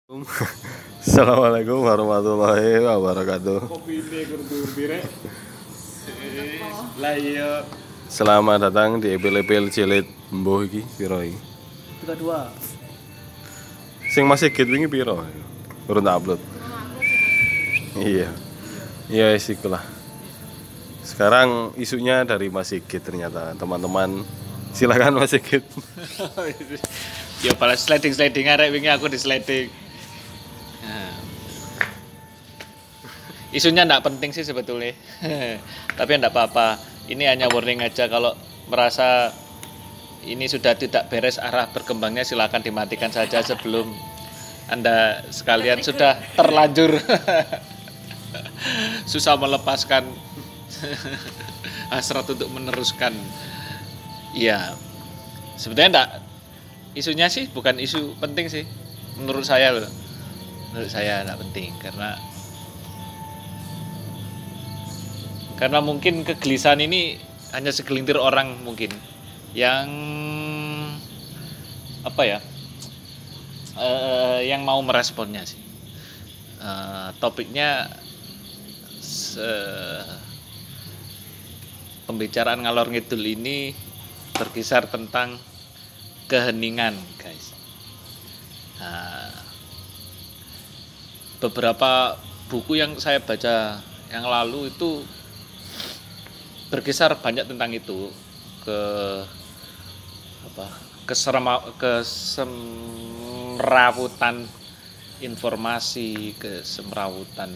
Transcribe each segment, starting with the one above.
Assalamualaikum warahmatullahi wabarakatuh. Kopi ini kudu pirek. Lah iya. Selamat datang di epil-epil jilid mbuh iki piro iki? 32. Sing masih git wingi piro? Urun tak upload. Iya. Iya isikulah. Sekarang isunya dari Mas Sigit ternyata. Teman-teman silakan Mas Sigit. Ya balas sliding arek wingi aku di sliding. Nah. Isunya enggak penting sih sebetulnya. Tapi enggak apa-apa. Ini hanya warning aja kalau merasa ini sudah tidak beres arah berkembangnya, silakan dimatikan saja sebelum Anda sekalian sudah terlanjur susah melepaskan hasrat untuk meneruskan. Iya. Sebetulnya enggak, isunya sih bukan isu penting sih menurut saya loh. Menurut saya enggak penting karena mungkin kegelisahan ini hanya segelintir orang mungkin yang apa ya, yang mau meresponnya sih. Topiknya pembicaraan ngalor ngidul ini berkisar tentang keheningan, guys. Beberapa buku yang saya baca yang lalu itu berkisar banyak tentang itu, kesemrawutan informasi, kesemrawutan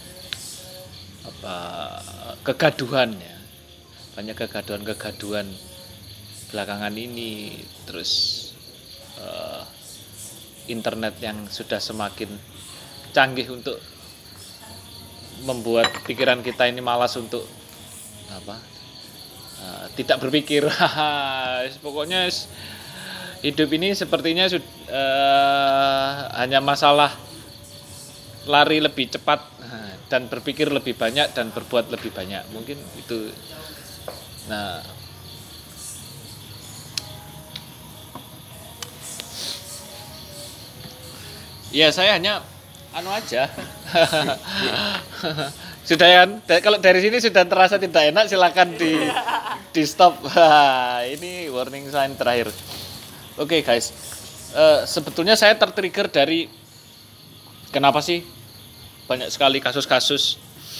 kegaduhan ya, banyak kegaduhan belakangan ini, terus internet yang sudah semakin canggih untuk membuat pikiran kita ini malas untuk tidak berpikir. Pokoknya hidup ini sepertinya hanya masalah lari lebih cepat dan berpikir lebih banyak dan berbuat lebih banyak, mungkin itu. Nah, ya saya hanya aja. Sudah ya, kalau dari sini sudah terasa tidak enak, silakan di stop. Ini warning sign terakhir. Oke, guys, sebetulnya saya tertrigger dari kenapa sih banyak sekali kasus-kasus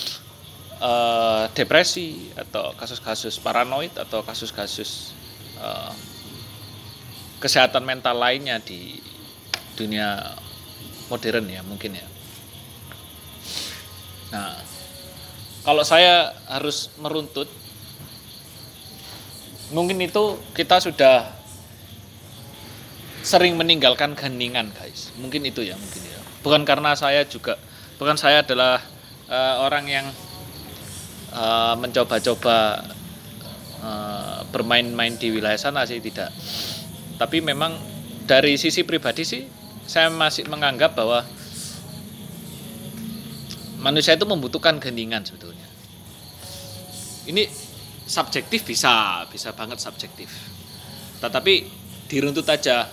depresi atau kasus-kasus paranoid atau kasus-kasus kesehatan mental lainnya di dunia modern ya mungkin ya. Nah, kalau saya harus meruntut, mungkin itu kita sudah sering meninggalkan keheningan, guys. Mungkin itu ya, mungkin ya. Bukan saya adalah orang yang mencoba-coba bermain-main di wilayah sana sih, tidak. Tapi memang dari sisi pribadi sih saya masih menganggap bahwa manusia itu membutuhkan keheningan sebetulnya. Ini subjektif, bisa banget subjektif. Tetapi diruntut aja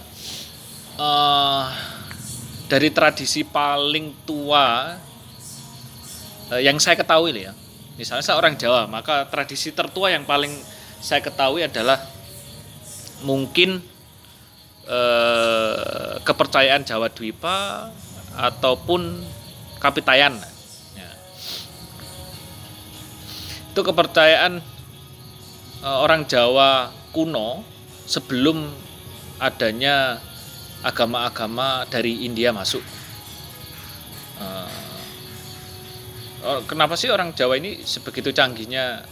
dari tradisi paling tua yang saya ketahui ya. Misalnya saya orang Jawa, maka tradisi tertua yang paling saya ketahui adalah mungkin kepercayaan Jawa Dwipa ataupun Kapitayan. Ya. Itu kepercayaan orang Jawa kuno sebelum adanya agama-agama dari India masuk. Kenapa sih orang Jawa ini sebegitu canggihnya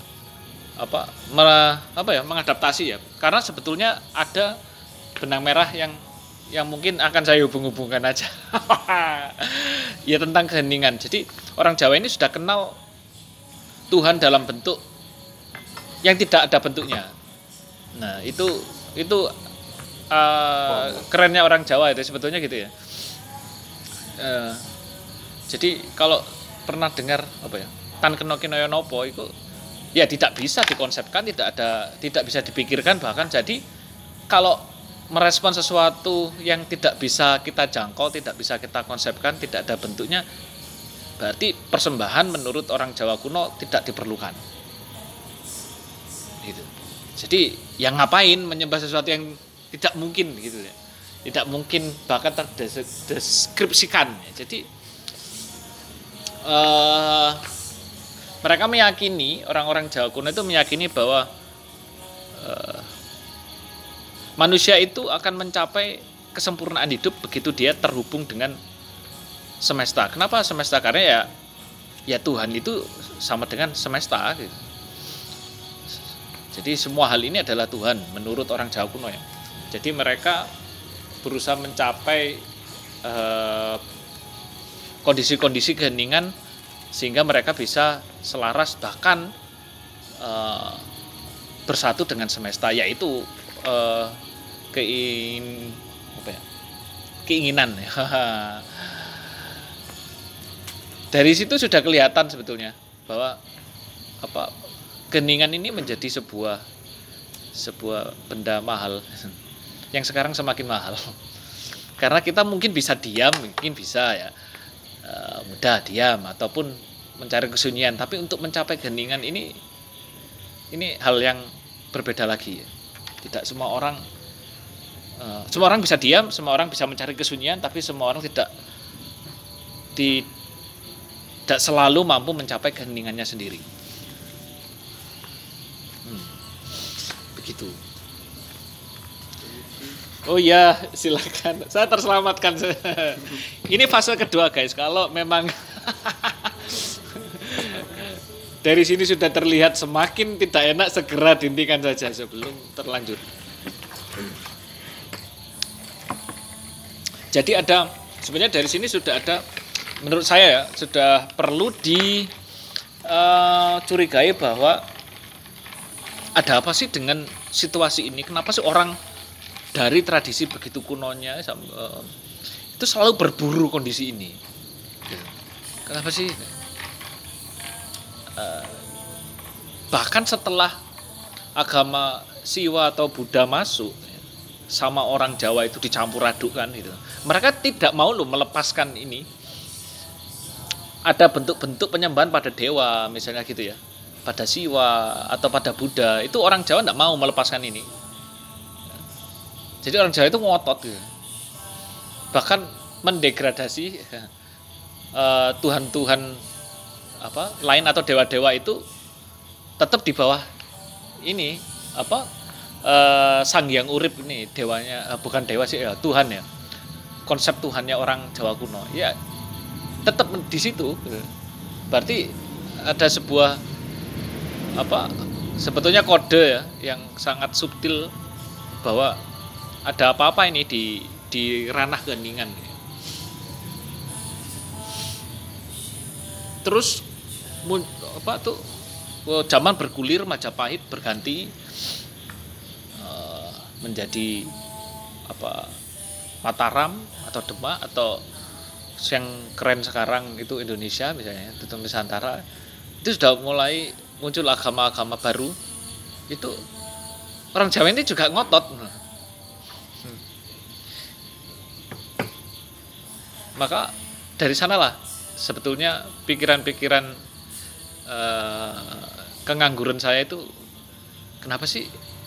mengadaptasi ya? Karena sebetulnya ada benang merah yang mungkin akan saya hubung-hubungkan aja. Ya, tentang keheningan. Jadi orang Jawa ini sudah kenal Tuhan dalam bentuk yang tidak ada bentuknya. Nah, itu kerennya orang Jawa itu sebetulnya gitu ya. Jadi kalau pernah dengar tan kena kinaya napa itu ya tidak bisa dikonsepkan, tidak bisa dipikirkan, bahkan jadi kalau merespon sesuatu yang tidak bisa kita jangkau, tidak bisa kita konsepkan, tidak ada bentuknya, berarti persembahan menurut orang Jawa kuno tidak diperlukan. Gitu. Jadi yang ngapain menyembah sesuatu yang tidak mungkin gitu ya. Tidak mungkin bahkan terdeskripsikan. Jadi mereka meyakini, orang-orang Jawa kuno itu meyakini bahwa manusia itu akan mencapai kesempurnaan hidup begitu dia terhubung dengan semesta. Kenapa semesta? Karena ya Tuhan itu sama dengan semesta gitu. Jadi semua hal ini adalah Tuhan menurut orang Jawa kuno ya. Jadi mereka berusaha mencapai kondisi-kondisi keheningan sehingga mereka bisa selaras bahkan bersatu dengan semesta, yaitu keinginan. Dari situ sudah kelihatan sebetulnya bahwa keheningan ini menjadi sebuah benda mahal yang sekarang semakin mahal. Karena kita mungkin bisa diam, mungkin bisa ya mudah diam ataupun mencari kesunyian, tapi untuk mencapai keheningan ini hal yang berbeda lagi ya. Tidak semua orang bisa diam, semua orang bisa mencari kesunyian, tapi semua orang tidak selalu mampu mencapai keheningannya sendiri. Begitu. Oh iya, silakan. Saya terselamatkan. Ini fase kedua, guys. Kalau memang dari sini sudah terlihat semakin tidak enak, segera dihentikan saja sebelum terlanjur. Jadi sebenarnya dari sini sudah ada, menurut saya ya, sudah perlu dicurigai bahwa ada apa sih dengan situasi ini? Kenapa sih orang dari tradisi begitu kunonya itu selalu berburu kondisi ini? Kenapa sih? Bahkan setelah agama Siwa atau Buddha masuk, sama orang Jawa itu dicampur adukkan gitu. Mereka tidak mau melepaskan ini. Ada bentuk-bentuk penyembahan pada dewa misalnya gitu ya, pada Siwa atau pada Buddha, itu orang Jawa tidak mau melepaskan ini. Jadi orang Jawa itu ngotot gitu. Bahkan mendegradasi Tuhan-Tuhan lain atau dewa-dewa itu tetap di bawah ini Sang Hyang Urip ini, dewanya bukan dewa sih ya, Tuhan ya. Konsep Tuhannya orang Jawa kuno ya tetap di situ. Berarti ada sebuah sebetulnya kode ya yang sangat subtil bahwa ada apa-apa ini di ranah keheningan. Terus zaman bergulir, Majapahit berganti menjadi Mataram atau Demak, atau yang keren sekarang itu Indonesia misalnya, itu Nusantara. Itu sudah mulai muncul agama-agama baru. Itu orang Jawa ini juga ngotot. Maka dari sanalah sebetulnya pikiran-pikiran kengangguran saya itu, kenapa sih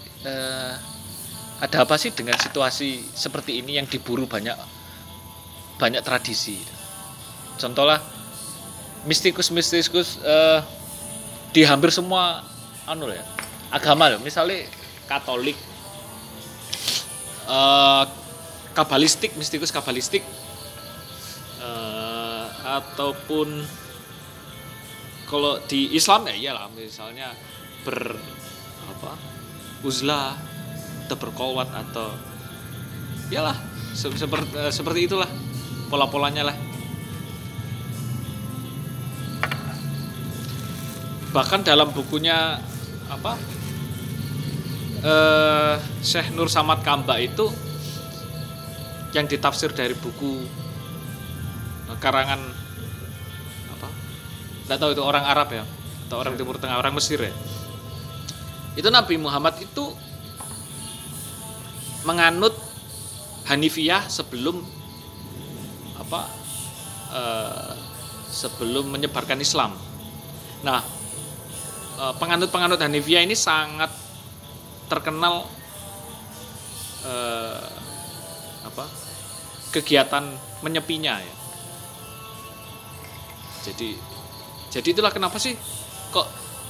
ada apa sih dengan situasi seperti ini yang diburu banyak tradisi. Contohlah mistikus di hampir semua agama loh, misalnya Katolik, kabalistik, mistikus kabalistik, ataupun kalau di Islam ya iyalah, misalnya uzlah atau berkolwat, atau iyalah seperti itulah pola-polanya lah. Bahkan dalam bukunya Syekh Nur Samad Kamba itu yang ditafsir dari buku karangan nggak tahu itu orang Arab ya atau orang Timur Tengah, orang Mesir ya, itu Nabi Muhammad itu menganut Hanifiyah sebelum sebelum menyebarkan Islam. Nah, penganut-penganut Hanifiyah ini sangat terkenal kegiatan menyepinya ya. Jadi itulah kenapa sih kok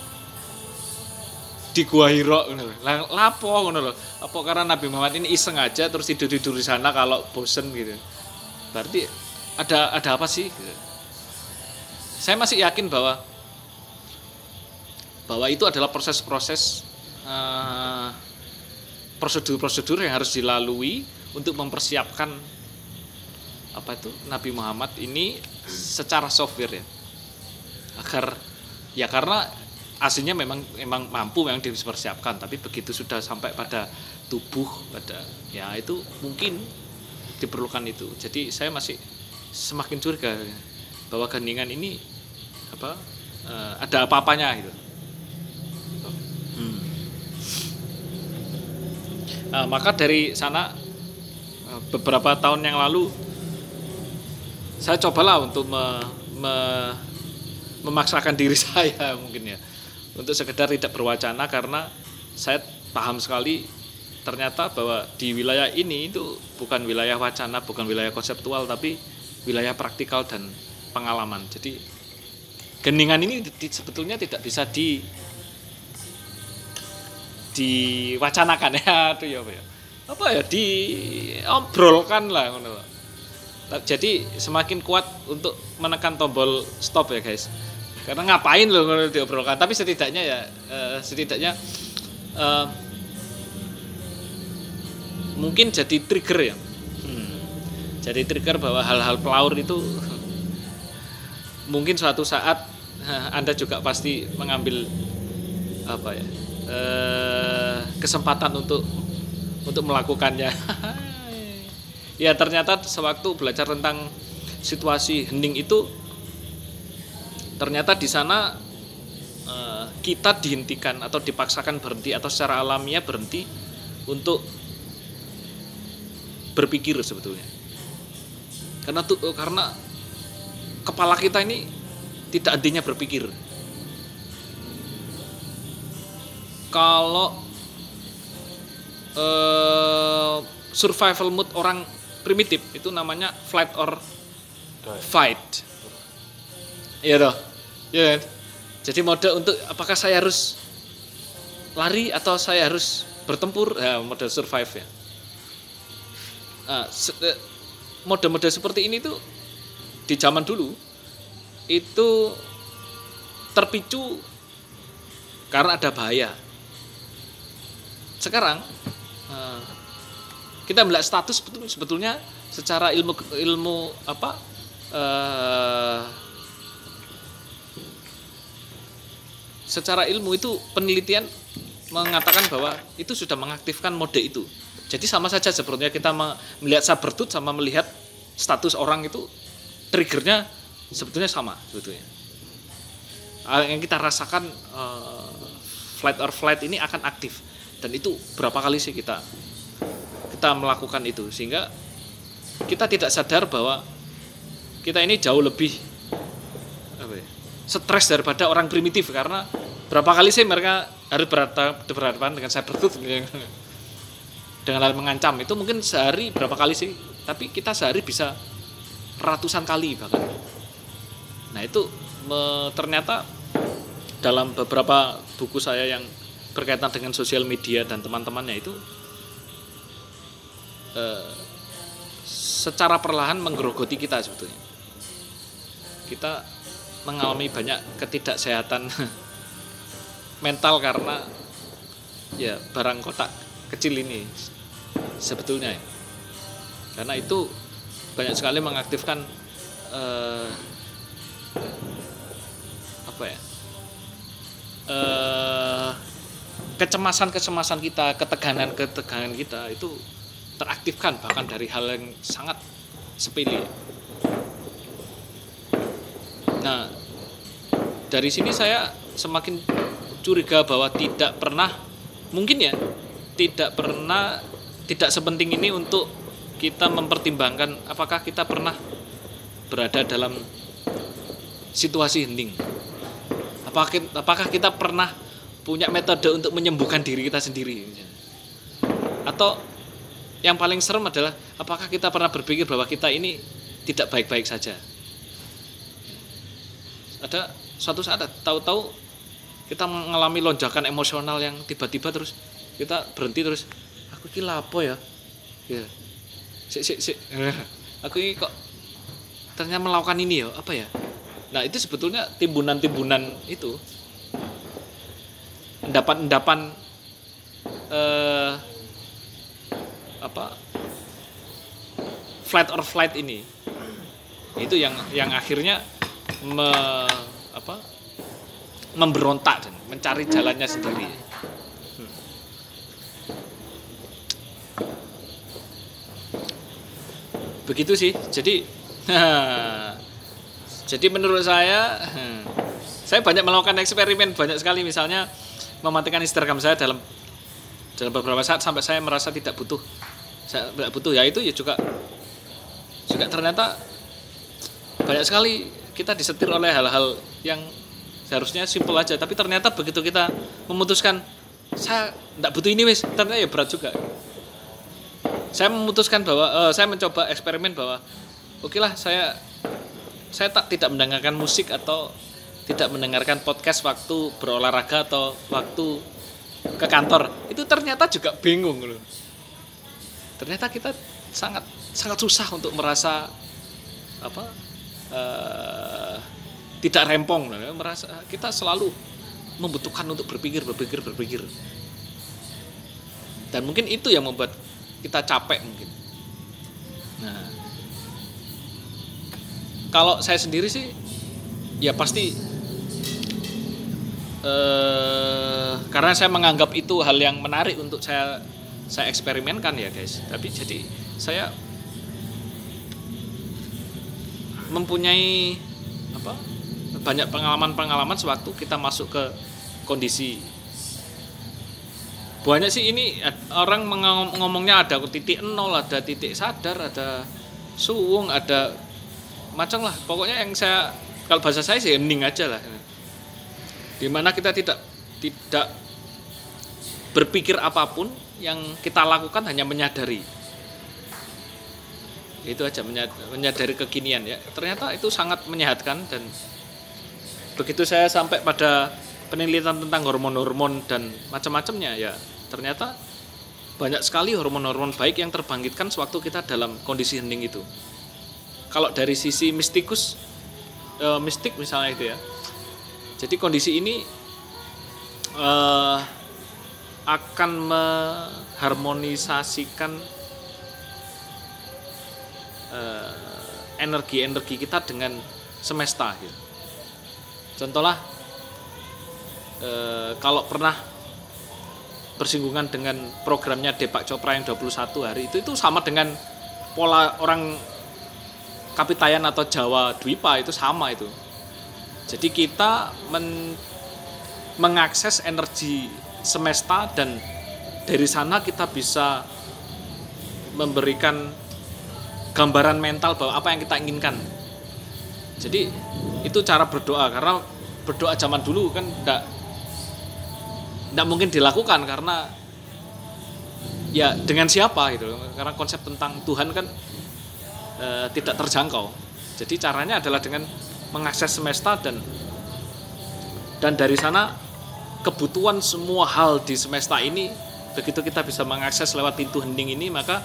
di Gua Hira ngono lho. Lah lapo ngono lho. Apa karena Nabi Muhammad ini iseng aja terus tidur-tidur di sana kalau bosen gitu. Berarti ada apa sih? Gitu. Saya masih yakin bahwa itu adalah proses-proses prosedur-prosedur yang harus dilalui untuk mempersiapkan Nabi Muhammad ini secara software ya. Agar ya karena aslinya memang mampu memang dipersiapkan, tapi begitu sudah sampai pada tubuh ya itu mungkin diperlukan itu. Jadi saya masih semakin curiga bahwa Geningan ini ada apa-apanya gitu. Nah, maka dari sana beberapa tahun yang lalu saya cobalah untuk memaksakan diri saya mungkin ya untuk sekedar tidak berwacana, karena saya paham sekali ternyata bahwa di wilayah ini itu bukan wilayah wacana, bukan wilayah konseptual, tapi wilayah praktikal dan pengalaman. Jadi Geningan ini sebetulnya tidak bisa diwacanakan ya, diobrolkan lah ngono. Jadi semakin kuat untuk menekan tombol stop ya guys. Karena ngapain loh ngono diobrolkan, tapi setidaknya mungkin jadi trigger ya. Jadi trigger bahwa hal-hal pelaur itu mungkin suatu saat Anda juga pasti mengambil kesempatan untuk melakukannya. Ya ternyata sewaktu belajar tentang situasi hening itu, ternyata di sana kita dihentikan atau dipaksakan berhenti atau secara alamiah berhenti untuk berpikir sebetulnya. Karena kepala kita ini tidak hentinya berpikir. Kalau survival mode orang primitif itu namanya flight or fight. Iya toh. Iya kan? Jadi mode untuk apakah saya harus lari atau saya harus bertempur, ya, mode survive ya. Nah, mode-mode seperti ini tuh di zaman dulu itu terpicu karena ada bahaya. Sekarang kita melihat status sebetulnya secara ilmu secara ilmu itu penelitian mengatakan bahwa itu sudah mengaktifkan mode itu. Jadi sama saja sebetulnya kita melihat sabertooth sama melihat status orang itu triggernya sebetulnya sama sebetulnya. Yang kita rasakan flight or flight ini akan aktif, dan itu berapa kali sih kita melakukan itu, sehingga kita tidak sadar bahwa kita ini jauh lebih stres daripada orang primitif, karena berapa kali sih mereka harus berhadapan dengan sabertooth dengan hal mengancam itu, mungkin sehari berapa kali sih, tapi kita sehari bisa ratusan kali bahkan. Nah itu ternyata dalam beberapa buku saya yang berkaitan dengan sosial media dan teman-temannya itu secara perlahan menggerogoti kita sebetulnya. Kita mengalami banyak ketidaksehatan mental karena ya barang kotak kecil ini sebetulnya ya. Karena itu banyak sekali mengaktifkan kecemasan kita, ketegangan kita itu teraktifkan bahkan dari hal yang sangat sepele. Nah, dari sini saya semakin curiga bahwa tidak sepenting ini untuk kita mempertimbangkan apakah kita pernah berada dalam situasi hening. Apakah kita pernah punya metode untuk menyembuhkan diri kita sendiri. Atau yang paling serem adalah apakah kita pernah berpikir bahwa kita ini tidak baik-baik saja. Ada suatu saat tahu-tahu kita mengalami lonjakan emosional yang tiba-tiba terus kita berhenti terus, aku ini apa ya? Ya. Sik. Aku ini kok ternyata melakukan ini ya, apa ya? Nah, itu sebetulnya timbunan-timbunan itu. Endapan-endapan flight or flight ini. Itu yang akhirnya memberontak dan mencari jalannya sendiri. Begitu sih. Jadi menurut saya banyak melakukan eksperimen banyak sekali, misalnya mematikan Instagram saya dalam beberapa saat sampai saya merasa tidak butuh. Ya itu ya juga ternyata banyak sekali kita disetir oleh hal-hal yang seharusnya simpel aja, tapi ternyata begitu kita memutuskan saya tidak butuh ini wis, ternyata ya berat juga. Saya memutuskan bahwa saya mencoba eksperimen bahwa okelah saya tidak mendengarkan musik atau tidak mendengarkan podcast waktu berolahraga atau waktu ke kantor. Itu ternyata juga bingung loh. Ternyata kita sangat susah untuk merasa tidak rempong, merasa kita selalu membutuhkan untuk berpikir. Dan mungkin itu yang membuat kita capek mungkin. Nah, kalau saya sendiri sih ya pasti karena saya menganggap itu hal yang menarik untuk saya eksperimenkan ya guys. Tapi jadi saya mempunyai banyak pengalaman sewaktu kita masuk ke kondisi. Banyak sih ini orang ngomongnya ada titik nol, ada titik sadar, ada suwung, ada macam lah. Pokoknya yang kalau bahasa saya sih hening aja lah. Dimana kita tidak berpikir apapun, yang kita lakukan hanya menyadari. Itu aja, menyadari kekinian ya. Ternyata itu sangat menyehatkan, dan begitu saya sampai pada penelitian tentang hormon-hormon dan macam-macamnya ya, ternyata banyak sekali hormon-hormon baik yang terbangkitkan sewaktu kita dalam kondisi hening itu. Kalau dari sisi mistik misalnya itu ya. Jadi kondisi ini akan mengharmonisasikan energi kita dengan semesta gitu. Contohlah kalau pernah bersinggungan dengan programnya Deepak Chopra yang 21 hari itu sama dengan pola orang Kapitayan atau Jawa Dwipa, itu sama itu. Jadi kita mengakses energi semesta, dan dari sana kita bisa memberikan gambaran mental bahwa apa yang kita inginkan. Jadi itu cara berdoa, karena berdoa zaman dulu kan tidak mungkin dilakukan karena ya dengan siapa gitu, karena konsep tentang Tuhan kan tidak terjangkau. Jadi caranya adalah dengan mengakses semesta, dan dari sana kebutuhan semua hal di semesta ini, begitu kita bisa mengakses lewat pintu hening ini, maka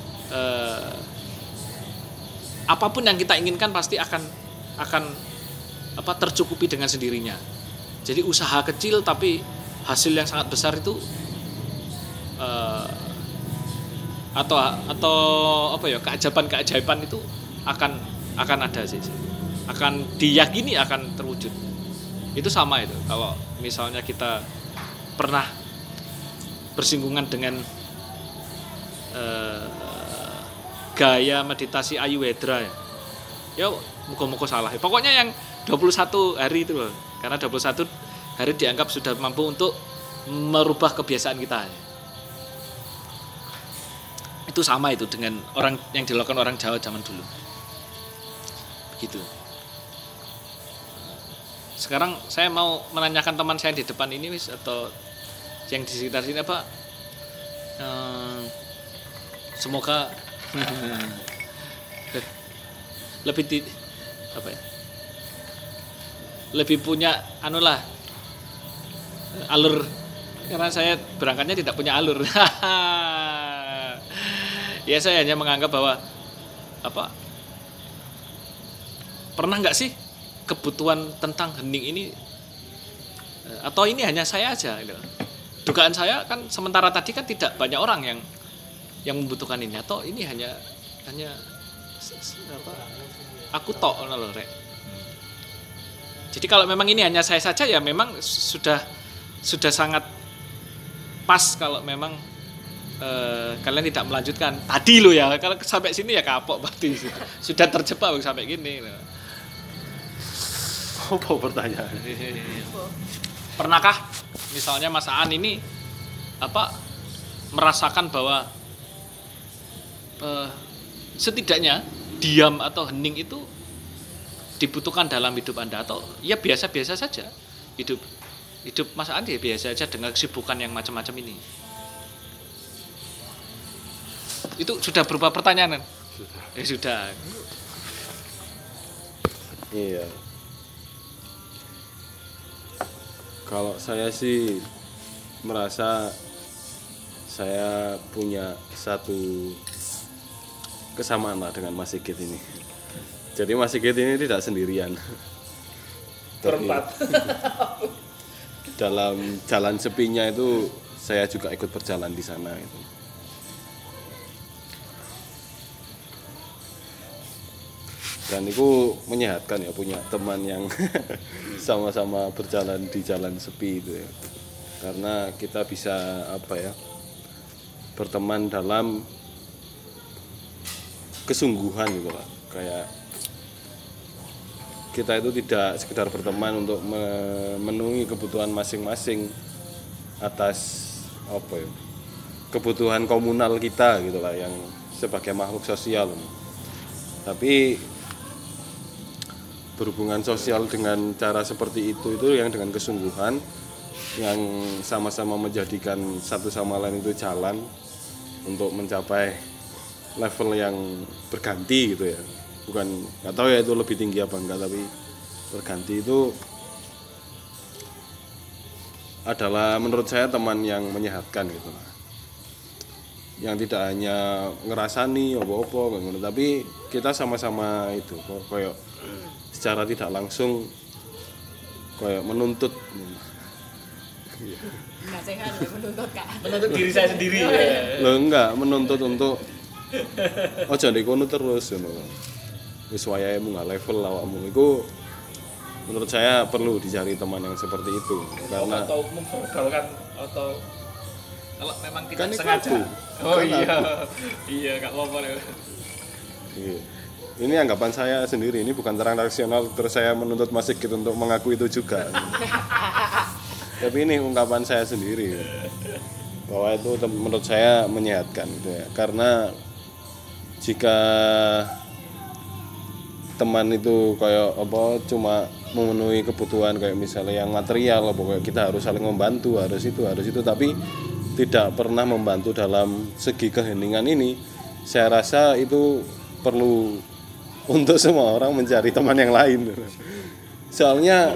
apapun yang kita inginkan pasti akan tercukupi dengan sendirinya. Jadi usaha kecil tapi hasil yang sangat besar itu atau keajaiban itu akan ada sih, akan diyakini akan terwujud. Itu sama itu kalau misalnya kita pernah bersinggungan dengan gaya meditasi Ayurveda ya muka-muka salah. Pokoknya yang 21 hari itu loh, karena 21 hari dianggap sudah mampu untuk merubah kebiasaan kita. Itu sama itu dengan orang yang dilakukan orang Jawa zaman dulu. Begitu. Sekarang saya mau menanyakan teman saya di depan ini wis atau yang di sekitar sini apa? Semoga lebih apa ya? Lebih punya anulah alur, karena saya berangkatnya tidak punya alur. Ya saya hanya menganggap bahwa apa? Pernah nggak sih kebutuhan tentang hening ini atau ini hanya saya aja gitu. Dugaan saya kan sementara tadi kan tidak banyak orang yang membutuhkan ini, atau ini hanya apa, aku tok loh rek. Jadi kalau memang ini hanya saya saja ya memang sudah sangat pas kalau memang kalian tidak melanjutkan tadi lo ya. Kalau sampai sini ya kapok berarti sudah terjebak sampai gini. Apa pertanyaan? Pernahkah misalnya Mas Aan ini apa merasakan bahwa setidaknya diam atau hening itu dibutuhkan dalam hidup Anda, atau ya biasa-biasa saja hidup Mas Aan ya biasa saja dengan kesibukan yang macam-macam ini? Itu sudah berupa pertanyaan kan? Sudah. Iya. Kalau saya sih merasa saya punya satu kesamaan lah dengan Mas Sigit ini. Jadi Mas Sigit ini tidak sendirian. Berempat. Dalam jalan sepinya itu saya juga ikut berjalan di sana itu. Dan itu menyehatkan ya punya teman yang sama-sama berjalan di jalan sepi itu ya. Karena kita bisa apa ya, berteman dalam kesungguhan gitu lah. Kayak kita itu tidak sekedar berteman untuk memenuhi kebutuhan masing-masing atas apa ya, kebutuhan komunal kita gitu lah, yang sebagai makhluk sosial. Tapi berhubungan sosial dengan cara seperti itu yang dengan kesungguhan, yang sama-sama menjadikan satu sama lain itu jalan untuk mencapai level yang berganti gitu ya. Bukan, nggak tahu ya itu lebih tinggi apa enggak, tapi berganti itu adalah menurut saya teman yang menyehatkan gitu lah. Yang tidak hanya ngerasani apa-apa gitu, tapi kita sama-sama itu kayak secara tidak langsung kayak menuntut. Nggak sehat ya menuntut Kak. Menuntut diri saya sendiri ya. Loh enggak, menuntut untuk ojo ndek kono terus ngono. Wis wayahe munggah level awakmu iku, menurut saya perlu dicari teman yang seperti itu. Karena atau memverbalkan atau kalau memang tidak kan sengaja. aku. Oh Kan iya. aku. Iya Kak Momor. Iya. Ini anggapan saya sendiri, ini bukan terang rasional terus saya menuntut Mas Sigit untuk mengaku itu juga. Tapi ini ungkapan saya sendiri bahwa itu menurut saya menyehatkan gitu ya. Karena jika teman itu kayak apa cuma memenuhi kebutuhan kayak misalnya yang material apa kayak kita harus saling membantu, harus itu tapi tidak pernah membantu dalam segi keheningan ini, saya rasa itu perlu untuk semua orang mencari teman yang lain. Soalnya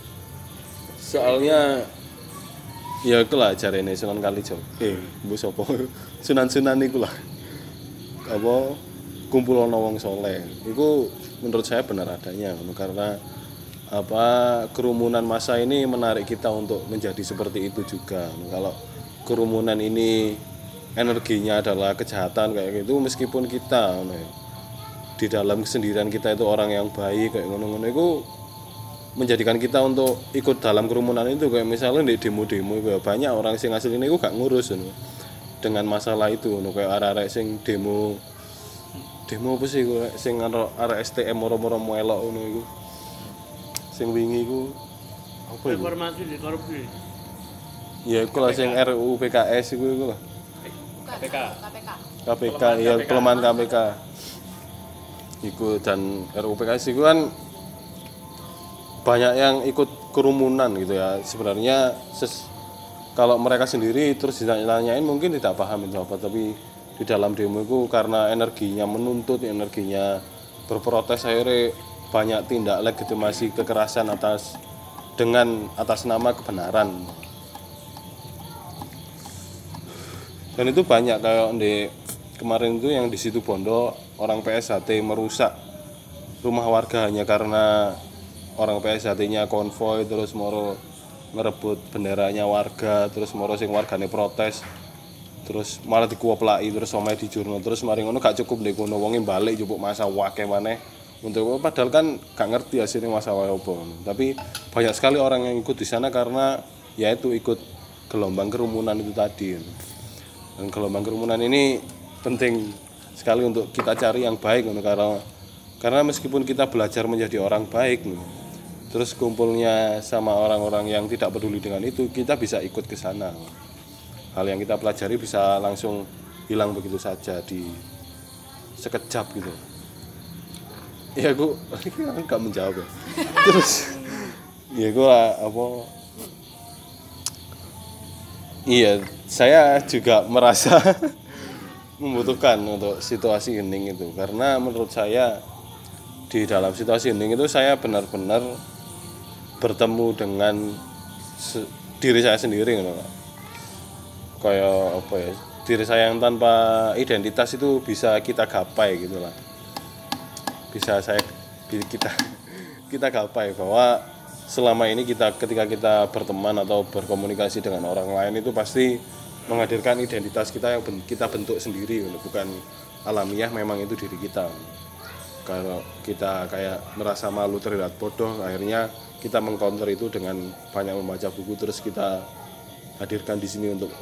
ya itulah jarene Sunan Kalijaga. Mbok sapa? Sunan-sunan iku lah. Apa kumpul ana wong saleh. Iku menurut saya benar adanya karena apa kerumunan massa ini menarik kita untuk menjadi seperti itu juga. Kalau kerumunan ini energinya adalah kejahatan kayak gitu, meskipun kita di dalam kesendirian kita itu orang yang baik kayak ngono-ngono itu menjadikan kita untuk ikut dalam kerumunan itu. Kayak misalnya di demo-demo itu banyak orang sing asli ini gak ngurus dengan masalah itu kayak arek-arek sing demo apa sih sing arek STM moro-moro melok ngono iku sing wingi iku apa iku reformasi di korupsi ya iku lah sing RUU PKS iku lah KPK. KPK ya pelemahan KPK ikut dan RUU PKS itu kan banyak yang ikut kerumunan gitu ya sebenarnya kalau mereka sendiri terus ditanyain mungkin tidak paham itu apa, tapi di dalam demo itu karena energinya menuntut, energinya berprotes, akhirnya banyak tindak legitimasi kekerasan atas nama kebenaran. Dan itu banyak kayak di kemarin itu yang di situ Bondo orang PSHT merusak rumah warga hanya karena orang PSHT-nya konvoy terus moro ngerebut benderanya warga, terus moro sing wargane protes, terus malah dikuoplaki terus omahe dijurno, terus mari ngono gak cukup ndek kono wonge balik njupuk masa wake maneh untuk padahal kan gak ngerti hasilnya masa wae opo. Tapi banyak sekali orang yang ikut di sana karena ya itu ikut gelombang kerumunan itu tadi. Dan gelombang kerumunan ini penting sekali untuk kita cari yang baik karena meskipun kita belajar menjadi orang baik terus kumpulnya sama orang-orang yang tidak peduli dengan itu, kita bisa ikut ke sana. Hal yang kita pelajari bisa langsung hilang begitu saja di sekejap gitu. Ya aku nggak menjawab ya. Terus ya gue iya saya juga merasa membutuhkan untuk situasi hening itu karena menurut saya di dalam situasi hening itu saya benar-benar bertemu dengan diri saya sendiri gitu. Kayak apa ya, diri saya yang tanpa identitas itu bisa kita gapai gitu lah, bisa kita gapai bahwa selama ini ketika kita berteman atau berkomunikasi dengan orang lain itu pasti menghadirkan identitas kita yang kita bentuk sendiri, bukan alamiah, memang itu diri kita. Kalau kita kayak merasa malu terlihat bodoh, akhirnya kita mengcounter itu dengan banyak membaca buku, terus kita hadirkan di sini untuk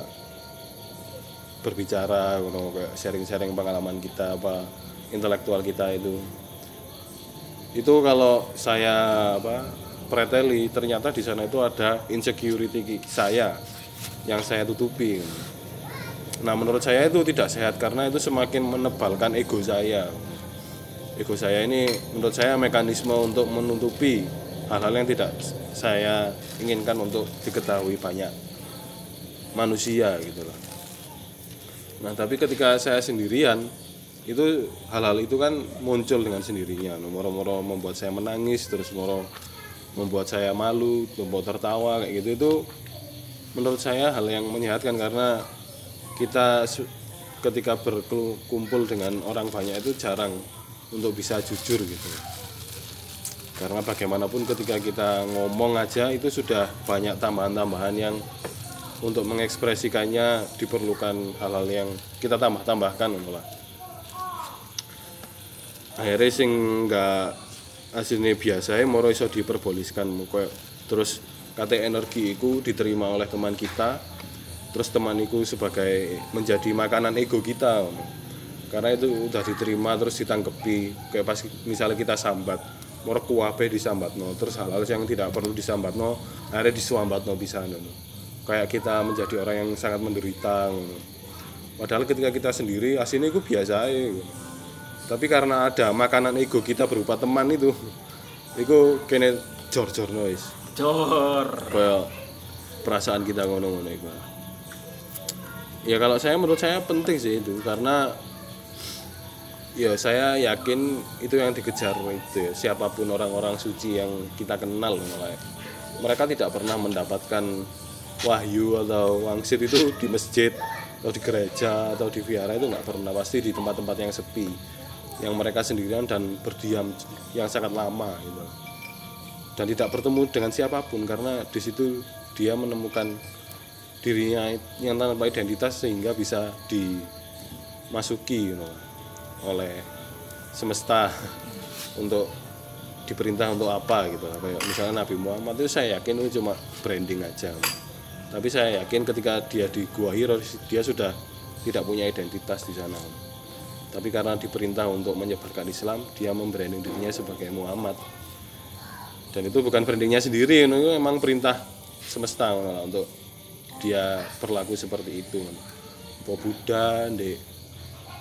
berbicara, kayak sharing-sharing pengalaman kita, intelektual kita itu. Itu kalau saya preteli, ternyata di sana itu ada insecurity saya yang saya tutupi. Nah, menurut saya itu tidak sehat karena itu semakin menebalkan ego saya. Ego saya ini menurut saya mekanisme untuk menutupi hal-hal yang tidak saya inginkan untuk diketahui banyak manusia gitu loh. Nah, tapi ketika saya sendirian itu hal-hal itu kan muncul dengan sendirinya, moro-moro membuat saya menangis, terus moro membuat saya malu, membuat tertawa kayak gitu. Itu menurut saya hal yang menyehatkan karena kita ketika berkumpul dengan orang banyak itu jarang untuk bisa jujur gitu. Karena bagaimanapun ketika kita ngomong aja itu sudah banyak tambahan-tambahan yang untuk mengekspresikannya diperlukan hal-hal yang kita tambahkan lah. Akhirnya sing enggak asline biasa moro iso diperboliskan terus kate energi itu diterima oleh teman kita, terus teman itu sebagai menjadi makanan ego kita. Karena itu udah diterima terus ditangkepi, kayak pas misalnya kita sambat moro kuwabe disambatno, terus hal-hal yang tidak perlu disambatno akhirnya disuambatno pisan. Kayak kita menjadi orang yang sangat menderita. Padahal ketika kita sendiri aslinya itu biasa aja. Tapi karena ada makanan ego kita berupa teman itu kene jor-jor noise. Jor. Kayak perasaan kita ngono-ngono itu. Ya kalau menurut saya penting sih itu karena ya saya yakin itu yang dikejar itu ya, siapapun orang-orang suci yang kita kenal mereka tidak pernah mendapatkan wahyu atau wangsit itu di masjid atau di gereja atau di vihara, itu nggak pernah, pasti di tempat-tempat yang sepi yang mereka sendirian dan berdiam yang sangat lama gitu. Dan tidak bertemu dengan siapapun karena di situ dia menemukan dirinya yang tanpa identitas sehingga bisa dimasuki oleh semesta untuk diperintah untuk apa gitu. Kayak misalnya Nabi Muhammad itu saya yakin itu cuma branding aja. Tapi saya yakin ketika dia di Gua Hiro dia sudah tidak punya identitas di sana. Tapi karena diperintah untuk menyebarkan Islam, dia membranding dirinya sebagai Muhammad. Dan itu bukan brandingnya sendiri, itu memang perintah semesta untuk dia berlaku seperti itu. Buddha di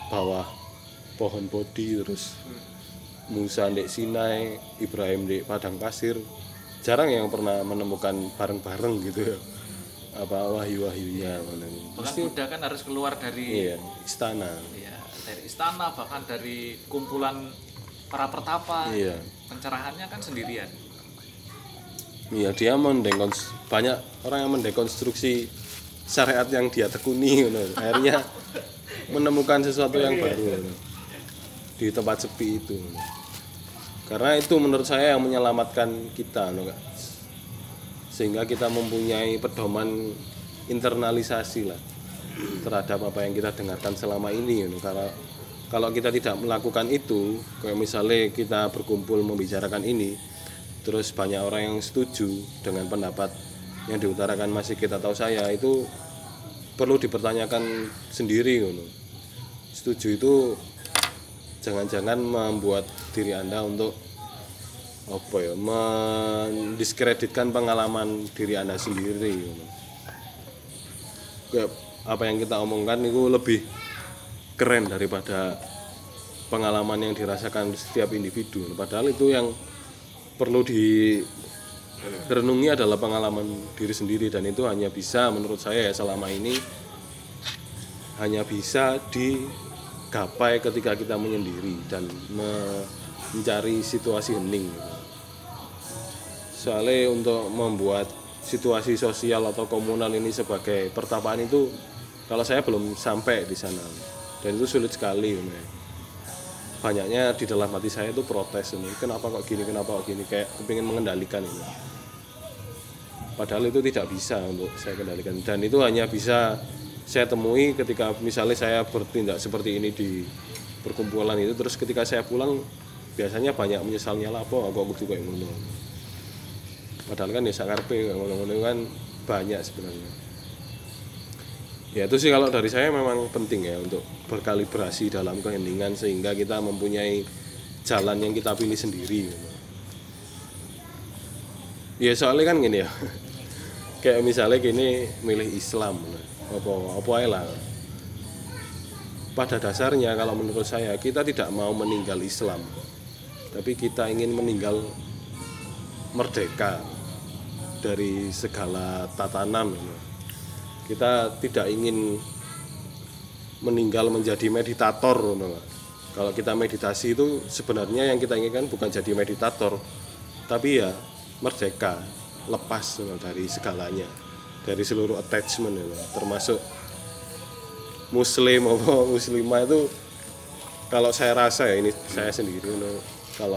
bawah pohon bodi, terus Musa di Sinai, Ibrahim di padang pasir. Jarang yang pernah menemukan bareng-bareng gitu ya, apa wahyu-wahyunya. Bahkan Buddha kan harus keluar dari Iya, istana. ya, dari istana, bahkan dari kumpulan para pertapa. Iya. Pencerahannya kan sendirian. Iya, dia banyak orang yang mendekonstruksi syariat yang dia tekuni gitu. Akhirnya menemukan sesuatu yang baru gitu, di tempat sepi itu. Karena itu menurut saya yang menyelamatkan kita, sehingga kita mempunyai pedoman internalisasi lah terhadap apa yang kita dengarkan selama ini. Karena kalau kita tidak melakukan itu, kayak misalnya kita berkumpul membicarakan ini, terus banyak orang yang setuju dengan pendapat yang diutarakan Mas Sigit atau saya, itu perlu dipertanyakan sendiri. Setuju itu jangan-jangan membuat diri Anda untuk mendiskreditkan pengalaman diri Anda sendiri. Kayak apa yang kita omongkan itu lebih keren daripada pengalaman yang dirasakan setiap individu. Padahal itu yang perlu direnungi adalah pengalaman diri sendiri, dan itu hanya bisa, menurut saya ya selama ini, hanya bisa digapai ketika kita menyendiri dan mencari situasi hening. Soalnya untuk membuat situasi sosial atau komunal ini sebagai pertapaan itu, kalau saya belum sampai di sana, dan itu sulit sekali. Banyaknya di dalam hati saya itu protes ini, kenapa kok gini, kayak kepingin mengendalikan ini. Padahal itu tidak bisa untuk saya kendalikan, dan itu hanya bisa saya temui ketika misalnya saya bertindak seperti ini di perkumpulan itu, terus ketika saya pulang biasanya banyak menyesalnya lah, apa aku juga yang ngono. Padahal kan ya sakarpe ngono-ngono kan banyak sebenarnya. Ya itu sih kalau dari saya memang penting ya untuk berkalibrasi dalam keheningan, sehingga kita mempunyai jalan yang kita pilih sendiri. Ya soalnya kan gini ya, kayak misalnya gini milih Islam, apa aja lah. Pada dasarnya kalau menurut saya kita tidak mau meninggal Islam, tapi kita ingin meninggal merdeka dari segala tatanan. Kita tidak ingin meninggal menjadi meditator. Kalau kita meditasi itu sebenarnya yang kita inginkan bukan jadi meditator, tapi ya merdeka, lepas dari segalanya, dari seluruh attachment, termasuk muslim atau muslimah itu. Kalau saya rasa ya, ini saya sendiri, kalau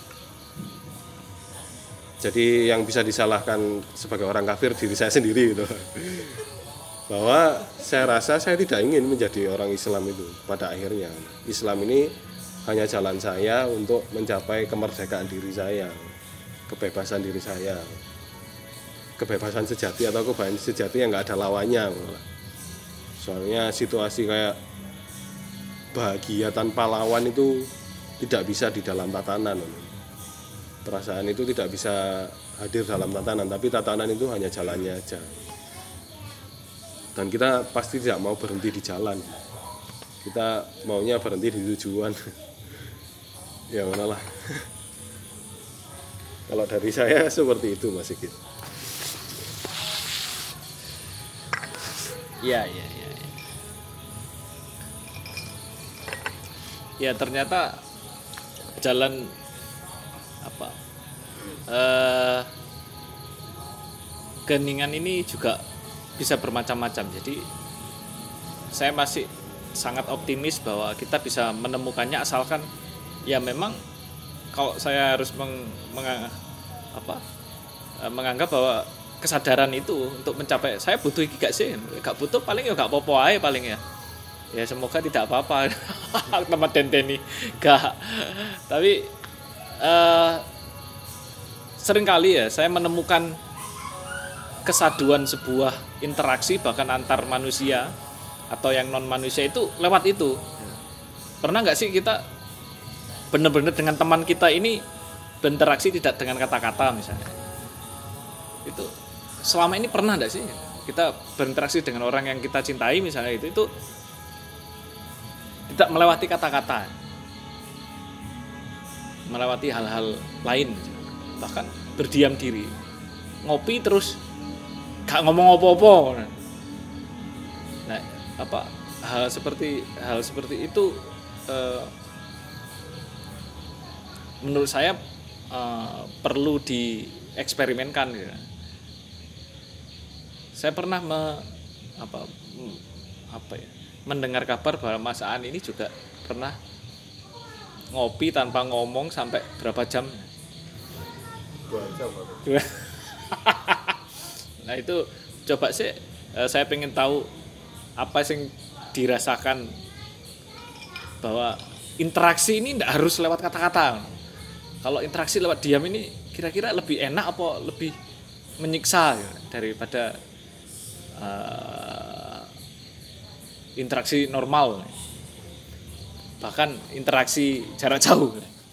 jadi yang bisa disalahkan sebagai orang kafir diri saya sendiri gitu. Bahwa saya rasa saya tidak ingin menjadi orang Islam itu pada akhirnya. Islam ini hanya jalan saya untuk mencapai kemerdekaan diri saya, kebebasan diri saya, kebebasan sejati atau kebebasan sejati yang nggak ada lawannya. Soalnya situasi kayak bahagia tanpa lawan itu tidak bisa di dalam tatanan. Perasaan itu tidak bisa hadir dalam tatanan, tapi tatanan itu hanya jalannya aja. Dan kita pasti tidak mau berhenti di jalan, kita maunya berhenti di tujuan. Ya mana lah. Kalau dari saya seperti itu, Mas Sigit. Iya. Ya ternyata jalan apa keheningan ini juga bisa bermacam-macam. Jadi saya masih sangat optimis bahwa kita bisa menemukannya, asalkan ya memang kalau saya harus menganggap bahwa kesadaran itu untuk mencapai, saya butuh iki gak sih, gak butuh paling ya gak apa-apa aja paling ya semoga tidak apa-apa. Teman tenteni gak, tapi seringkali ya saya menemukan kesaduan sebuah interaksi bahkan antar manusia atau yang non manusia itu lewat itu. Pernah nggak sih kita benar-benar dengan teman kita ini berinteraksi tidak dengan kata-kata misalnya? Itu selama ini pernah nggak sih kita berinteraksi dengan orang yang kita cintai misalnya, itu tidak melewati kata-kata, melewati hal-hal lain, bahkan berdiam diri, ngopi terus gak ngomong apa-apa. Nah, hal seperti itu menurut saya perlu dieksperimenkan gitu. Saya pernah mendengar kabar bahwa Mas Aan ini juga pernah ngopi tanpa ngomong sampai berapa jam? 2 jam. Nah itu coba sih, saya pengen tahu apa yang dirasakan, bahwa interaksi ini tidak harus lewat kata-kata. Kalau interaksi lewat diam ini kira-kira lebih enak apa lebih menyiksa daripada interaksi normal, bahkan interaksi jarak jauh.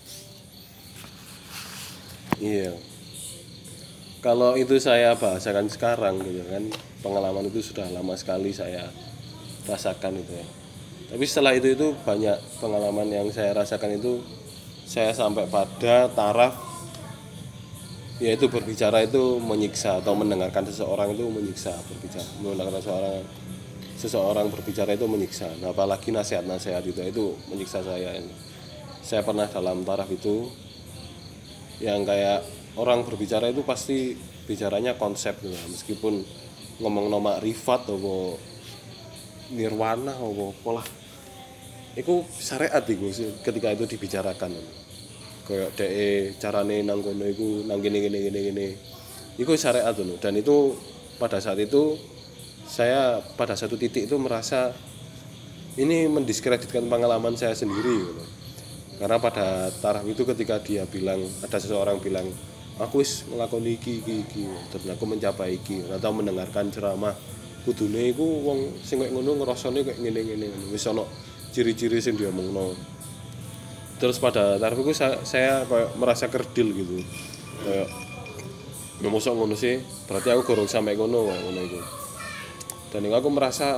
Iya. Kalau itu saya bahasakan sekarang gitu kan, pengalaman itu sudah lama sekali saya rasakan itu ya. Tapi setelah itu banyak pengalaman yang saya rasakan itu, saya sampai pada taraf yaitu berbicara itu menyiksa, atau mendengarkan seseorang itu menyiksa. Mendengarkan seseorang berbicara itu menyiksa. Nah, apalagi nasihat-nasihat itu menyiksa saya ini. Saya pernah dalam taraf itu, yang kayak orang berbicara itu pasti bicaranya konsep gitu, meskipun ngomong nama rifat atau nirwana atau pola itu syariat itu ketika itu dibicarakan, kayak carane nang kono iku nang gini itu syariat tuh. Dan itu pada saat itu saya pada satu titik itu merasa ini mendiskreditkan pengalaman saya sendiri gitu. Karena pada taraf itu ketika dia bilang, ada seseorang bilang, aku wis nglakoni iki dan aku mencapai iki, atau mendengarkan ceramah kudune iku wong sing koyo ngono ngrasane koyo ngene-ngene, wis ana ciri-ciri sing diomongno. Terus pada taraf itu saya kayak merasa kerdil gitu, kayak mosok ngono sih, berarti aku gorong sampai ngono iku. Dan aku merasa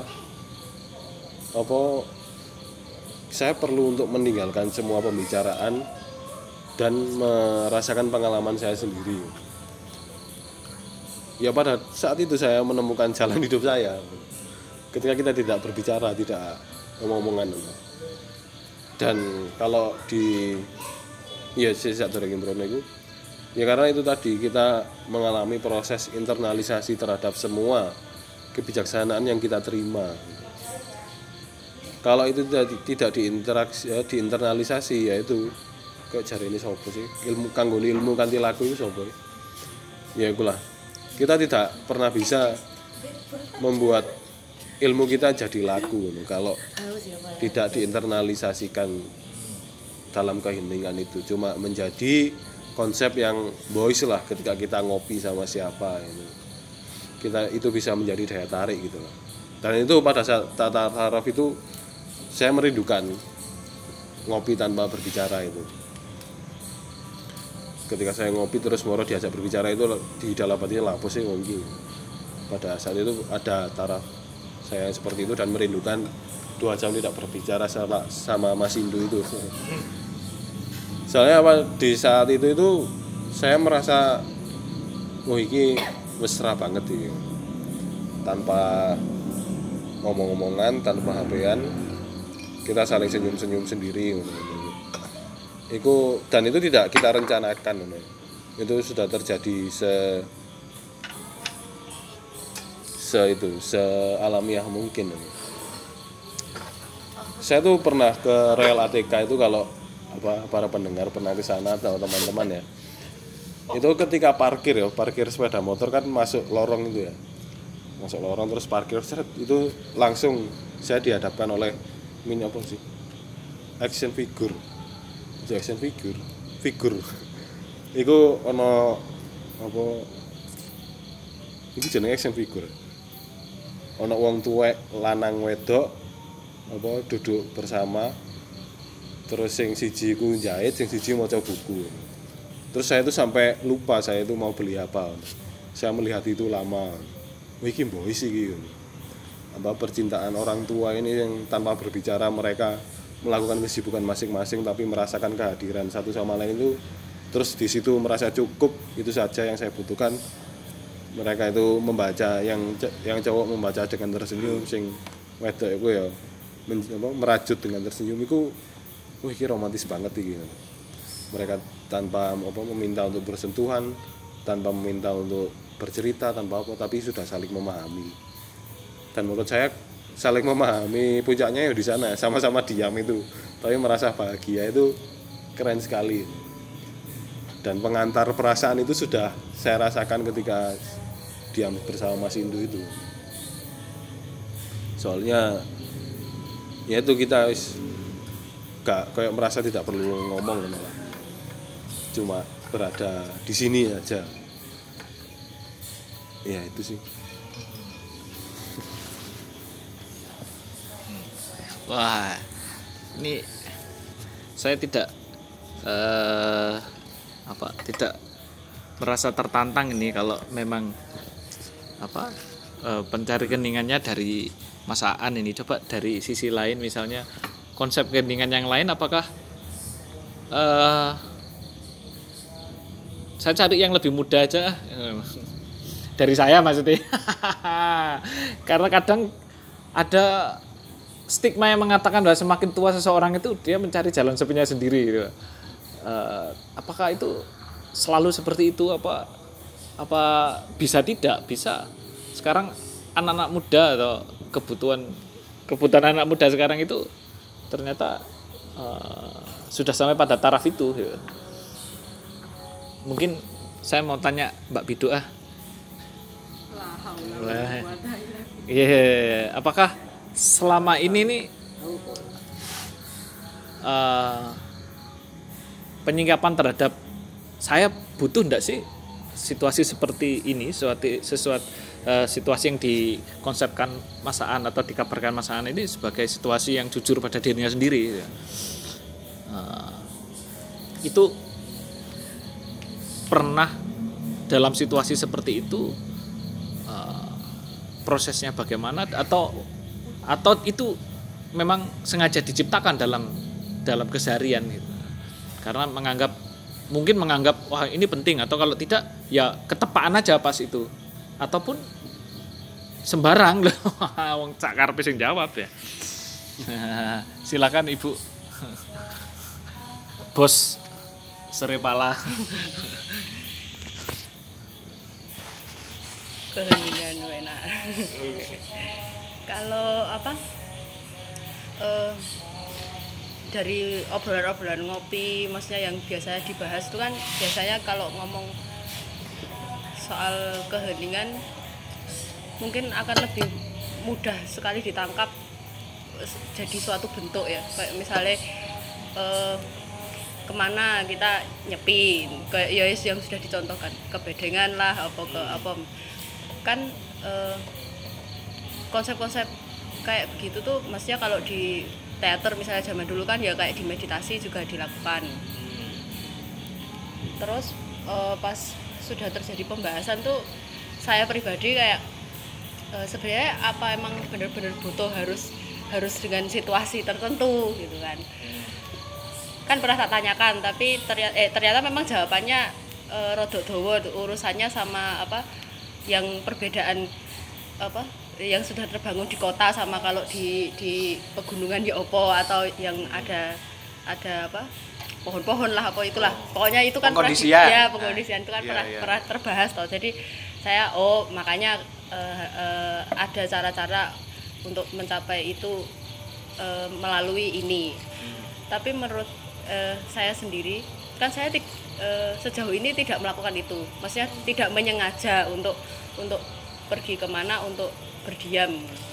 saya perlu untuk meninggalkan semua pembicaraan dan merasakan pengalaman saya sendiri. Ya pada saat itu saya menemukan jalan hidup saya. Ketika kita tidak berbicara, tidak ngomong-ngomongan. Dan kalau saat dorong intro itu, ya karena itu tadi kita mengalami proses internalisasi terhadap semua kebijaksanaan yang kita terima. Kalau itu tidak diinternalisasi, yaitu kok cari ini sopo sih, ilmu kanggone ilmu kanthi laku itu sopo ya itulah, kita tidak pernah bisa membuat ilmu kita jadi laku kalau tidak diinternalisasikan dalam keheningan itu, cuma menjadi konsep yang boys lah ketika kita ngopi sama siapa ini. Kita itu bisa menjadi daya tarik gitu loh. Dan itu pada saat tata taraf itu saya merindukan ngopi tanpa berbicara itu. Ketika saya ngopi terus moro diajak berbicara itu di dalam hatinya lapor sih ngomong. Pada saat itu ada taraf saya seperti itu dan merindukan 2 jam tidak berbicara sama Mas Indu itu. Soalnya di saat itu saya merasa iki mesra banget iki. Tanpa ngomong-ngomongan, tanpa HP-an, kita saling senyum-senyum sendiri. Dan itu tidak kita rencanakan. Itu sudah terjadi sealamiah mungkin. Saya tuh pernah ke Rel ATK itu, kalau para pendengar pernah ke sana atau teman-teman ya. Itu ketika parkir sepeda motor kan masuk lorong itu ya. Masuk lorong terus parkir itu langsung saya dihadapkan oleh action figure. Iku ono iki jenenge action figure. Ono wong tuwek lanang wedok duduk bersama. Terus yang siji ku jahit, yang siji maca buku. Terus saya itu sampai lupa saya itu mau beli apa. Saya melihat itu lama. Iki boys iki. Percintaan orang tua ini yang tanpa berbicara mereka melakukan kesibukan masing-masing tapi merasakan kehadiran satu sama lain itu, terus di situ merasa cukup, itu saja yang saya butuhkan. Mereka itu membaca, yang cowok membaca dengan tersenyum, sing wedok iku ya merajut dengan tersenyum iku, wih iki romantis banget iki. Mereka tanpa meminta untuk bersentuhan, tanpa meminta untuk bercerita, tanpa apa, tapi sudah saling memahami. Dan menurut saya saling memahami puncaknya ya di sana, sama-sama diam itu tapi merasa bahagia, itu keren sekali. Dan pengantar perasaan itu sudah saya rasakan ketika diam bersama Mas Indu itu. Soalnya ya itu kita gak kayak merasa tidak perlu ngomong malah. Cuma berada di sini aja. Ya itu sih. Wah, ini saya tidak tidak merasa tertantang ini kalau memang pencari keningannya dari Mas Aan ini. Coba dari sisi lain, misalnya konsep keningan yang lain, apakah saya cari yang lebih mudah aja dari saya maksudnya. Karena kadang ada stigma yang mengatakan bahwa semakin tua seseorang itu dia mencari jalan sepinya sendiri gitu. Apakah itu selalu seperti itu, apa bisa tidak bisa sekarang anak-anak muda atau kebutuhan anak muda sekarang itu ternyata sudah sampai pada taraf itu gitu. Mungkin saya mau tanya Mbak Bidu apakah selama ini nih penyikapan terhadap saya butuh enggak sih situasi seperti ini, situasi yang dikonsepkan Mas Aan atau dikabarkan Mas Aan ini sebagai situasi yang jujur pada dirinya sendiri. Itu pernah dalam situasi seperti itu prosesnya bagaimana, atau itu memang sengaja diciptakan dalam keseharian gitu. Karena mungkin menganggap wah ini penting, atau kalau tidak ya ketepaan aja pas itu, ataupun sembarang loh. Wong cak karepe sing jawab ya. Silakan Ibu. Bos Serepala. Keheningan enak. Kalau dari obrolan-obrolan ngopi, maksudnya yang biasanya dibahas itu kan biasanya kalau ngomong soal keheningan mungkin akan lebih mudah sekali ditangkap jadi suatu bentuk ya, kayak misalnya kemana kita nyepi, kayak ya yang sudah dicontohkan ke bedengan lah, apa kan konsep-konsep kayak begitu tuh maksudnya kalau di teater misalnya zaman dulu kan ya kayak di meditasi juga dilakukan. Terus pas sudah terjadi pembahasan tuh saya pribadi kayak sebenarnya apa emang benar-benar butuh harus dengan situasi tertentu gitu kan pernah tak tanyakan, tapi ternyata memang jawabannya rodok dawa urusannya sama yang perbedaan yang sudah terbangun di kota sama kalau di pegunungan di opo, atau yang ada pohon-pohon lah itulah pokoknya itu kan pengkondisian itu kan pernah terbahas toh. Jadi saya makanya ada cara-cara untuk mencapai itu melalui ini. Tapi menurut saya sendiri kan saya sejauh ini tidak melakukan itu, maksudnya tidak menyengaja untuk pergi kemana untuk berdiam.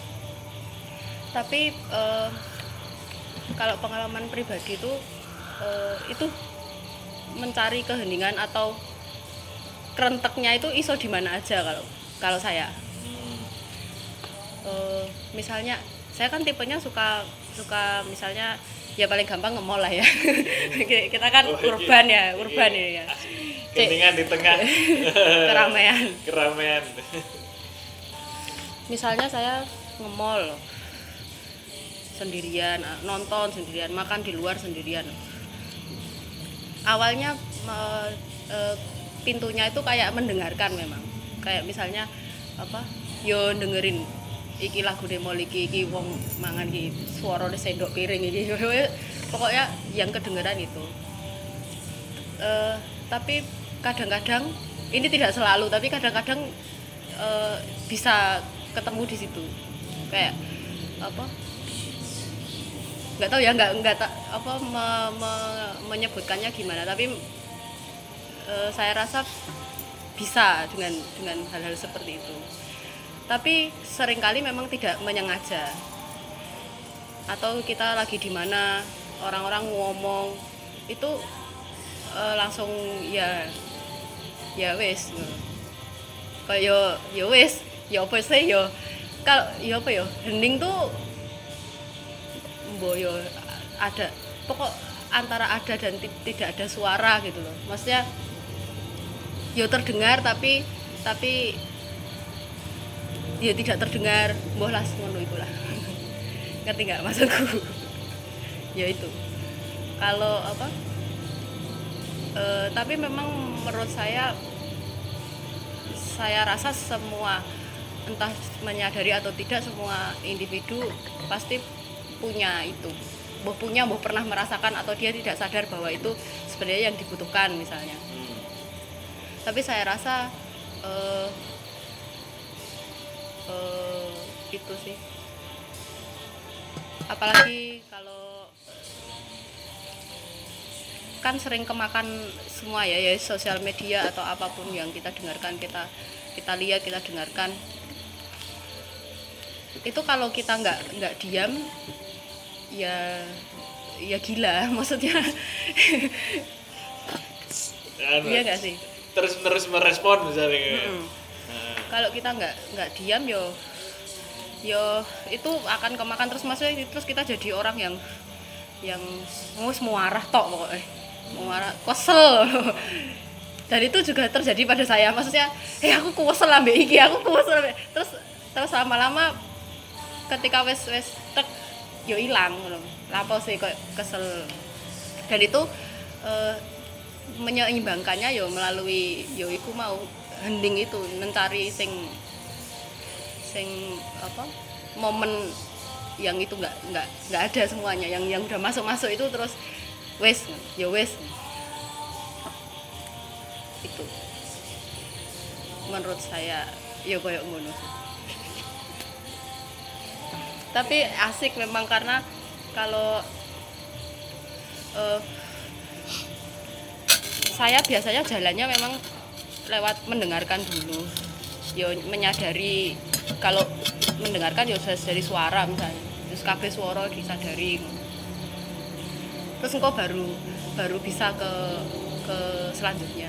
Tapi kalau pengalaman pribadi itu mencari keheningan atau kerenteknya itu iso di mana aja kalau saya. Misalnya saya kan tipenya suka misalnya ya paling gampang nge-mall lah ya. Kita kan urban ya. Keningan di tengah keramaian. Misalnya saya nge-mall sendirian, nonton sendirian, makan di luar sendirian. Awalnya pintunya itu kayak mendengarkan memang. Kayak misalnya apa? Yo dengerin iki lagu Demol iki wong mangan iki suarane sendok piring iki. Pokoknya yang kedengeran itu. Tapi kadang-kadang ini tidak selalu, tapi kadang-kadang bisa ketemu di situ. Kayak apa? Nggak tahu ya, menyebutkannya gimana, tapi saya rasa bisa dengan hal-hal seperti itu. Tapi seringkali memang tidak menyengaja, atau kita lagi di mana orang-orang ngomong itu langsung ya wes kayak ya wes ya apa sih ya kalau ya apa ya hening tuh boyo ada pokok antara ada dan tidak ada suara gitu loh, maksudnya yo terdengar tapi ya tidak terdengar, mbah lah ngono iku lah. Ngerti nggak maksudku? Ya itu kalau apa tapi memang menurut saya rasa semua, entah menyadari atau tidak, semua individu pasti punya itu, mau pernah merasakan atau dia tidak sadar bahwa itu sebenarnya yang dibutuhkan misalnya. Tapi saya rasa itu sih, apalagi kalau kan sering kemakan semua ya sosial media atau apapun yang kita dengarkan, kita lihat, kita dengarkan itu. Kalau kita nggak diam ya gila maksudnya. Iya nggak sih, terus merespon misalnya. Kalau kita nggak diam yo itu akan kemakan terus, maksudnya terus kita jadi orang yang muarah tok pokoknya, muarah kesel. Dan itu juga terjadi pada saya, maksudnya aku kesel ambek iki, terus lama-lama ketika wes tek yo ilang ngono. Lapo sih kok kesel. Dan itu menyeimbangkannya yo melalui yo iku mau hening itu, mencari sing apa momen yang itu nggak ada semuanya, yang udah masuk itu terus wes itu menurut saya ya koyo ngono. Tapi asik memang, karena kalau saya biasanya jalannya memang lewat mendengarkan dulu, yo menyadari. Kalau mendengarkan ya dari suara misalnya, terus kabeh suara disadari, terus engkau baru bisa ke selanjutnya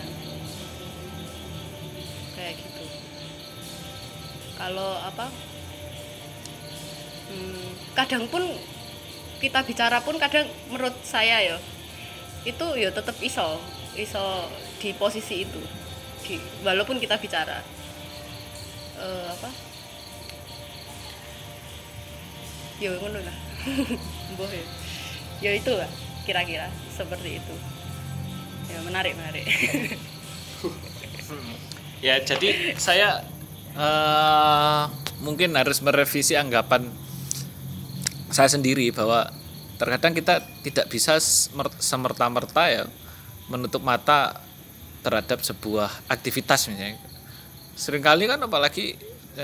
kayak gitu. Kalau apa kadang pun kita bicara pun kadang menurut saya ya itu ya tetap iso di posisi itu, walaupun kita bicara apa ya ngono lah. Mboh ya itu lah kira-kira seperti itu ya. Menarik Ya jadi saya mungkin harus merevisi anggapan saya sendiri, bahwa terkadang kita tidak bisa semerta-merta ya menutup mata terhadap sebuah aktivitas misalnya. Seringkali kan apalagi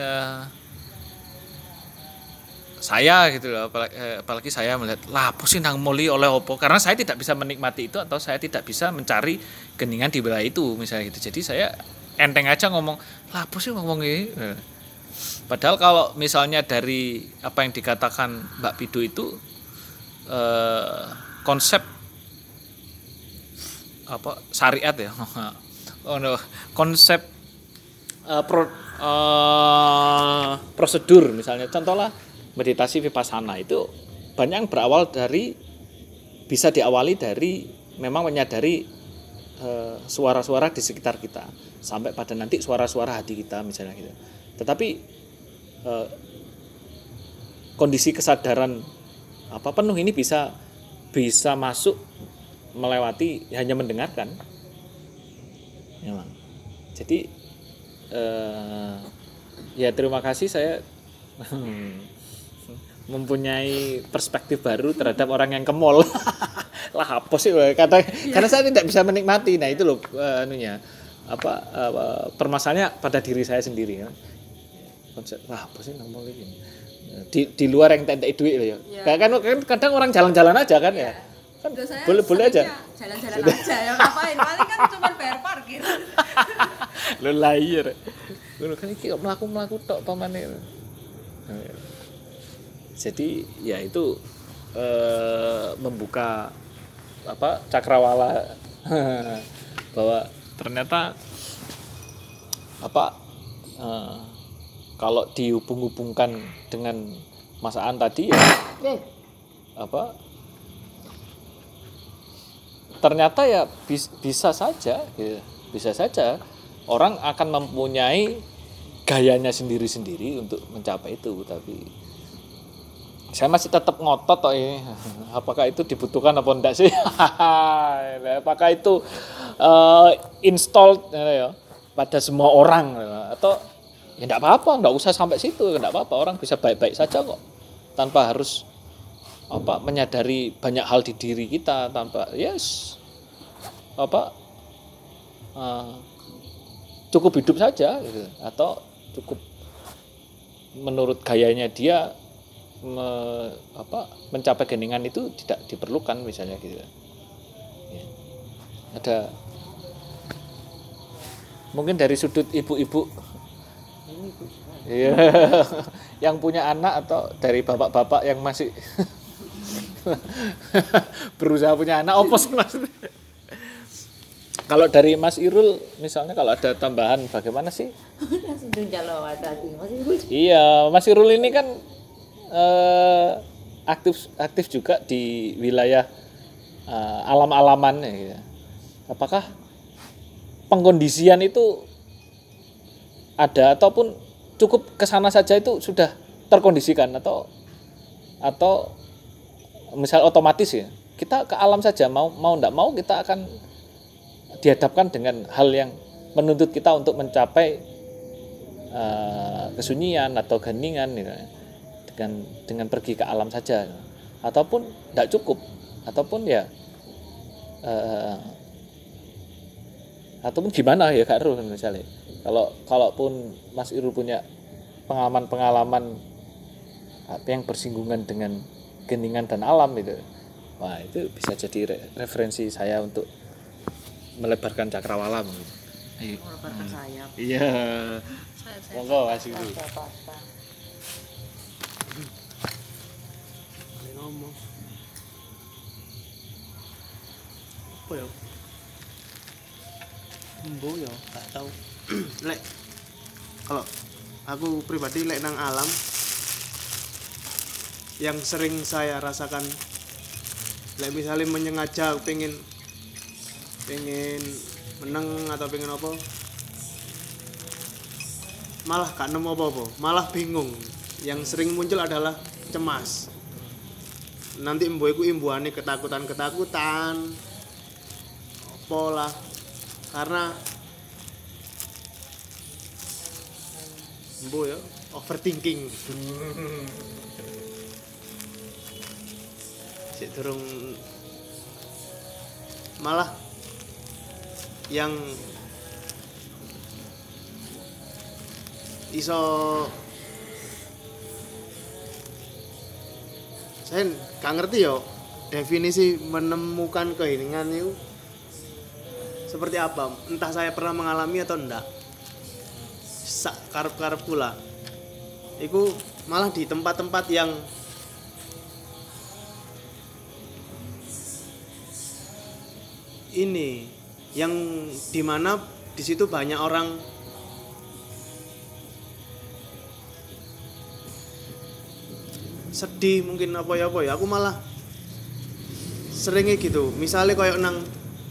saya gitu loh, apalagi saya melihat lah pusing nang moli oleh opo, karena saya tidak bisa menikmati itu atau saya tidak bisa mencari geningan di wilayah itu misalnya gitu. Jadi saya enteng aja ngomong lah pusing ngomong ini. Padahal kalau misalnya dari apa yang dikatakan Mbak Pido itu konsep apa syariat ya, konsep prosedur misalnya, contohlah meditasi vipassana itu banyak yang berawal dari, bisa diawali dari memang menyadari suara-suara di sekitar kita sampai pada nanti suara-suara hati kita misalnya gitu. Tetapi kondisi kesadaran penuh ini bisa masuk melewati hanya mendengarkan. Memang. Jadi ya terima kasih saya mempunyai perspektif baru terhadap orang yang ke mall. Lah apa sih karena saya tidak bisa menikmati. Nah itu loh permasalahannya pada diri saya sendiri ya. Konsep apa sih nang mall ini di luar yang tidak duit loh ya. Kan kadang orang jalan-jalan aja kan ya. Kan boleh aja jalan-jalan aja ya, ngapain, paling kan cuma bayar parkir. Lho lahir ngono kan iki mlaku-mlaku tok pamane. Jadi ya itu membuka cakrawala bahwa ternyata kalau dihubung-hubungkan dengan Mas Aan tadi ya ternyata ya bisa saja gitu. Bisa saja orang akan mempunyai gayanya sendiri-sendiri untuk mencapai itu, tapi saya masih tetap ngotot toh ini. Apakah itu dibutuhkan apa enggak sih? Apakah itu installed ya pada semua orang atau ya enggak apa-apa, enggak usah sampai situ, enggak apa-apa, orang bisa baik-baik saja kok tanpa harus menyadari banyak hal di diri kita, tanpa cukup hidup saja gitu. Atau cukup menurut gayanya dia mencapai geningan itu tidak diperlukan misalnya gitu ya. Ada mungkin dari sudut ibu-ibu yang punya anak atau dari bapak-bapak yang masih berusaha punya anak, apa sih maksudnya? Kalau dari Mas Irul misalnya, kalau ada tambahan bagaimana sih? Iya, Mas Irul ini kan aktif juga di wilayah alam-alaman ya. Apakah pengkondisian itu ada ataupun cukup kesana saja itu sudah terkondisikan atau misal otomatis ya kita ke alam saja mau enggak mau kita akan dihadapkan dengan hal yang menuntut kita untuk mencapai kesunyian atau keheningan gitu, dengan pergi ke alam saja ataupun enggak cukup ataupun ya ataupun gimana ya Kak Ruh misalnya kalaupun Mas Irul punya pengalaman yang bersinggungan dengan geningan dan alam itu, wah itu bisa jadi referensi saya untuk melebarkan cakrawala gitu. Melebarkan sayap. Iya. Monggo Mas Irul. Ngomong. Apa ya? Embo ya, gak tahu. Lek kalau aku pribadi lek nang alam yang sering saya rasakan, lek misalnya menyengaja pengen menang atau pengen apa, malah gak nemu apa-apa, malah bingung. Yang sering muncul adalah cemas. Nanti embo iku imbuhane ketakutan apa lah, karena embo ya overthinking. Sik durung malah yang iso saya gak ngerti yo definisi menemukan keheningan itu seperti apa, entah saya pernah mengalami atau enggak. Sak karep-karep pula iku malah di tempat-tempat yang ini, yang dimana di situ banyak orang sedih mungkin apa ya, aku malah seringnya gitu. Misalnya kayak nang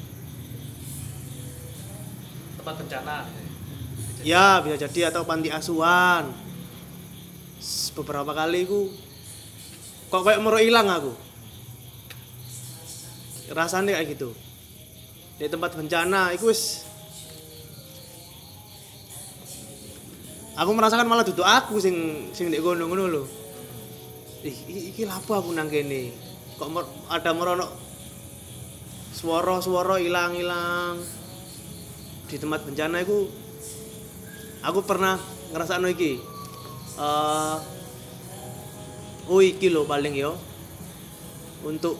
Tempat bencana. ya bisa jadi atau panti asuhan. Beberapa kali ku kok kayak mero ilang aku. Rasanya kayak gitu. Di tempat bencana iku wis aku merasakan malah duduk aku sing ndek ngono-ngono lho. Iki lapo aku nang kene. Kok ada merono suara-suara ilang-ilang. Di tempat bencana iku aku pernah ngrasakno iki. Oh iki lho paling yo untuk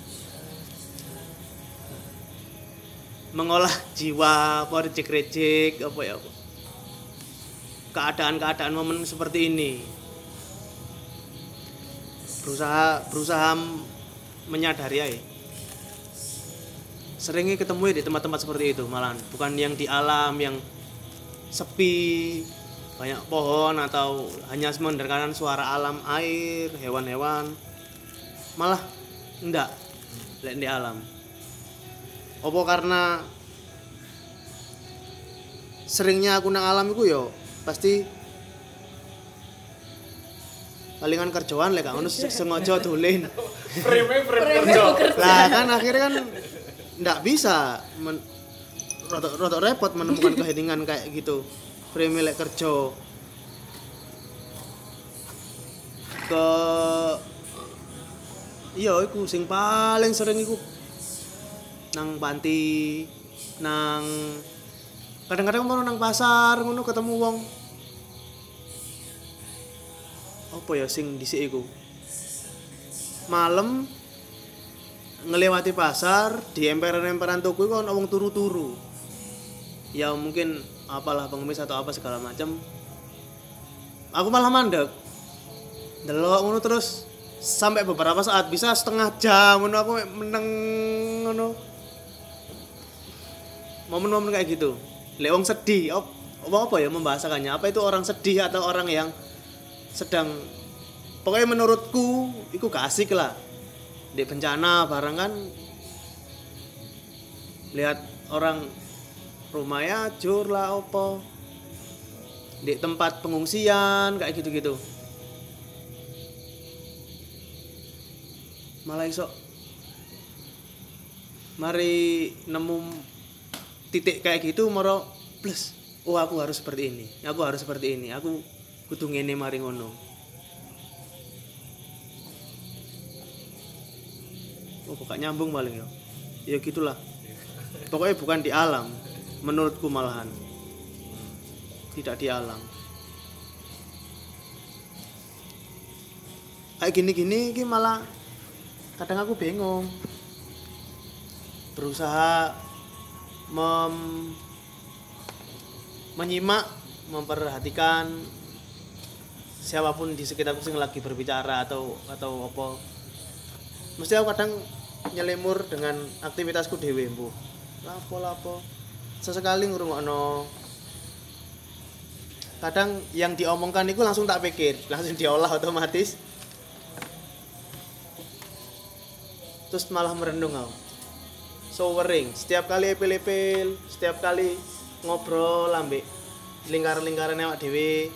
mengolah jiwa apa recek-recek apa ya keadaan-keadaan momen seperti ini berusaha menyadari aja. Seringnya ketemu di tempat-tempat seperti itu malahan bukan yang di alam yang sepi banyak pohon atau hanya mendengarkan suara alam air hewan-hewan malah enggak di alam. Apa karena seringnya aku nang alam iku yo pasti palingan kerjaan lek ngono sengaja dolen. Frame kerja. Lah kan akhirnya kan ndak bisa rotok repot menemukan keheningan kayak gitu. Frame lek kerja ke iya iku sing paling sering iku nang panti nang kadang-kadang mau nang pasar ngono ketemu wong apa ya sing dhisik iku malam ngelewati pasar di emperan-emperan toko iku ana wong turu-turu ya mungkin apalah pengemis atau apa segala macam aku malah mandek delok ngono terus sampai beberapa saat bisa setengah jam ngono aku meneng ngono momen-momen kayak gitu lek wong sedih apa ya membahasakannya apa itu orang sedih atau orang yang sedang pokoknya menurutku itu gak asik lah di bencana barang kan lihat orang rumahnya hancur lah apa di tempat pengungsian kayak gitu-gitu malah iso mari nemu titik kayak gitu moro plus oh aku harus seperti ini aku kudu ngene mari ngono oh kok nyambung paling ya gitulah pokoknya bukan di alam menurutku malahan tidak di alam kayak gini-gini ini malah kadang aku bingung berusaha menyimak memperhatikan siapapun di sekitarku yang lagi berbicara atau apa mesti aku kadang nyelimur dengan aktivitasku dhewe mbuh lapo sesekali ngrungokno kadang yang diomongkan itu langsung tak pikir langsung diolah otomatis terus malah merenung aku sowering setiap kali epil-epil setiap kali ngobrol ambek lingkaran-lingkaran awak dhewe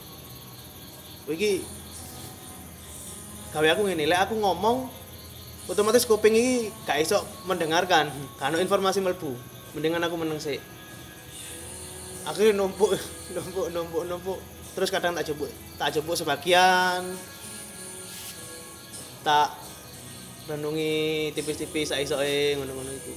iki gawe aku ngene lek aku ngomong otomatis kuping iki gak iso mendengarkan kan informasi mlebu mendingan aku meneng sik akhirnya numpuk terus kadang tak jebuk sebagian tak renungi tipis-tipis sak-isoke ngono-ngono iku.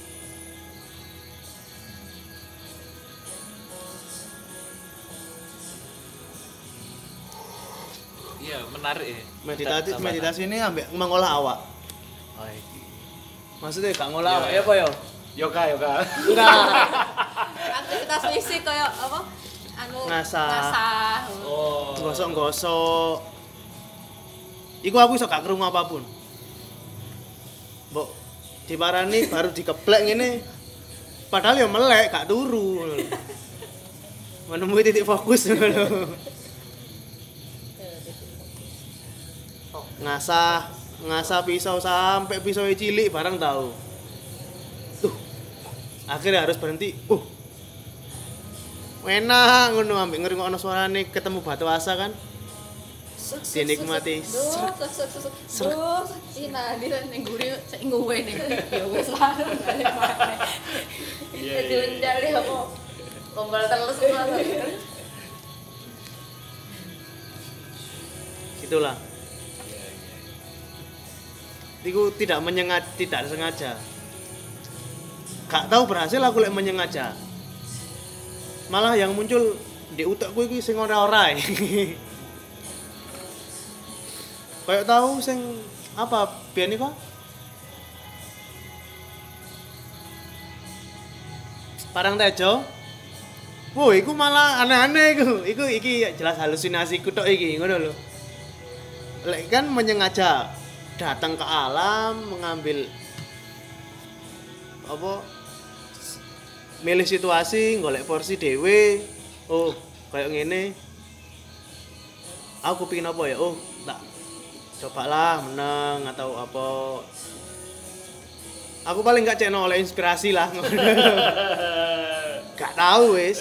Iya, menarik ya. Meditasi ini ambek mengolah awak. Oh, iki. Maksudnya gak ngolah awak ya apa ya? Yoga. Enggak. Aktivitas fisik kayak apa? Ngasah. Oh. Gosok-gosok. Iku aku iso gak krungu apapun. Mbok diparani baru dikeblek ngene. Padahal ya melek gak turu. Menemui titik fokus ngono. Ngasah pisau sampai pisau cilik barang tahu. Akhirnya harus berhenti. Enak ngono ambek ngrungokno suarane ketemu batu asa kan. dinikmati. Nah, di ning guri sing nguwe ning ya wis lah. Jadi undal ya kok. Gombal terus lah. Itulah. Itu tidak sengaja. Gak tahu berhasil aku lek menyengaja. Malah yang muncul di utekku iki sing ora-ora. Kayak tahu sing apa biyen iku? Parang Tejo. Wo, iku malah aneh-aneh iku. Iki jelas halusinasiku tok iki, ngono lho. Lek kan menyengaja datang ke alam, mengambil apa? Milih situasi, golek porsi dhewe. Oh, kayak ngene. Aku pingin apa ya? Oh, tak cobalah menang atau apa. Aku paling gak cek oleh inspirasi lah. Gak tahu wis.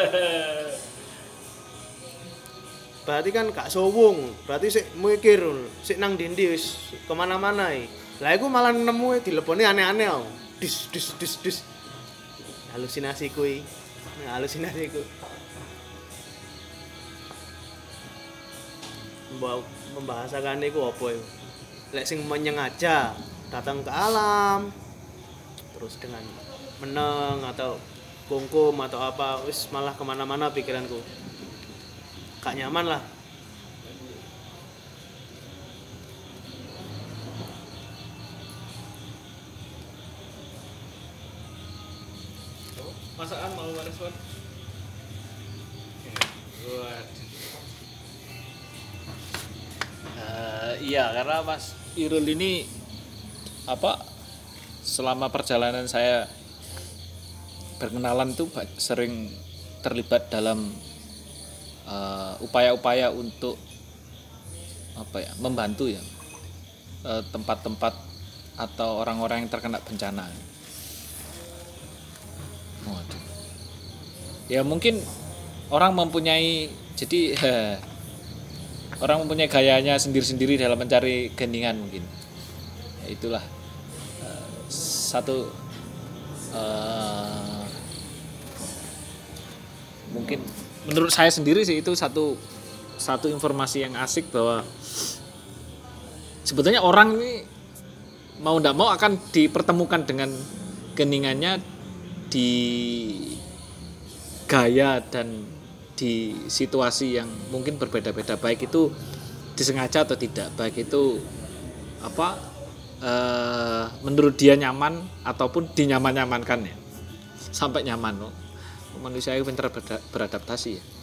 Berarti kan gak sowung, berarti sik mikir, sik nang ndi wis kemana-mana. Lah iku malah nemu dileponi aneh-aneh. Dus. Halusinasi kuwi. Halusinasiku. Membahasakan iku apa iku? Lek sing menyengaja datang ke alam terus dengan meneng atau kungkum atau apa wis malah kemana-mana pikiranku gak nyaman lah. Masakan mau merespon? Iya, karena Mas Irul ini selama perjalanan saya berkenalan tuh sering terlibat dalam upaya-upaya untuk membantu ya tempat-tempat atau orang-orang yang terkena bencana. Waduh. Ya mungkin orang mempunyai orang mempunyai gayanya sendiri-sendiri dalam mencari geningan mungkin. Ya, itulah satu mungkin menurut saya sendiri sih itu satu informasi yang asik bahwa sebetulnya orang ini mau tidak mau akan dipertemukan dengan geningannya di gaya dan di situasi yang mungkin berbeda-beda, baik itu disengaja atau tidak, baik itu menurut dia nyaman ataupun dinyaman-nyamankan ya sampai nyaman loh. Manusia itu pintar beradaptasi ya.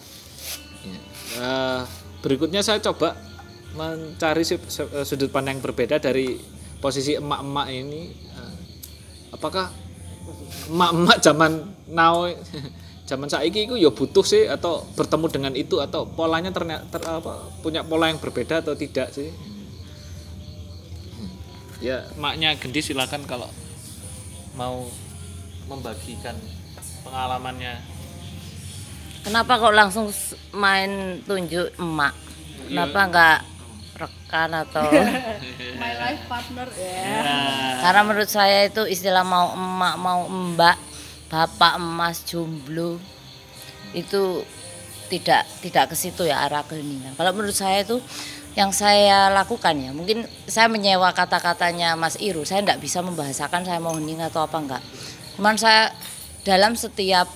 Berikutnya saya coba mencari sudut pandang yang berbeda dari posisi emak-emak ini. Apakah emak-emak zaman now zaman saiki itu ya butuh sih atau bertemu dengan itu atau polanya punya pola yang berbeda atau tidak sih? Ya, emaknya Gendis silakan kalau mau membagikan pengalamannya. Kenapa kok langsung main tunjuk emak? Kenapa enggak rekan atau My life partner ya. karena menurut saya itu istilah mau emak mau mbak bapak emas jomblo itu tidak ke situ ya arah keheningan. Kalau menurut saya itu yang saya lakukan ya mungkin saya menyewa kata-katanya Mas Iru, saya enggak bisa membahasakan saya mau hening atau apa enggak. Cuman saya dalam setiap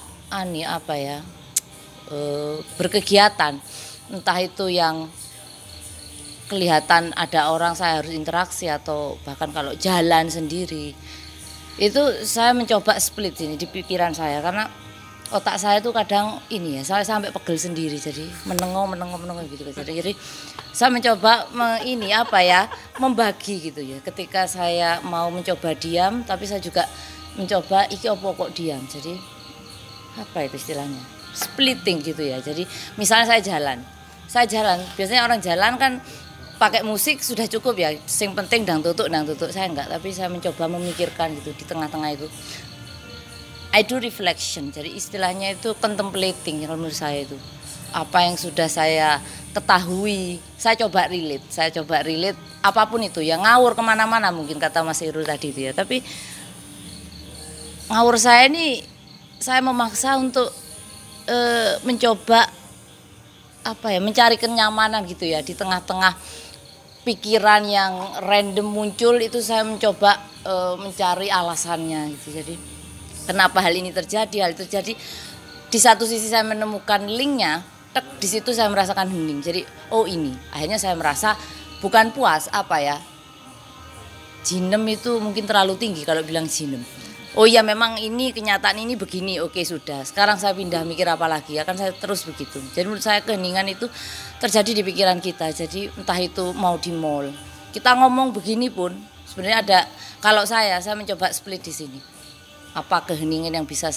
berkegiatan entah itu yang kelihatan ada orang saya harus interaksi atau bahkan kalau jalan sendiri itu saya mencoba split ini di pikiran saya karena otak saya itu kadang ini ya saya sampai pegel sendiri jadi menengok gitu jadi saya mencoba membagi gitu ya ketika saya mau mencoba diam tapi saya juga mencoba iki opo kok diam jadi apa itu istilahnya splitting gitu ya. Jadi misalnya saya jalan biasanya orang jalan kan pakai musik sudah cukup ya, sing penting dang tutuk saya enggak, tapi saya mencoba memikirkan gitu di tengah-tengah itu I do reflection, jadi istilahnya itu contemplating kalau menurut saya itu apa yang sudah saya ketahui, saya coba relate apapun itu ya, ngawur kemana-mana mungkin kata Mas Irul tadi itu ya, tapi ngawur saya ini saya memaksa untuk mencoba apa ya, mencari kenyamanan gitu ya di tengah-tengah pikiran yang random muncul itu. Saya mencoba mencari alasannya gitu. Jadi kenapa hal ini terjadi? Hal itu terjadi di satu sisi saya menemukan linknya, di situ saya merasakan hening. Jadi oh ini, akhirnya saya merasa bukan puas apa ya, jinem itu mungkin terlalu tinggi kalau bilang jinem. Oh iya memang ini kenyataan ini begini, oke sudah. Sekarang saya pindah mikir apa lagi, akan saya terus begitu. Jadi menurut saya keheningan itu terjadi di pikiran kita. Jadi entah itu mau di mall, kita ngomong begini pun sebenarnya ada. Kalau saya mencoba split di sini. Apa keheningan yang bisa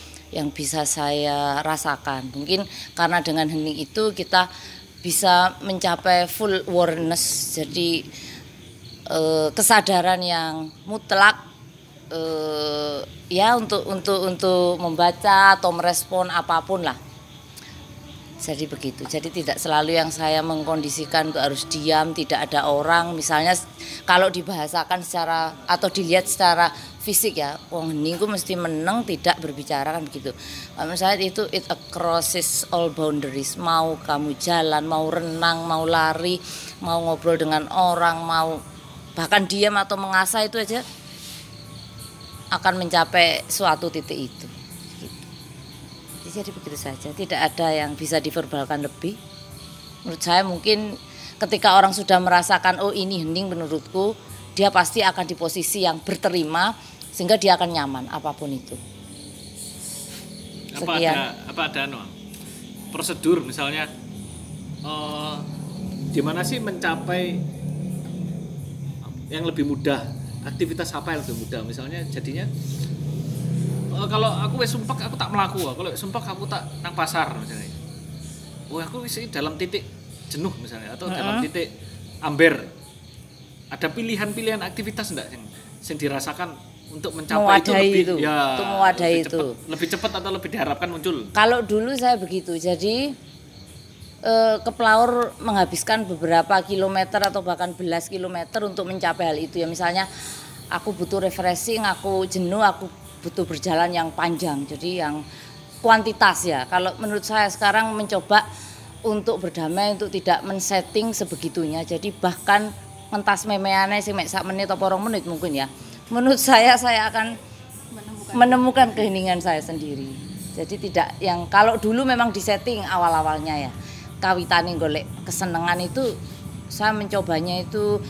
saya rasakan? Mungkin karena dengan hening itu kita bisa mencapai full awareness. Jadi kesadaran yang mutlak. Ya untuk membaca atau merespon apapun lah. Jadi begitu. Jadi tidak selalu yang saya mengkondisikan untuk harus diam, tidak ada orang. Misalnya kalau dibahasakan secara atau dilihat secara fisik ya, wong hening ku mesti meneng, tidak berbicara kan begitu. Menurut saya itu it crosses all boundaries. Mau kamu jalan, mau renang, mau lari, mau ngobrol dengan orang, mau bahkan diam atau mengasah itu aja akan mencapai suatu titik itu. Gitu. Jadi begitu saja, tidak ada yang bisa diverbalkan lebih. Menurut saya mungkin ketika orang sudah merasakan oh ini hening, menurutku dia pasti akan di posisi yang berterima sehingga dia akan nyaman apapun itu. Sekian. Apa ada prosedur misalnya gimana sih mencapai yang lebih mudah? Aktivitas apa yang lebih mudah? Misalnya jadinya kalau aku wis sumpek aku tak melaku, kalau sumpek aku tak nang pasar misalnya. Oh aku wis dalam titik jenuh misalnya atau dalam titik amber. Ada pilihan-pilihan aktivitas enggak yang dirasakan untuk mencapai itu lebih itu, ya untuk mewadahi itu. Lebih cepat atau lebih diharapkan muncul? Kalau dulu saya begitu. Jadi ke Plaur menghabiskan beberapa kilometer atau bahkan belas kilometer untuk mencapai hal itu ya. Misalnya aku butuh refreshing, aku jenuh, aku butuh berjalan yang panjang. Jadi yang kuantitas ya. Kalau menurut saya sekarang mencoba untuk berdamai, untuk tidak men-setting sebegitunya. Jadi bahkan mentas memeane sing mek sak menit atau 2 menit mungkin ya. Menurut saya akan menemukan keheningan saya sendiri. Jadi tidak yang kalau dulu memang disetting awal-awalnya ya. Kawitane golek kesenangan itu saya mencobanya itu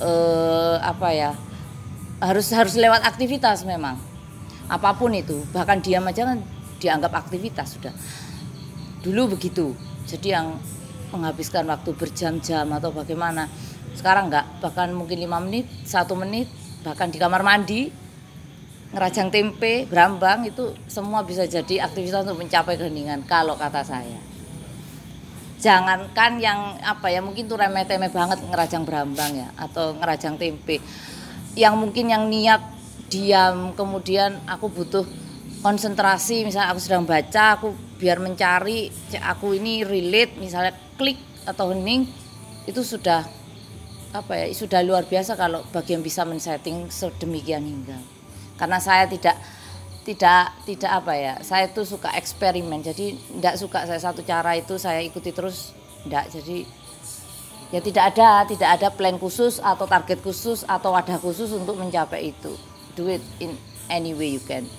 harus lewat aktivitas memang apapun itu, bahkan diam aja kan dianggap aktivitas sudah dulu begitu. Jadi yang menghabiskan waktu berjam-jam atau bagaimana sekarang enggak, bahkan mungkin 5 menit 1 menit, bahkan di kamar mandi ngerajang tempe, berambang itu semua bisa jadi aktivitas untuk mencapai keheningan kalau kata saya. Jangankan yang mungkin tuh remeh-temeh banget ngerajang berambang ya atau ngerajang tempe. Yang mungkin yang niat diam, kemudian aku butuh konsentrasi, misalnya aku sedang baca, aku biar mencari aku ini relate, misalnya klik atau hening, itu sudah sudah luar biasa kalau bagi yang bisa men-setting sedemikian hingga. Karena saya tidak saya tuh suka eksperimen, jadi tidak suka saya satu cara itu saya ikuti terus, tidak. Jadi ya tidak ada plan khusus atau target khusus atau wadah khusus untuk mencapai itu. Do it in any way you can.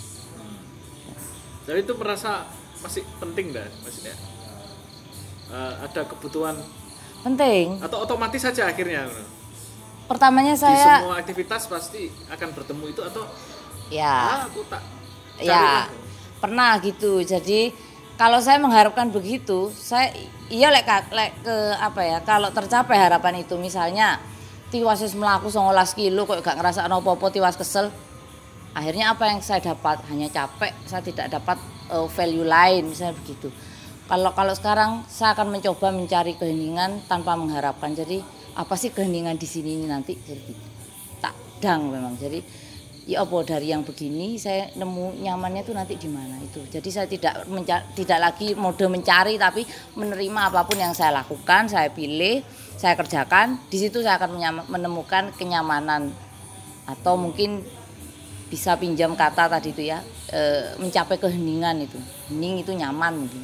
Jadi itu merasa masih penting dah maksudnya. Ada kebutuhan Penting. atau otomatis saja akhirnya. Pertamanya Di saya semua aktivitas pasti akan bertemu itu atau aku tak cari ya pernah gitu. Jadi kalau saya mengharapkan begitu, saya kalau tercapai harapan itu, misalnya tiwas wis mlaku 19 kilo kok gak ngerasa apa-apa, tiwas kesel. Akhirnya apa yang saya dapat? Hanya capek, saya tidak dapat value lain misalnya begitu. Kalau sekarang saya akan mencoba mencari keheningan tanpa mengharapkan. Jadi apa sih keheningan di sini nanti? Jadi tak dang memang. Jadi ya apa dari yang begini saya nemu nyamannya itu nanti di mana itu. Jadi saya tidak lagi mode mencari, tapi menerima apapun yang saya lakukan, saya pilih, saya kerjakan. Di situ saya akan menemukan kenyamanan, atau mungkin bisa pinjam kata tadi itu ya, mencapai keheningan itu. Hening itu nyaman mungkin.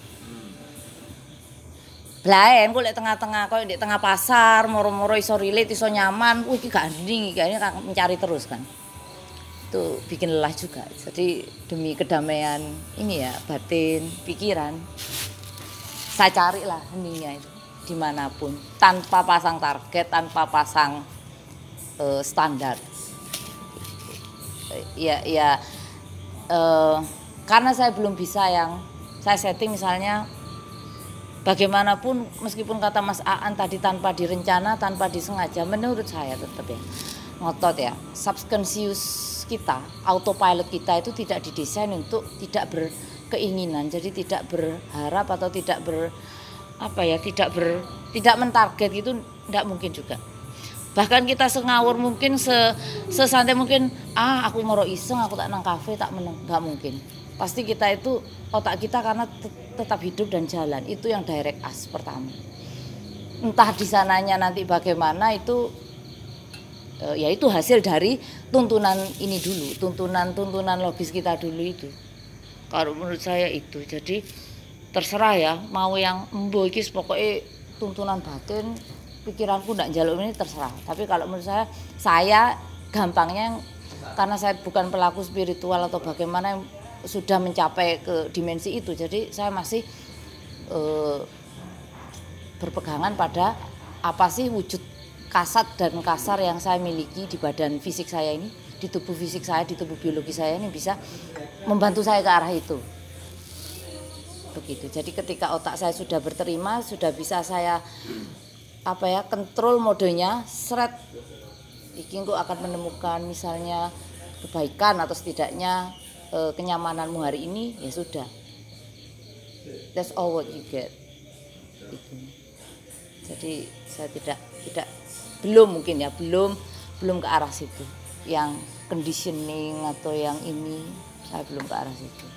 Lain kok lek tengah-tengah, kok di tengah pasar moro-moro iso relate, iso nyaman, wih iki gak hening, iki ini mencari terus kan. Itu bikin lelah juga. Jadi demi kedamaian ini ya, batin, pikiran, saya carilah heningnya itu dimanapun, tanpa pasang target, tanpa pasang standar. Karena saya belum bisa yang saya setting misalnya bagaimanapun, meskipun kata Mas Aan tadi tanpa direncana, tanpa disengaja, menurut saya tetap ya ngotot ya, subconscious kita, autopilot kita itu tidak didesain untuk tidak berkeinginan, jadi tidak berharap atau tidak tidak mentarget gitu, tidak mungkin juga. Bahkan kita sengawur mungkin, sesantai mungkin, aku mau iseng, aku tak nang kafe, tak meneng, nggak mungkin. Pasti kita itu, otak kita karena tetap hidup dan jalan, itu yang direct us pertama. Entah di sananya nanti bagaimana itu, ya itu hasil dari tuntunan ini dulu, tuntunan logis kita dulu itu. Kalau menurut saya itu, jadi terserah ya, mau yang embo iki pokoknya tuntunan batin, pikiranku ndak njaluk ini terserah. Tapi kalau menurut saya gampangnya, karena saya bukan pelaku spiritual atau bagaimana yang sudah mencapai ke dimensi itu, jadi saya masih berpegangan pada apa sih wujud kasat dan kasar yang saya miliki di badan fisik saya ini, di tubuh fisik saya, di tubuh biologi saya ini bisa membantu saya ke arah itu. Begitu. Jadi ketika otak saya sudah berterima, sudah bisa saya kontrol modenya, seret iki kok akan menemukan misalnya kebaikan atau setidaknya kenyamananmu hari ini, ya sudah. That's all what you get. Itu. Jadi saya belum ke arah situ. Yang conditioning atau yang ini, saya belum ke arah situ.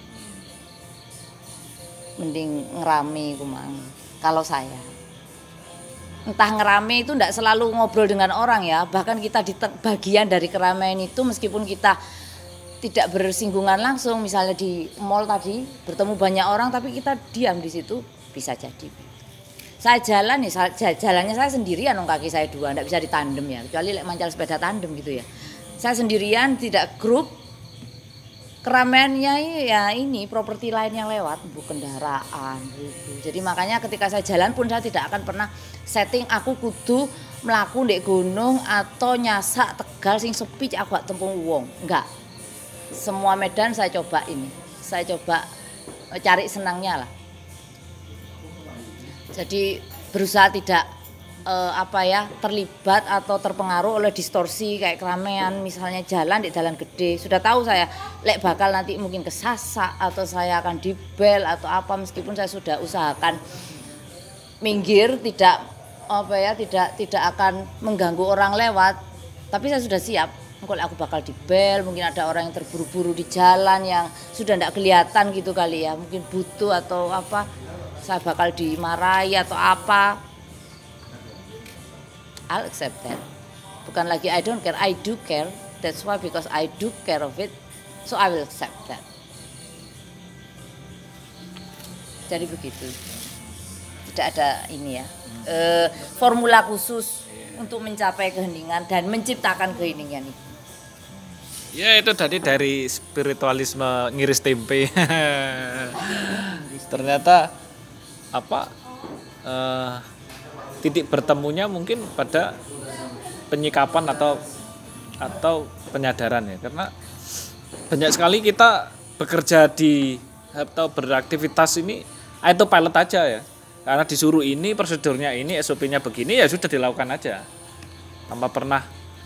Mending ngerame kumang. Kalau saya entah ngerame itu enggak selalu ngobrol dengan orang ya, bahkan kita di bagian dari keramaian itu, meskipun kita tidak bersinggungan langsung, misalnya di mall tadi bertemu banyak orang tapi kita diam di situ, bisa jadi. Saya jalan nih, jalannya saya sendirian, kaki saya dua, enggak bisa ditandem ya, kecuali lek mancal sepeda tandem gitu ya. Saya sendirian, tidak grup. Keramaiannya ya ini properti lain yang lewat, bukan kendaraan gitu. Jadi makanya ketika saya jalan pun saya tidak akan pernah setting aku kudu melaku ndek gunung atau nyasak Tegal sing sepi aku gak tempung wong. Enggak. Semua medan saya coba ini. Saya coba cari senangnya lah. Jadi berusaha tidak terlibat atau terpengaruh oleh distorsi kayak keramaian, misalnya jalan di jalan gede. Sudah tahu saya lek bakal nanti mungkin kesasak atau saya akan dibel atau apa, meskipun saya sudah usahakan minggir, tidak akan mengganggu orang lewat, tapi saya sudah siap. Kalau aku bakal dibel, mungkin ada orang yang terburu-buru di jalan yang sudah tidak kelihatan gitu kali ya, mungkin butuh atau apa, saya bakal dimarahi atau apa. I'll accept that. Bukan lagi I don't care, I do care. That's why, because I do care of it, so I will accept that. Jadi begitu. Tidak ada ini ya, formula khusus untuk mencapai keheningan dan menciptakan keheningan itu. Ya itu tadi dari spiritualisme ngiris tempe. Ternyata titik bertemunya mungkin pada penyikapan atau penyadaran ya, karena banyak sekali kita bekerja atau beraktivitas ini autopilot aja ya, karena disuruh ini, prosedurnya ini, SOP-nya begini, ya sudah dilakukan aja tanpa pernah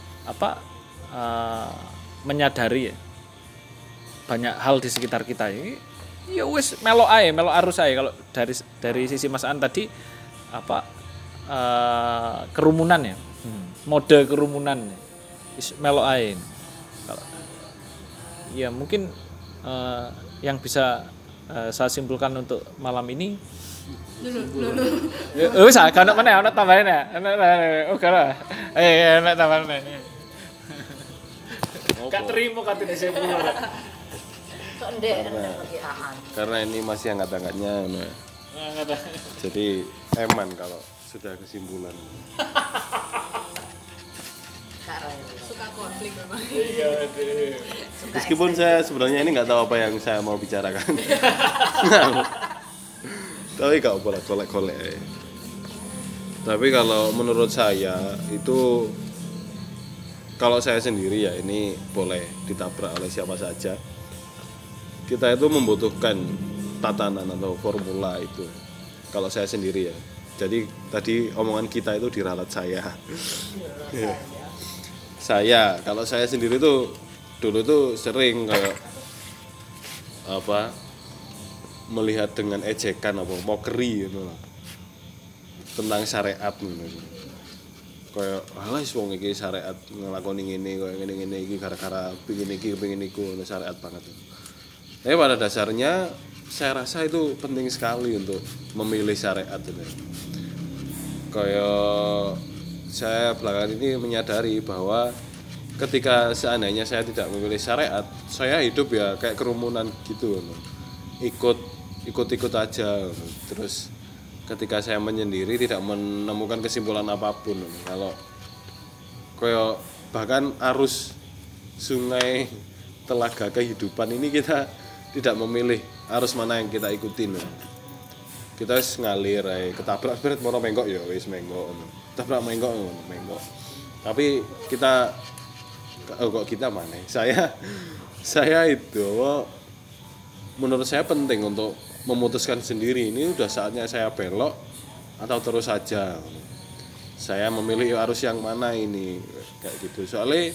menyadari ya banyak hal di sekitar kita ini. Ya wis melo arus ae. Kalau dari sisi Mas An tadi kerumunan ya, mode kerumunan, melo ae. ya mungkin yang bisa saya simpulkan untuk malam ini wis agak ono meneh ono tambahan ya. Oke lah. Ono tambahan meneh. Gak terima katanya saya pulang. Kok ndek pakai ahan. Karena ini masih hangat-hangatnya. Nah. Jadi eman kalau sudah kesimpulan. Suka konflik memang. Meskipun saya sebenarnya ini nggak tahu apa yang saya mau bicarakan. Tapi gak boleh golek-golek. Tapi kalau menurut saya itu, kalau saya sendiri ya ini boleh ditabrak oleh siapa saja. Kita itu membutuhkan tatanan atau formula itu. Kalau saya sendiri ya. Jadi tadi omongan kita itu diralat saya. Ya. Saya, kalau saya sendiri tuh dulu tuh sering kayak melihat dengan ejekan mockery gitu loh. Tentang syariat gitu. Kayak wis wong iki syariat nglakoni ngene koyo ngene-ngene iki gara-gara pengin iku syariat banget. Tapi pada dasarnya saya rasa itu penting sekali untuk memilih syariat gitu. Kayak saya belakangan ini menyadari bahwa ketika seandainya saya tidak memilih syariat, saya hidup ya kayak kerumunan gitu loh. Ikut aja. Terus ketika saya menyendiri tidak menemukan kesimpulan apapun. Kalau kayak bahkan arus sungai telaga kehidupan ini kita tidak memilih arus mana yang kita ikutin. Kita ngalir ketabrak spirit mau menggok ya wis menggok. Ketabrak menggok. Tapi kita kok kita mana? Saya itu menurut saya penting untuk memutuskan sendiri, ini udah saatnya saya belok atau terus saja. Saya memilih arus yang mana ini kayak gitu. Soalnya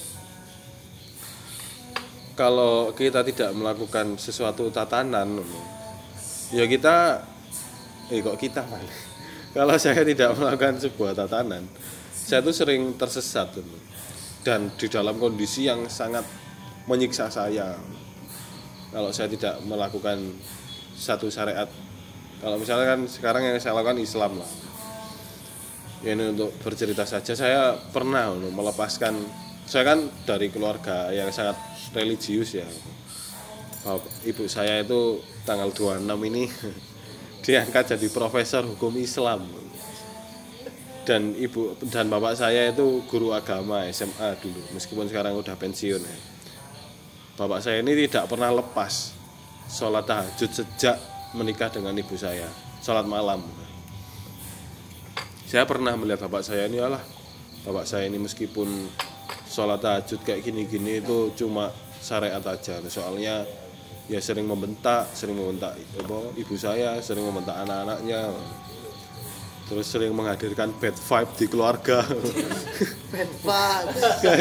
kalau kita tidak melakukan sesuatu tatanan, ya kita kok kita mana? Kalau saya tidak melakukan sebuah tatanan, saya tuh sering tersesat dan di dalam kondisi yang sangat menyiksa saya. Kalau saya tidak melakukan satu syariat, kalau misalnya kan sekarang yang saya lakukan Islam lah. Ya ini untuk bercerita saja, saya pernah melepaskan, saya kan dari keluarga yang sangat religius ya. Ibu saya itu tanggal 26 ini diangkat jadi profesor hukum Islam. Dan ibu dan bapak saya itu guru agama SMA dulu, meskipun sekarang udah pensiun ya. Bapak saya ini tidak pernah lepas sholat tahajud sejak menikah dengan ibu saya, sholat malam. Saya pernah melihat bapak saya ini, bapak saya ini meskipun sholat tahajud kayak gini-gini itu cuma syariat aja. Soalnya ya sering membentak ibu saya, sering membentak anak-anaknya. Terus sering menghadirkan bad vibe di keluarga. Bad vibe.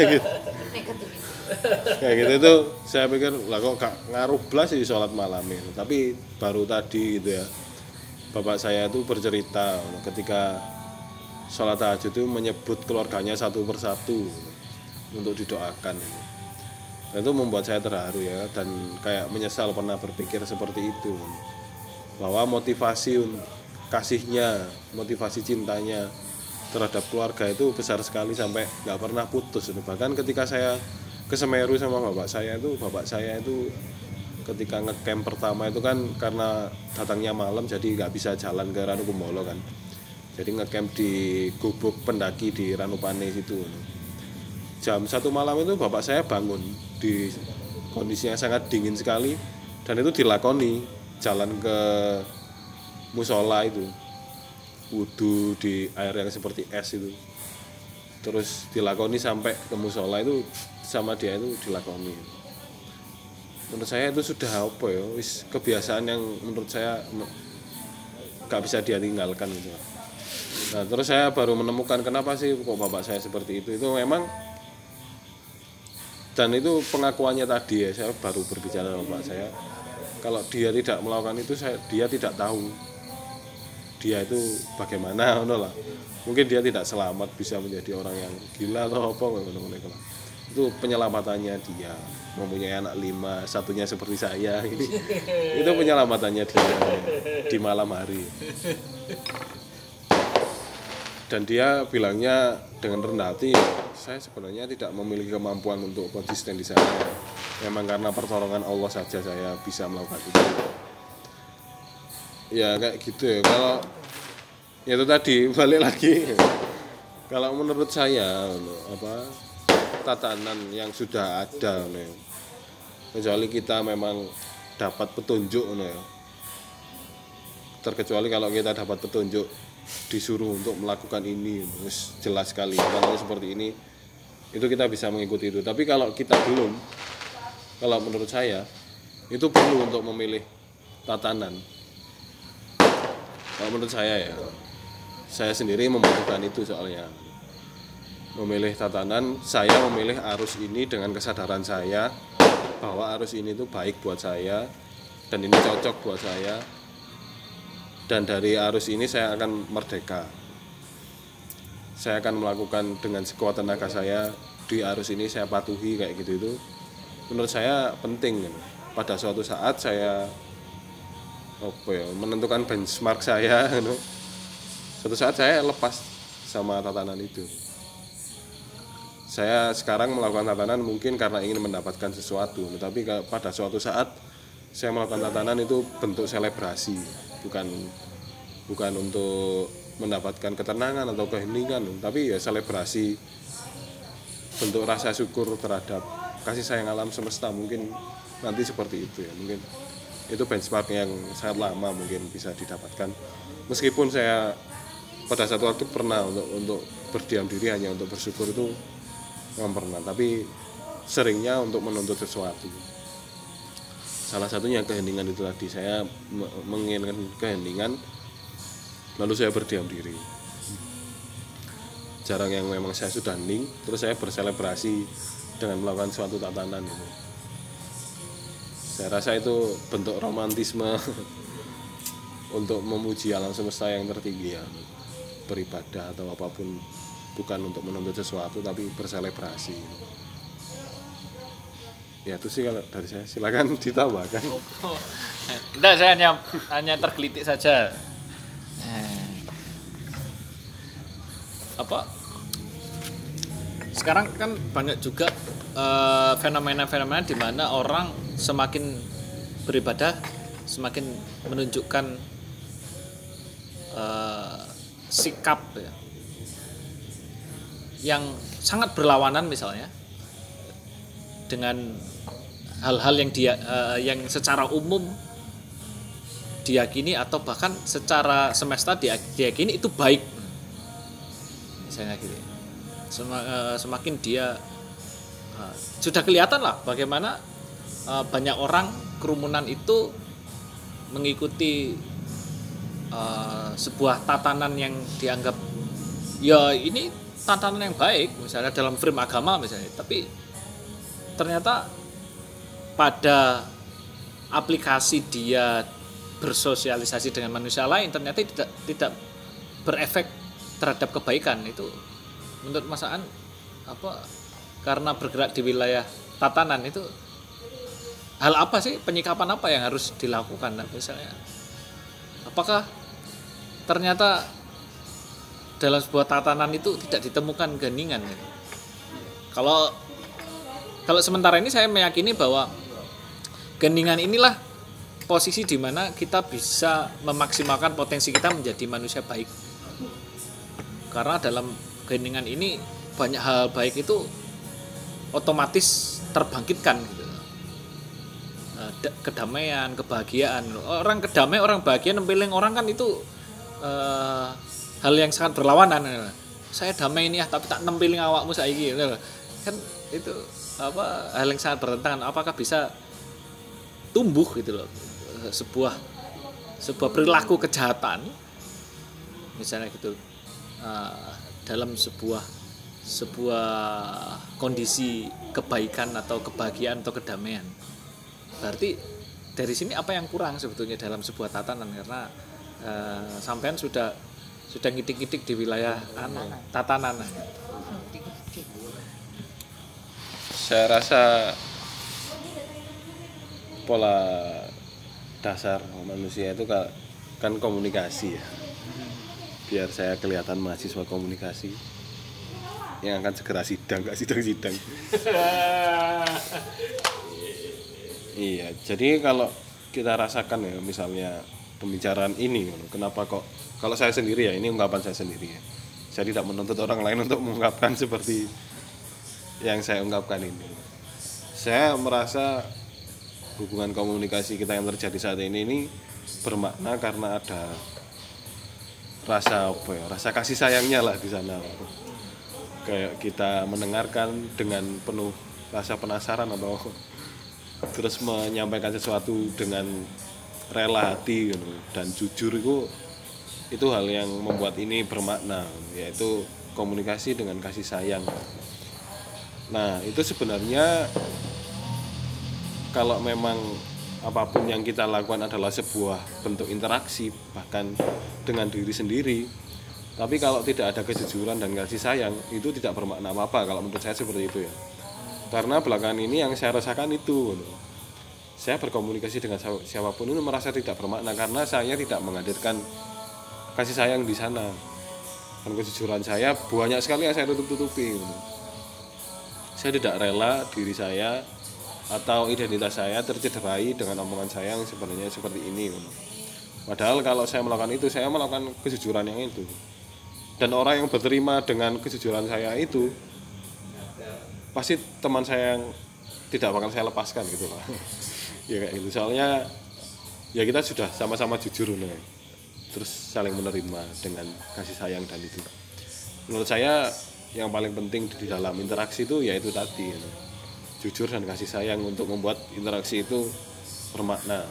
Kayak gitu itu saya pikir lah kok gak ngaruh blas sih sholat malam ini. Tapi baru tadi gitu ya, bapak saya itu bercerita ketika sholat tahajud itu menyebut keluarganya satu persatu untuk didoakan. Dan itu membuat saya terharu ya, dan kayak menyesal pernah berpikir seperti itu, bahwa motivasi kasihnya, motivasi cintanya terhadap keluarga itu besar sekali sampai nggak pernah putus. Bahkan ketika saya ke Semeru sama bapak saya itu ketika ngecamp pertama itu kan karena datangnya malam jadi nggak bisa jalan ke Ranukumbolo kan, jadi ngecamp di gubuk pendaki di Ranupane situ. Jam 1 malam itu bapak saya bangun di kondisi yang sangat dingin sekali, dan itu dilakoni jalan ke musola itu, wudu di air yang seperti es itu, terus dilakoni sampai ke musola itu sama dia itu dilakoni. Menurut saya itu sudah kebiasaan yang menurut saya gak bisa dia tinggalkan gitu. Nah terus saya baru menemukan kenapa sih kok bapak saya seperti itu memang, dan itu pengakuannya tadi ya, saya baru berbicara dengan bapak saya, kalau dia tidak melakukan itu dia tidak tahu dia itu bagaimana, mungkin dia tidak selamat bisa menjadi orang yang gila atau apa. itu penyelamatannya dia. Mempunyai anak 5, satunya seperti saya ini. Itu penyelamatannya dia di malam hari. Dan dia bilangnya dengan rendah hati, saya sebenarnya tidak memiliki kemampuan untuk konsisten di sana. Memang karena pertolongan Allah saja saya bisa melakukan itu. Ya kayak gitu ya. Kalau ya itu tadi balik lagi. Kalau menurut saya tatanan yang sudah ada kecuali kita memang dapat petunjuk terkecuali kalau kita dapat petunjuk disuruh untuk melakukan ini jelas sekali kalau seperti ini itu kita bisa mengikuti itu. Tapi kalau kita belum, kalau menurut saya itu perlu untuk memilih tatanan. Kalau menurut saya ya, saya sendiri membutuhkan itu soalnya memilih tatanan. Saya memilih arus ini dengan kesadaran saya bahwa arus ini itu baik buat saya dan ini cocok buat saya. Dan dari arus ini saya akan merdeka. Saya akan melakukan dengan sekuat tenaga saya di arus ini, saya patuhi kayak gitu. Itu menurut saya penting. Pada suatu saat saya menentukan benchmark saya. Suatu saat saya lepas sama tatanan itu. Saya sekarang melakukan tatanan mungkin karena ingin mendapatkan sesuatu, tetapi pada suatu saat saya melakukan tatanan itu bentuk selebrasi, bukan untuk mendapatkan ketenangan atau keheningan, tapi ya selebrasi, bentuk rasa syukur terhadap kasih sayang alam semesta. Mungkin nanti seperti itu ya, mungkin itu benchmark yang sangat lama mungkin bisa didapatkan. Meskipun saya pada satu waktu pernah untuk berdiam diri hanya untuk bersyukur, itu memang pernah, tapi seringnya untuk menuntut sesuatu. Salah satunya keheningan itu tadi, saya menginginkan keheningan lalu saya berdiam diri. Jarang yang memang saya sudah hening terus saya berselebrasi dengan melakukan suatu tatanan itu. Saya rasa itu bentuk romantisme untuk memuji alam semesta yang tertinggi ya, beribadah atau apapun, bukan untuk menuntut sesuatu tapi berselebrasi. Ya itu sih kalau dari saya, silakan ditambahkan. Enggak, saya hanya tergelitik saja. Sekarang kan banyak juga fenomena-fenomena di mana orang semakin beribadah semakin menunjukkan sikap ya, yang sangat berlawanan misalnya dengan hal-hal yang yang secara umum diyakini atau bahkan secara semesta diyakini itu baik, misalnya gitu. Semakin dia sudah kelihatan lah bagaimana banyak orang kerumunan itu mengikuti sebuah tatanan yang dianggap ya ini tatanan yang baik, misalnya dalam frame agama misalnya, tapi ternyata pada aplikasi dia bersosialisasi dengan manusia lain ternyata tidak berefek terhadap kebaikan. Itu menurut Mas Aan karena bergerak di wilayah tatanan itu hal apa sih, penyikapan apa yang harus dilakukan misalnya? Apakah ternyata dalam sebuah tatanan itu tidak ditemukan keheningan? Kalau sementara ini saya meyakini bahwa keheningan inilah posisi di mana kita bisa memaksimalkan potensi kita menjadi manusia baik. Karena dalam keheningan ini banyak hal baik itu otomatis terbangkitkan gitu. Kedamaian, kebahagiaan. Orang kedamaian, orang bahagia nempeling orang kan itu hal yang sangat berlawanan. Saya damai ini tapi tak nempeling awakmu saiki kan itu hal yang sangat bertentangan. Apakah bisa tumbuh gitu loh sebuah perilaku kejahatan misalnya gitu dalam sebuah kondisi kebaikan atau kebahagiaan atau kedamaian? Berarti dari sini apa yang kurang sebetulnya dalam sebuah tatanan, karena sampean sudah ngitik-ngitik di wilayah tatanan. Saya rasa pola dasar manusia itu kan komunikasi ya. Biar saya kelihatan mahasiswa komunikasi yang akan segera sidang, gak sidang-sidang. Iya, jadi kalau kita rasakan ya, misalnya pembicaraan ini, kenapa kok, kalau saya sendiri ya, ini ungkapan saya sendiri ya. Saya tidak menuntut orang lain untuk mengungkapkan seperti yang saya ungkapkan ini. Saya merasa hubungan komunikasi kita yang terjadi saat ini bermakna karena ada rasa apa ya, rasa kasih sayangnya lah di sana. Kayak kita mendengarkan dengan penuh rasa penasaran atau terus menyampaikan sesuatu dengan rela hati gitu. Dan jujur itu hal yang membuat ini bermakna, yaitu komunikasi dengan kasih sayang. Nah, itu sebenarnya kalau memang apapun yang kita lakukan adalah sebuah bentuk interaksi bahkan dengan diri sendiri, tapi kalau tidak ada kejujuran dan kasih sayang, itu tidak bermakna apa-apa kalau menurut saya seperti itu ya. Karena belakangan ini yang saya rasakan itu, saya berkomunikasi dengan siapapun itu merasa tidak bermakna karena saya tidak menghadirkan kasih sayang di sana. Dan kejujuran saya banyak sekali yang saya tutup-tutupi. Saya tidak rela diri saya atau identitas saya tercederai dengan omongan saya yang sebenarnya seperti ini. Padahal kalau saya melakukan itu, saya melakukan kejujuran yang itu. Dan orang yang berterima dengan kejujuran saya itu pasti teman saya yang tidak bakal saya lepaskan gitu lah. Ya kayak gitu. Soalnya ya kita sudah sama-sama jujur nih. Terus saling menerima dengan kasih sayang dan itu. Menurut saya yang paling penting di dalam interaksi itu yaitu tadi jujur dan kasih sayang untuk membuat interaksi itu bermakna.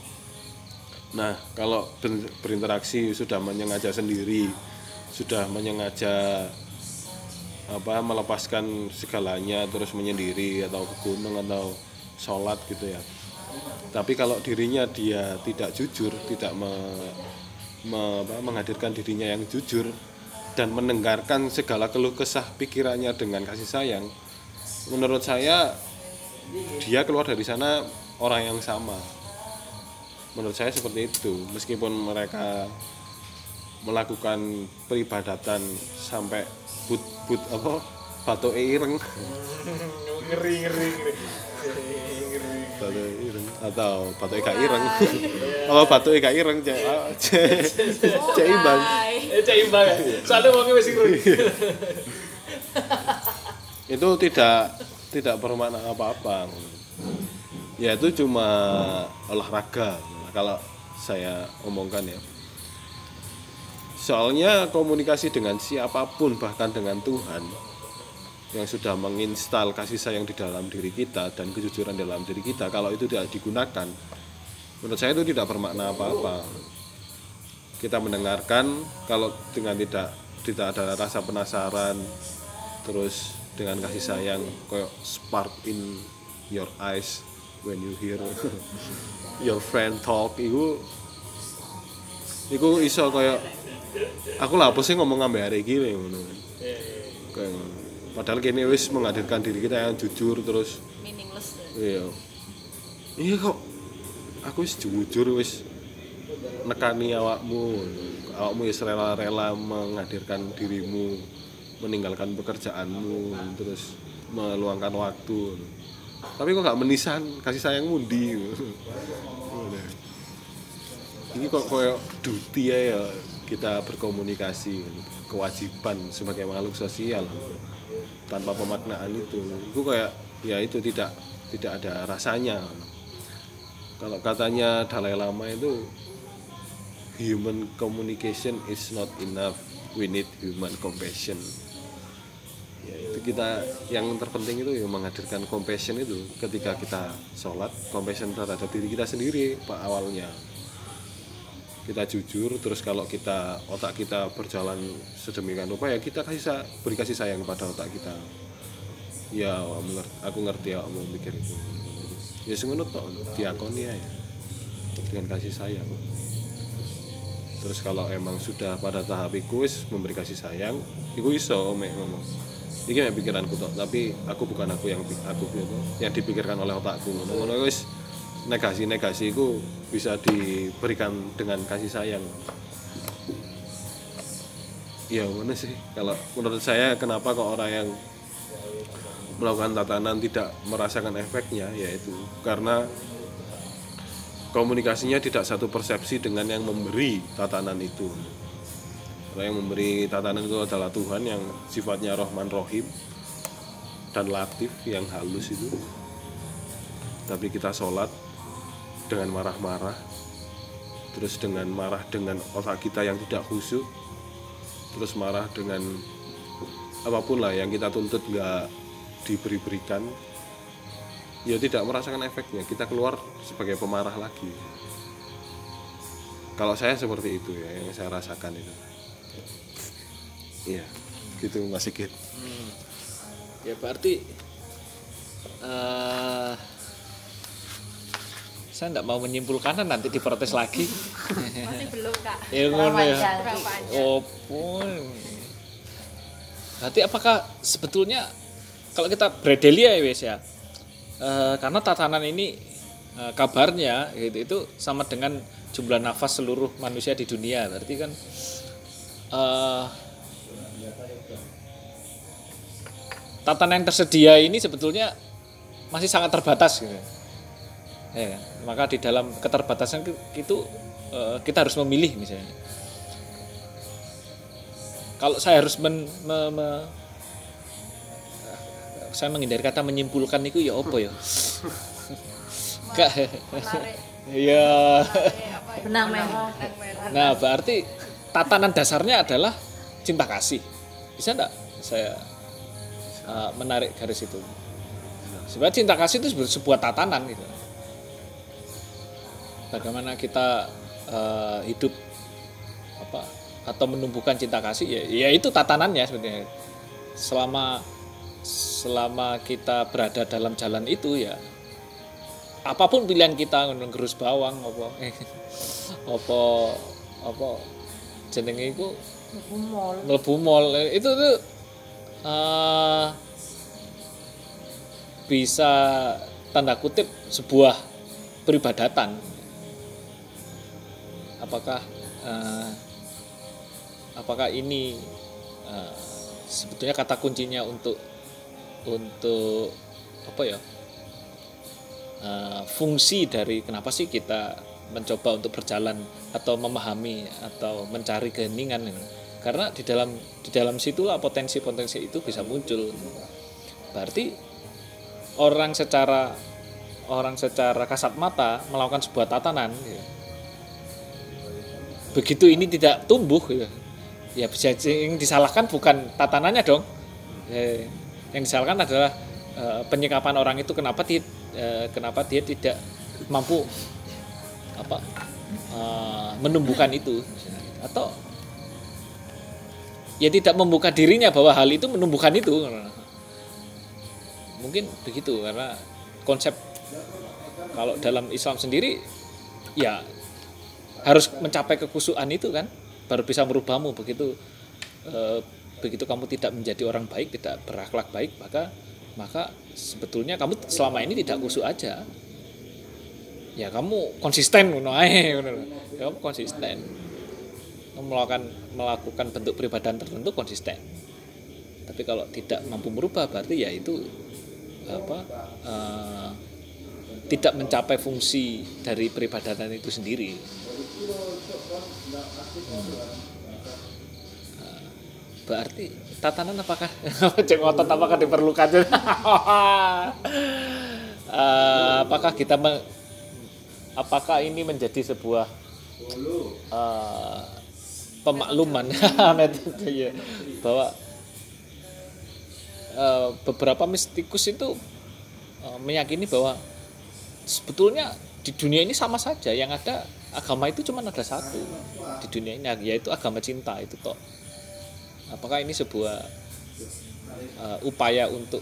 Nah, kalau berinteraksi sudah menyengaja sendiri, sudah menyengaja melepaskan segalanya terus menyendiri atau ke gunung atau sholat gitu ya. Tapi kalau dirinya dia tidak jujur, tidak menghadirkan dirinya yang jujur dan mendengarkan segala keluh kesah pikirannya dengan kasih sayang, menurut saya dia keluar dari sana orang yang sama. Menurut saya seperti itu. Meskipun mereka melakukan peribadatan sampai batu ireng batu ireng atau batu eka ireng batu eka ireng cek imbang ya. Soalnya wongnya wis ireng. Itu tidak bermakna apa-apa. Ya itu cuma olahraga kalau saya omongkan ya. Soalnya komunikasi dengan siapapun bahkan dengan Tuhan yang sudah menginstal kasih sayang di dalam diri kita dan kejujuran dalam diri kita, kalau itu tidak digunakan, menurut saya itu tidak bermakna apa-apa. Kita mendengarkan kalau dengan tidak ada rasa penasaran, terus dengan kasih sayang kayak spark in your eyes when you hear your friend talk, itu iso kayak aku lah apa sih ngomong ambek arek iki ngono. Kayak padahal kene wis menghadirkan diri kita yang jujur terus meaningless. Iya kok aku wis jujur wis nekani awakmu wis rela-rela menghadirkan dirimu, meninggalkan pekerjaanmu, terus meluangkan waktu. Tapi kok gak menisan kasih sayangmu ndi. Ini kok kayak duty ya kita berkomunikasi, kewajiban sebagai makhluk sosial tanpa pemaknaan itu kayak ya itu tidak ada rasanya. Kalau katanya Dalai Lama itu human communication is not enough, we need human compassion. Ya itu kita yang terpenting itu ya menghadirkan compassion itu ketika kita sholat, compassion terhadap diri kita sendiri pak awalnya. Kita jujur, terus kalau otak kita berjalan sedemikian rupa ya kita beri kasih sayang kepada otak kita. Ya aku ngerti ya mau mikir itu. Ya sengono tok diakoni ya dengan kasih sayang. Terus kalau emang sudah pada tahap iku wis memberi kasih sayang, iku iso ngomong. iki mek pikiranku tok, tapi aku bukan aku yang dipikirkan oleh otakku. Ngono wis negasi itu bisa diberikan dengan kasih sayang. Ya mana sih kalau menurut saya kenapa kok orang yang melakukan tatanan tidak merasakan efeknya, yaitu karena komunikasinya tidak satu persepsi dengan yang memberi tatanan itu. Karena yang memberi tatanan itu adalah Tuhan yang sifatnya Rahman Rahim dan Latif yang halus itu. Tapi kita sholat dengan marah-marah, terus dengan marah dengan otak kita yang tidak khusyuk, terus marah dengan apapun lah yang kita tuntut nggak diberikan, ya tidak merasakan efeknya. Kita keluar sebagai pemarah lagi. Kalau saya seperti itu ya, yang saya rasakan itu. Iya, gitu Mas Sigit. Ya berarti saya enggak mau menyimpulkan nanti diprotes lagi. Masih belum Kak. Ya ngono ya. Berapa aja? Oh pun. Berarti apakah sebetulnya kalau kita bredelia ya wes ya, karena tatanan ini kabarnya gitu, itu sama dengan jumlah nafas seluruh manusia di dunia. Berarti kan tatanan yang tersedia ini sebetulnya masih sangat terbatas gitu. Ya, maka di dalam keterbatasan itu kita harus memilih misalnya. Kalau saya harus saya menghindari kata menyimpulkan itu ya apa ya? Ya. Benang merah. Nah, berarti tatanan dasarnya adalah cinta kasih. Bisa enggak saya menarik garis itu? Sebenarnya cinta kasih itu sebuah tatanan gitu. Bagaimana kita hidup atau menumbuhkan cinta kasih ya itu tatanannya sebenarnya. Selama kita berada dalam jalan itu ya apapun pilihan kita ngerus bawang apa jenenge iku mlebu mall itu tuh bisa tanda kutip sebuah peribadatan. Apakah ini sebetulnya kata kuncinya untuk apa ya, fungsi dari kenapa sih kita mencoba untuk berjalan atau memahami atau mencari keheningan ini? Karena di dalam situlah potensi-potensi itu bisa muncul. Berarti orang secara kasat mata melakukan sebuah tatanan gitu. Begitu ini tidak tumbuh gitu. Ya bisa yang disalahkan bukan tatanannya dong. Yang disalahkan adalah penyikapan orang itu kenapa dia tidak mampu menumbuhkan itu, atau ya tidak membuka dirinya bahwa hal itu menumbuhkan itu. Mungkin begitu, karena konsep kalau dalam Islam sendiri ya harus mencapai kekhusyuan itu kan baru bisa merubahmu. Begitu kamu tidak menjadi orang baik, tidak berakhlak baik, maka sebetulnya kamu selama ini tidak khusyuk aja. Ya kamu konsisten kamu konsisten. Kamu melakukan bentuk peribadahan tertentu konsisten. Tapi kalau tidak mampu merubah berarti ya itu tidak mencapai fungsi dari peribadatan itu sendiri. Berarti tatanan apakah cek otot apakah diperlukan? Apakah ini menjadi sebuah pemakluman bahwa beberapa mistikus itu meyakini bahwa sebetulnya di dunia ini sama saja, yang ada agama itu cuma ada satu di dunia ini, yaitu agama cinta itu toh. Apakah ini sebuah upaya untuk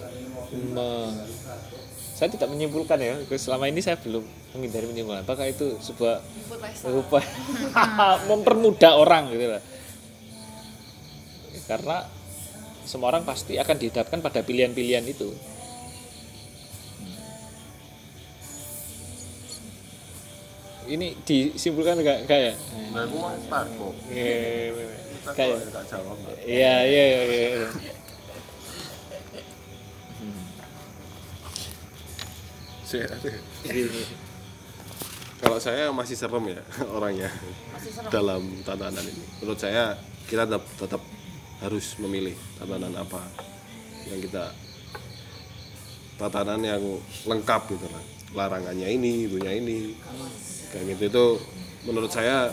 saya tidak menyimpulkan ya, selama ini saya belum menghindari menyimpulkan. Apakah itu sebuah upaya mempermudah orang gitu lah. Karena semua orang pasti akan dihadapkan pada pilihan-pilihan itu. Ini disimpulkan enggak kayak? Nah, aku tak kok. Kayak Tak jawab. iya. Kalau saya masih serem ya orangnya dalam tatanan ini. Menurut saya kita tetap harus memilih tatanan apa yang kita tatanan yang lengkap gitu lah. Larangannya ini, itunya ini. Kayak gitu itu menurut saya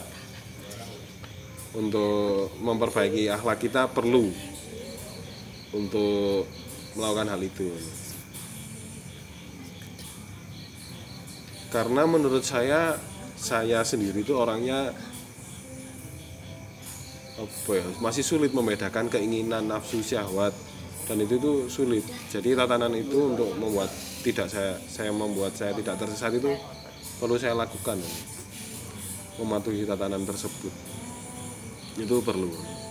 untuk memperbaiki akhlak kita perlu untuk melakukan hal itu. Karena menurut saya sendiri itu orangnya apa ya, masih sulit membedakan keinginan, nafsu, syahwat, dan itu tuh sulit. Jadi tatanan itu untuk membuat membuat saya tidak tersesat itu perlu saya lakukan, mematuhi tatanan tersebut itu perlu.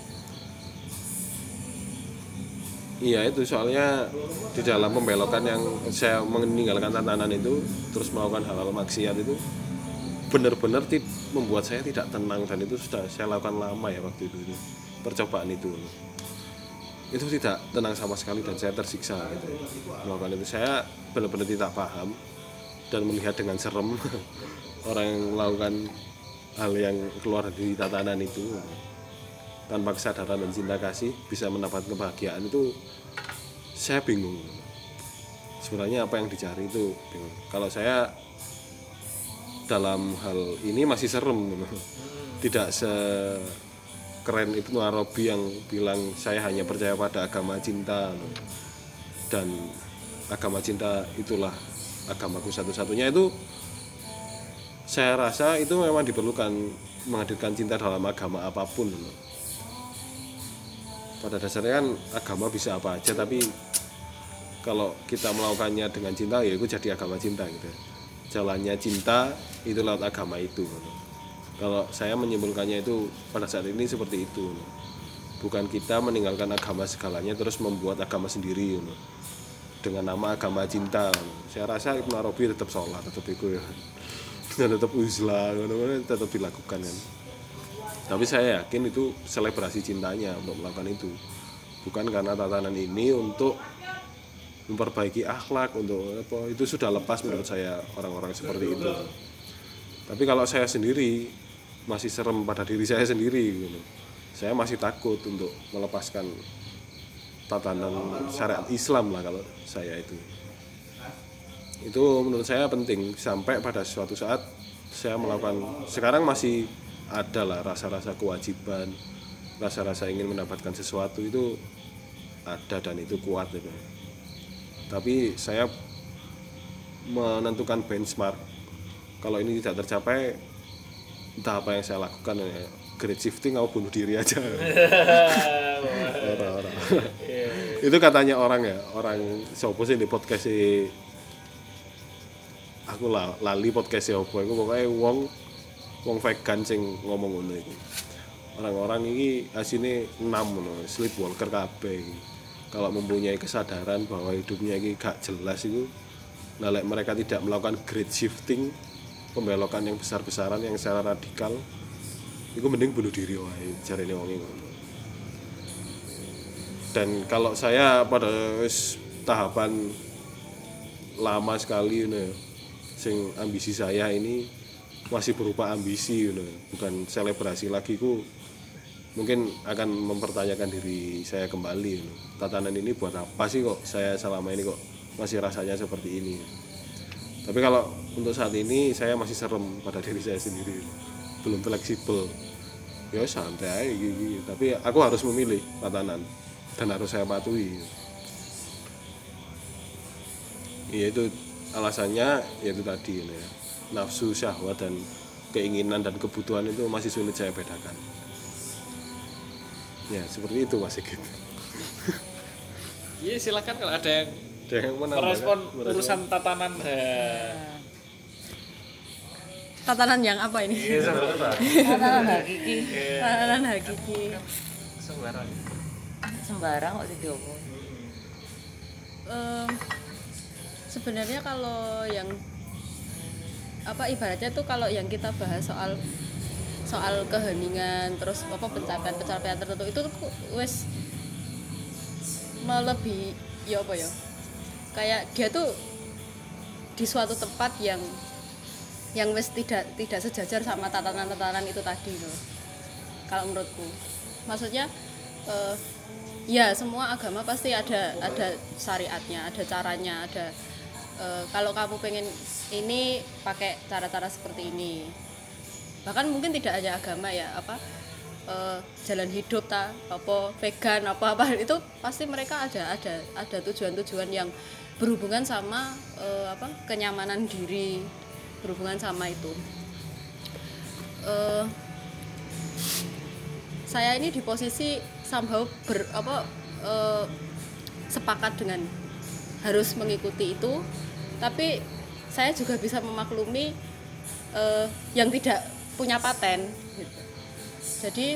Iya itu soalnya di dalam pembelokan yang saya meninggalkan tatanan itu terus melakukan hal-hal maksiat itu benar-benar membuat saya tidak tenang, dan itu sudah saya lakukan lama ya waktu itu percobaan itu tidak tenang sama sekali dan saya tersiksa gitu. Melakukan itu saya benar-benar tidak paham dan melihat dengan serem orang yang melakukan hal yang keluar dari tatanan itu tanpa kesadaran dan cinta kasih bisa mendapat kebahagiaan itu saya bingung. Sebenarnya apa yang dicari itu bingung. Kalau saya dalam hal ini masih serem gitu. Tidak sekeren Ibnu Arabi yang bilang saya hanya percaya pada agama cinta dan agama cinta itulah agamaku satu-satunya. Itu saya rasa itu memang diperlukan, menghadirkan cinta dalam agama apapun. Pada dasarnya kan agama bisa apa aja, tapi kalau kita melakukannya dengan cinta ya itu jadi agama cinta gitu. Jalannya cinta itu lewat agama itu. Kalau saya menyimpulkannya itu pada saat ini seperti itu. Bukan kita meninggalkan agama segalanya terus membuat agama sendiri dengan nama agama cinta. Saya rasa Ibnu Arabi tetap sholat, tetap itu ya. Dan tetap uzlah, tetap dilakukan kan. Tapi saya yakin itu selebrasi cintanya untuk melakukan itu. Bukan karena tatanan ini untuk memperbaiki akhlak, untuk apa, itu sudah lepas menurut saya orang-orang seperti itu. Tapi kalau saya sendiri masih serem pada diri saya sendiri gitu. Saya masih takut untuk melepaskan tatanan syariat Islam lah kalau saya itu. Itu menurut saya penting sampai pada suatu saat saya melakukan. Sekarang masih ada lah rasa-rasa kewajiban, rasa-rasa ingin mendapatkan sesuatu itu ada dan itu kuat gitu. Tapi saya menentukan benchmark. Kalau ini tidak tercapai, entah apa yang saya lakukan ya, grade shifting atau bunuh diri aja. Orang-orang. Itu katanya orang ya, orang siapa sih di podcast aku lali podcast opo iku pokoke wong vegan sing ngomong ngono iku. Orang-orang ini asine 6 ngono, sleepwalker kabeh iki. Kalau mempunyai kesadaran bahwa hidupnya ini gak jelas itu, nah mereka tidak melakukan grade shifting, pembelokan yang besar-besaran yang secara radikal, itu mending bunuh diri wae jarene wong iku. Dan kalau saya pada tahapan lama sekali sing ambisi saya ini masih berupa ambisi bukan selebrasi lagi, ku mungkin akan mempertanyakan diri saya kembali tatanan ini buat apa sih kok saya selama ini kok masih rasanya seperti ini. Tapi kalau untuk saat ini saya masih serem pada diri saya sendiri, belum fleksibel, ya santai gini. Tapi aku harus memilih tatanan dan harus saya patuhi. Iya itu alasannya yaitu tadi ya, nafsu, syahwat dan keinginan dan kebutuhan itu masih sulit saya bedakan. Ya seperti itu Mas Sigit. Iya silakan kalau ada yang merespon urusan tatanan. Tatanan yang apa ini? Tatanan hakiki. Tatanan hakiki. sembarang kok diomong. Sebenarnya kalau yang ibaratnya tuh kalau yang kita bahas soal keheningan terus pencapaian tertentu itu tuh wes melebihi ya apa ya, kayak dia tuh di suatu tempat yang wes tidak sejajar sama tatanan itu tadi loh. Kalau menurutku, maksudnya ya semua agama pasti ada syariatnya, ada caranya, ada kalau kamu pengen ini pakai cara-cara seperti ini. Bahkan mungkin tidak hanya agama ya, jalan hidup vegan apa itu pasti mereka ada tujuan-tujuan yang berhubungan sama kenyamanan diri, berhubungan sama itu. Saya ini di posisi somehow sepakat dengan harus mengikuti itu, tapi saya juga bisa memaklumi yang tidak punya paten gitu. Jadi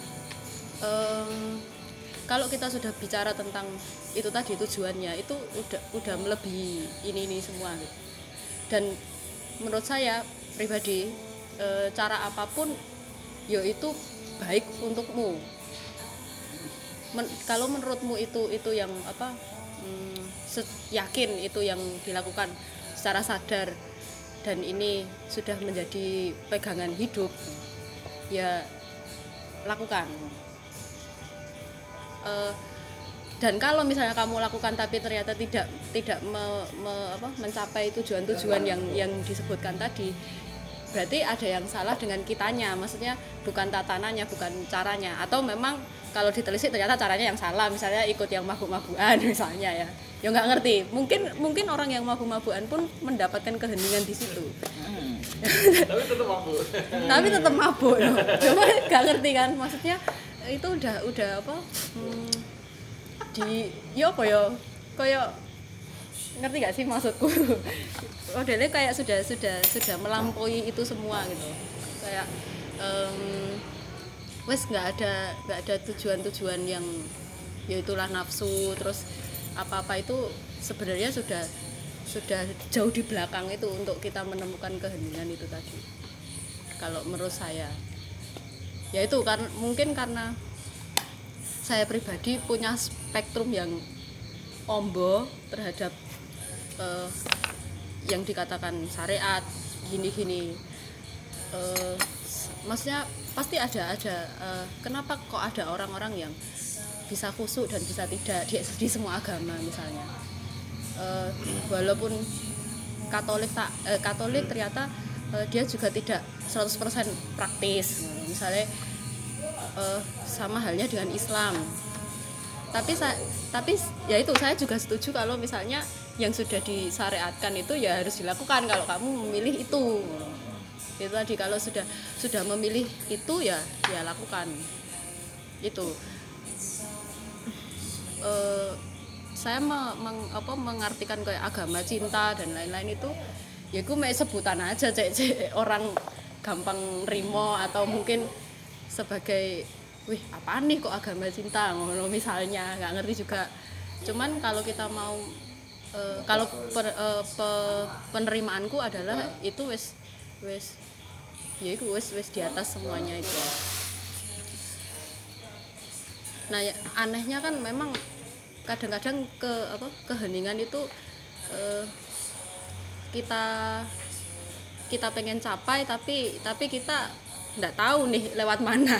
kalau kita sudah bicara tentang itu tadi tujuannya itu udah melebihi ini semua gitu. Dan menurut saya pribadi cara apapun ya itu baik untukmu. Kalau menurutmu itu yang yakin itu yang dilakukan secara sadar dan ini sudah menjadi pegangan hidup, ya lakukan. Dan kalau misalnya kamu lakukan tapi ternyata tidak mencapai tujuan-tujuan yang disebutkan tadi, berarti ada yang salah dengan kitanya, maksudnya bukan tatanannya, bukan caranya, atau memang kalau ditelisik ternyata caranya yang salah, misalnya ikut yang mabuk-mabukan misalnya ya nggak ngerti, mungkin orang yang mabuk-mabukan pun mendapatkan keheningan di situ. tapi tetap mabuk loh. Cuma nggak ngerti kan, maksudnya itu udah kayak ngerti gak sih maksudku? Modelnya kayak sudah melampaui itu semua gitu. Kayak wes nggak ada tujuan yang yaitulah nafsu, terus apa itu sebenarnya sudah jauh di belakang itu untuk kita menemukan keheningan itu tadi. Kalau menurut saya, ya itu mungkin karena saya pribadi punya spektrum yang ombo terhadap yang dikatakan syariat gini-gini. Maksudnya pasti ada kenapa kok ada orang-orang yang bisa khusyuk dan bisa tidak di semua agama misalnya. Walaupun Katolik ternyata dia juga tidak 100% praktis misalnya, sama halnya dengan Islam. Tapi ya itu saya juga setuju kalau misalnya yang sudah disyariatkan itu ya harus dilakukan kalau kamu memilih itu. Itu tadi, kalau sudah memilih itu ya lakukan itu. Saya mengartikan kayak agama cinta dan lain-lain itu ya gue sebutan aja cek orang gampang rimo, atau mungkin sebagai wih apaan nih kok agama cinta ngono misalnya, nggak ngerti juga. Cuman kalau kita mau kalau penerimaanku adalah itu wes ya itu wes di atas semuanya itu. Nah ya, anehnya kan memang kadang-kadang keheningan itu kita pengen capai tapi kita nggak tahu nih lewat mana.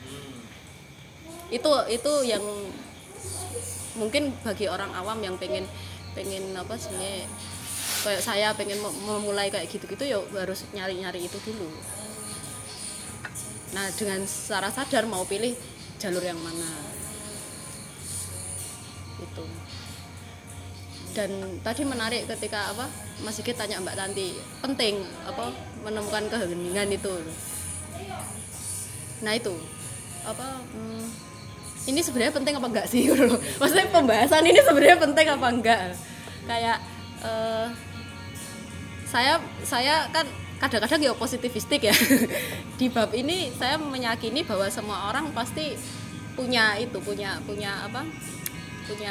Itu yang mungkin bagi orang awam yang pengen sebenarnya kayak saya pengen memulai kayak gitu-gitu ya harus nyari itu dulu. Nah dengan secara sadar mau pilih jalur yang mana itu. Dan tadi menarik ketika Mas Sigit tanya Mbak Tanti, penting menemukan keheningan itu. Nah itu ini sebenarnya penting apa enggak sih? Maksudnya pembahasan ini sebenarnya penting apa enggak? Kayak saya kan kadang-kadang ya positivistik ya. Di bab ini saya meyakini bahwa semua orang pasti punya apa? Punya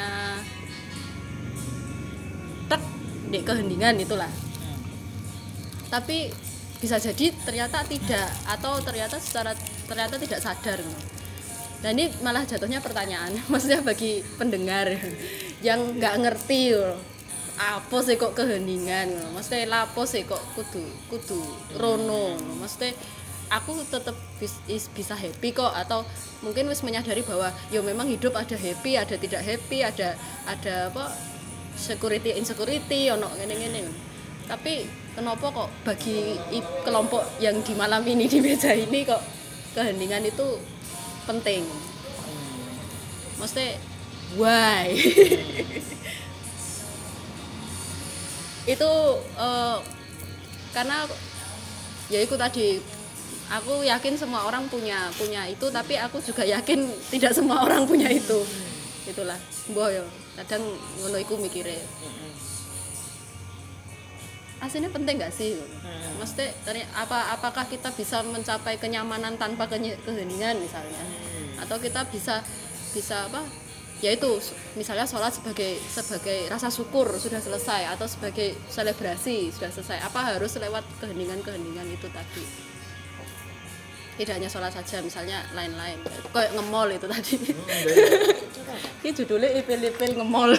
tek di keheningan itulah. Tapi bisa jadi ternyata tidak, atau ternyata tidak sadar. Dan ini malah jatuhnya pertanyaan, maksudnya bagi pendengar yang nggak ngerti apa sih kok keheningan, maksudnya lapo sih kok kudu rono, maksudnya aku tetap bisa happy kok, atau mungkin wis menyadari bahwa ya memang hidup ada happy, ada tidak happy, ada apa security insecurity ono ngene-ngene. Tapi kenapa kok bagi kelompok yang di malam ini di meja ini kok keheningan itu penting? Maksudnya why? Itu karena ya itu tadi, aku yakin semua orang punya itu, tapi aku juga yakin tidak semua orang punya itu. Itulah mbah ya kadang ngono iku mikire. Aslinya penting nggak sih? Maksudnya apakah kita bisa mencapai kenyamanan tanpa keheningan misalnya? Atau kita bisa apa? Yaitu misalnya sholat sebagai rasa syukur sudah selesai, atau sebagai selebrasi sudah selesai. Apa harus lewat keheningan itu tadi? Tidak hanya sholat saja, misalnya lain-lain. Kayak nge-mall itu tadi. Ini judulnya ipil-ipil nge-mall.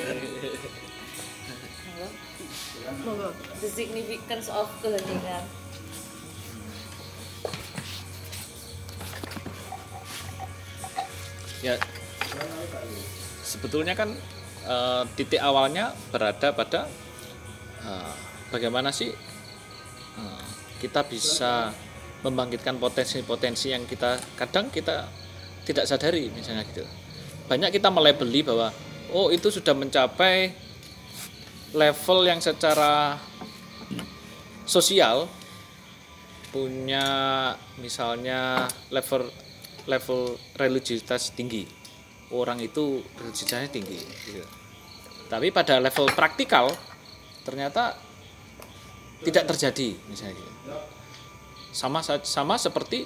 The significance of keheningan. Ya, sebetulnya kan titik awalnya berada pada bagaimana sih kita bisa membangkitkan potensi-potensi yang kadang kita tidak sadari, misalnya gitu. Banyak kita melabeli bahwa itu sudah mencapai level yang secara sosial punya misalnya level religiusitas tinggi, orang itu religiusitasnya tinggi gitu. Tapi pada level praktikal ternyata tidak terjadi, misalnya gitu. Sama seperti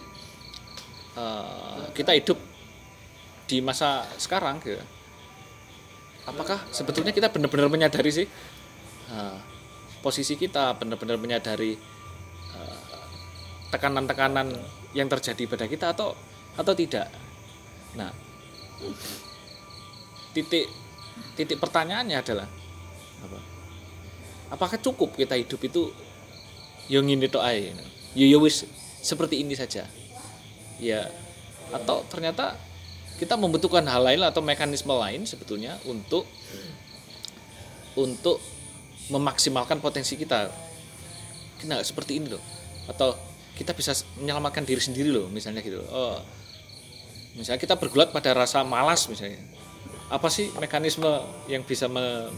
kita hidup di masa sekarang gitu. Apakah sebetulnya kita benar-benar menyadari sih posisi kita, benar-benar menyadari tekanan-tekanan yang terjadi pada kita atau tidak? Nah, titik pertanyaannya adalah apakah cukup kita hidup itu yang ngene tok ae, ya wis seperti ini saja, ya, atau ternyata kita membutuhkan hal lain atau mekanisme lain sebetulnya untuk memaksimalkan potensi kita. Kita seperti ini loh, atau kita bisa menyelamatkan diri sendiri loh, misalnya gitu. Misalnya kita bergulat pada rasa malas misalnya. Apa sih mekanisme yang bisa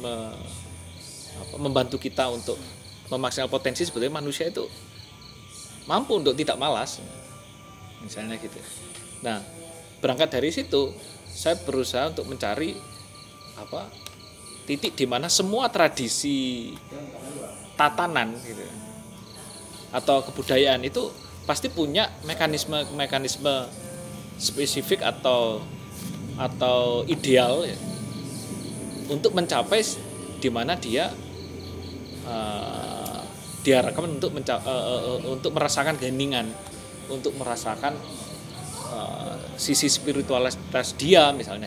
membantu kita untuk memaksimalkan potensi? Sebetulnya manusia itu mampu untuk tidak malas, misalnya gitu. Nah, berangkat dari situ, saya berusaha untuk mencari titik di mana semua tradisi tatanan gitu, atau kebudayaan itu pasti punya mekanisme spesifik atau ideal ya, untuk mencapai di mana dia diharapkan untuk merasakan keheningan, untuk merasakan sisi spiritualitas dia misalnya.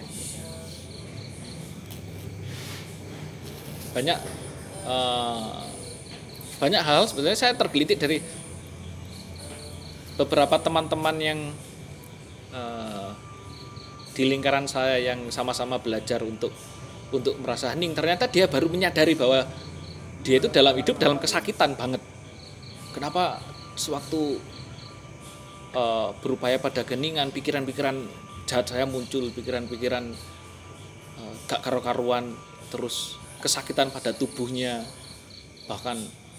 Banyak hal sebenarnya saya tergelitik dari beberapa teman-teman yang di lingkaran saya yang sama-sama belajar untuk merasa hening. Ternyata dia baru menyadari bahwa dia itu hidup dalam kesakitan banget. Kenapa sewaktu berupaya pada keheningan, pikiran-pikiran jahat saya muncul, pikiran-pikiran gak karu-karuan, terus kesakitan pada tubuhnya, bahkan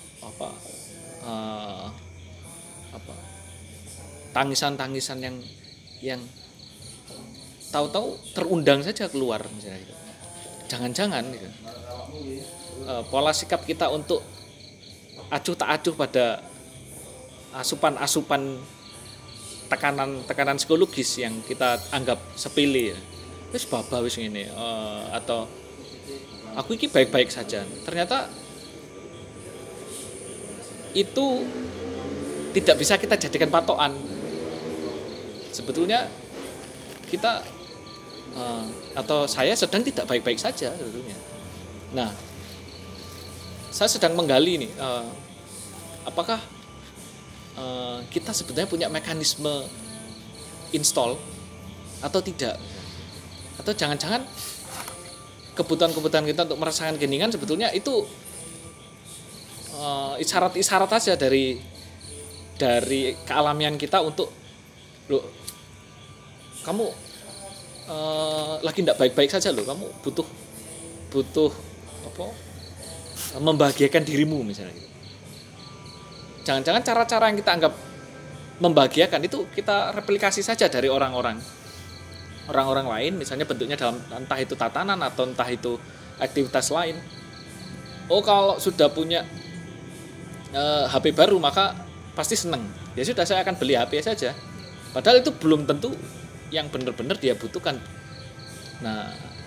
tangisan-tangisan yang tahu-tahu terundang saja keluar misalnya gitu. Jangan-jangan gitu. Pola sikap kita untuk acuh tak acuh pada asupan-asupan tekanan psikologis yang kita anggap sepele ya. Wis babah wis ngene atau aku ini baik-baik saja. Ternyata itu tidak bisa kita jadikan patokan. Sebetulnya kita atau saya sedang tidak baik-baik saja sebetulnya. Nah, saya sedang menggali nih, apakah kita sebenarnya punya mekanisme install atau tidak? Atau jangan-jangan kebutuhan-kebutuhan kita untuk merasakan keheningan sebetulnya itu isyarat-isyarat saja dari kealamian kita untuk loh, kamu lagi tidak baik-baik saja loh, kamu butuh apa, membahagiakan dirimu misalnya. Jangan-jangan cara-cara yang kita anggap membahagiakan itu kita replikasi saja dari orang-orang lain, misalnya bentuknya dalam entah itu tatanan atau entah itu aktivitas lain. Oh, kalau sudah punya HP baru maka pasti senang. Ya sudah, saya akan beli HP saja. Padahal itu belum tentu yang benar-benar dia butuhkan. Nah,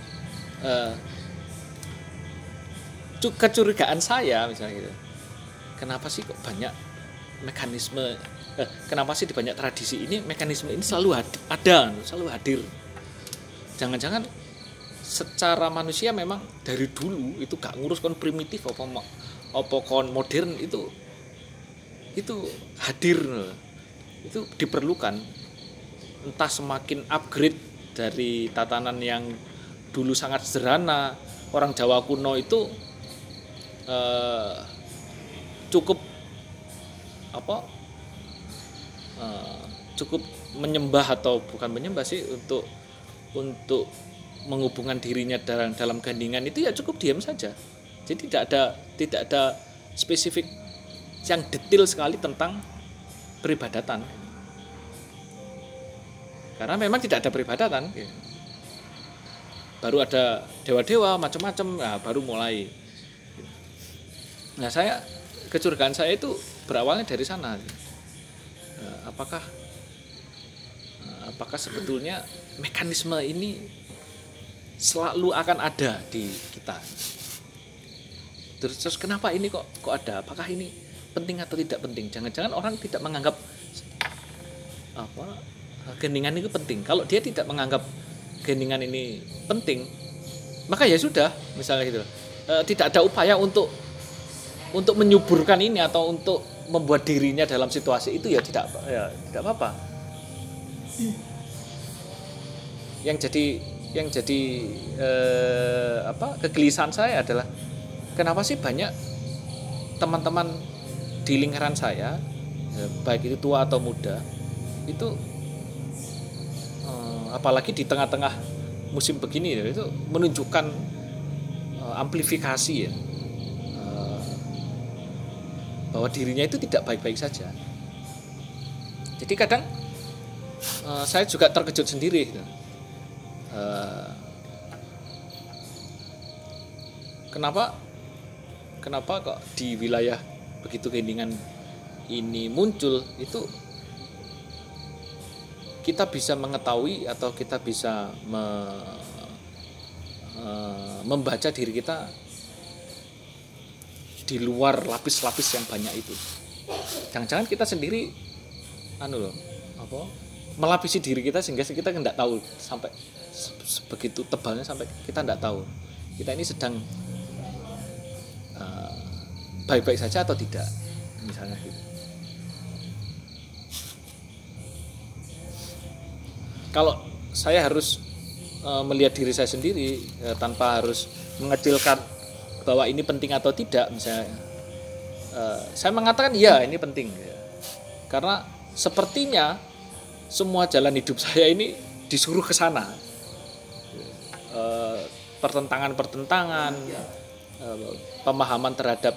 kecurigaan saya misalnya gitu. Kenapa sih kok banyak mekanisme? Kenapa sih di banyak tradisi ini mekanisme ini selalu ada, selalu hadir? Jangan-jangan secara manusia memang dari dulu itu gak ngurus kon primitif apa kon modern itu hadir, itu diperlukan. Entah semakin upgrade dari tatanan yang dulu sangat sederhana, orang Jawa kuno itu cukup cukup menyembah atau bukan menyembah sih, untuk menghubungkan dirinya dalam keheningan itu ya cukup diam saja. Jadi tidak ada spesifik yang detail sekali tentang peribadatan. Karena memang tidak ada peribadatan. Baru ada dewa-dewa macam-macam, nah baru mulai. Nah, kecurigaan saya itu berawalnya dari sana. Apakah sebetulnya mekanisme ini selalu akan ada di kita? Terus kenapa ini kok ada? Apakah ini penting atau tidak penting? Jangan-jangan orang tidak menganggap keheningan itu penting. Kalau dia tidak menganggap keheningan ini penting, maka ya sudah, misalnya gitu. Tidak ada upaya untuk menyuburkan ini atau untuk membuat dirinya dalam situasi itu, ya tidak apa-apa. Yang jadi kegelisahan saya adalah kenapa sih banyak teman-teman di lingkaran saya, baik itu tua atau muda, itu apalagi di tengah-tengah musim begini itu menunjukkan amplifikasi ya, bahwa dirinya itu tidak baik-baik saja. Jadi kadang saya juga terkejut sendiri. Kenapa kok di wilayah begitu keheningan ini muncul, itu kita bisa mengetahui atau kita bisa membaca diri kita di luar lapis-lapis yang banyak itu. Jangan-jangan kita sendiri melapisi diri kita sehingga kita tidak tahu, sampai sebegitu tebalnya sampai kita tidak tahu kita ini sedang baik-baik saja atau tidak, misalnya gitu. Kalau saya harus melihat diri saya sendiri tanpa harus mengecilkan bahwa ini penting atau tidak, misalnya saya mengatakan ya ini penting, karena sepertinya semua jalan hidup saya ini disuruh ke sana. Pertentangan, pemahaman terhadap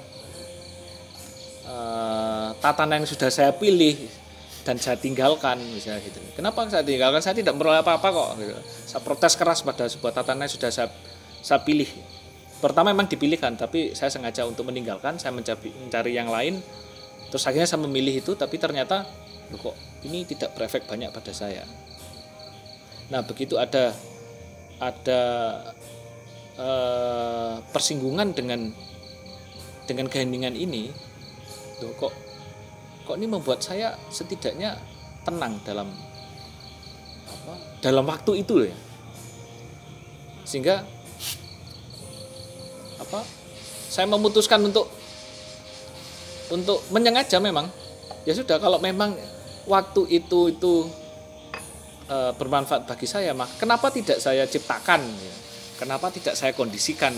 tatanan yang sudah saya pilih dan saya tinggalkan, misalnya gitu. Kenapa saya tinggalkan? Saya tidak meroleh apa-apa kok gitu. Saya protes keras pada sebuah tatanan yang sudah saya pilih. Pertama memang dipilihkan, tapi saya sengaja untuk meninggalkan, saya mencari yang lain. Terus akhirnya saya memilih itu, tapi ternyata loh kok ini tidak berefek banyak pada saya. Nah begitu ada persinggungan dengan keheningan ini, loh kok ini membuat saya setidaknya tenang dalam waktu itu ya, sehingga saya memutuskan untuk menyengaja memang ya sudah, kalau memang waktu itu bermanfaat bagi saya, maka kenapa tidak saya ciptakan ya? Kenapa tidak saya kondisikan?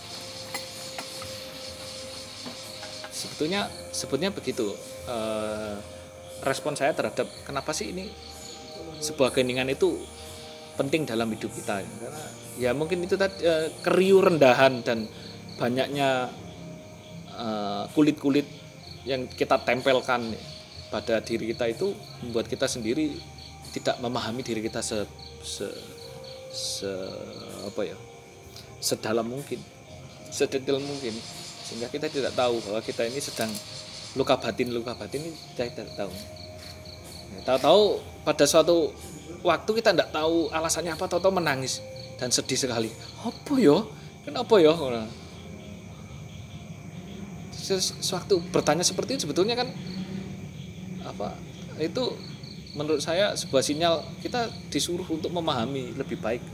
Sebetulnya begitu respon saya terhadap kenapa sih ini sebuah keheningan itu penting dalam hidup kita, karena ya mungkin itu tadi keriuh rendahan dan banyaknya kulit-kulit yang kita tempelkan pada diri kita itu membuat kita sendiri tidak memahami diri kita sedalam mungkin, sedetail mungkin, sehingga kita tidak tahu bahwa kita ini sedang luka batin ini kita tidak tahu. Tahu-tahu pada suatu waktu kita tidak tahu alasannya apa, tahu-tahu menangis dan sedih sekali. Apa yo? Kenapa yo? Sewaktu bertanya seperti itu sebetulnya kan itu menurut saya sebuah sinyal kita disuruh untuk memahami lebih baik.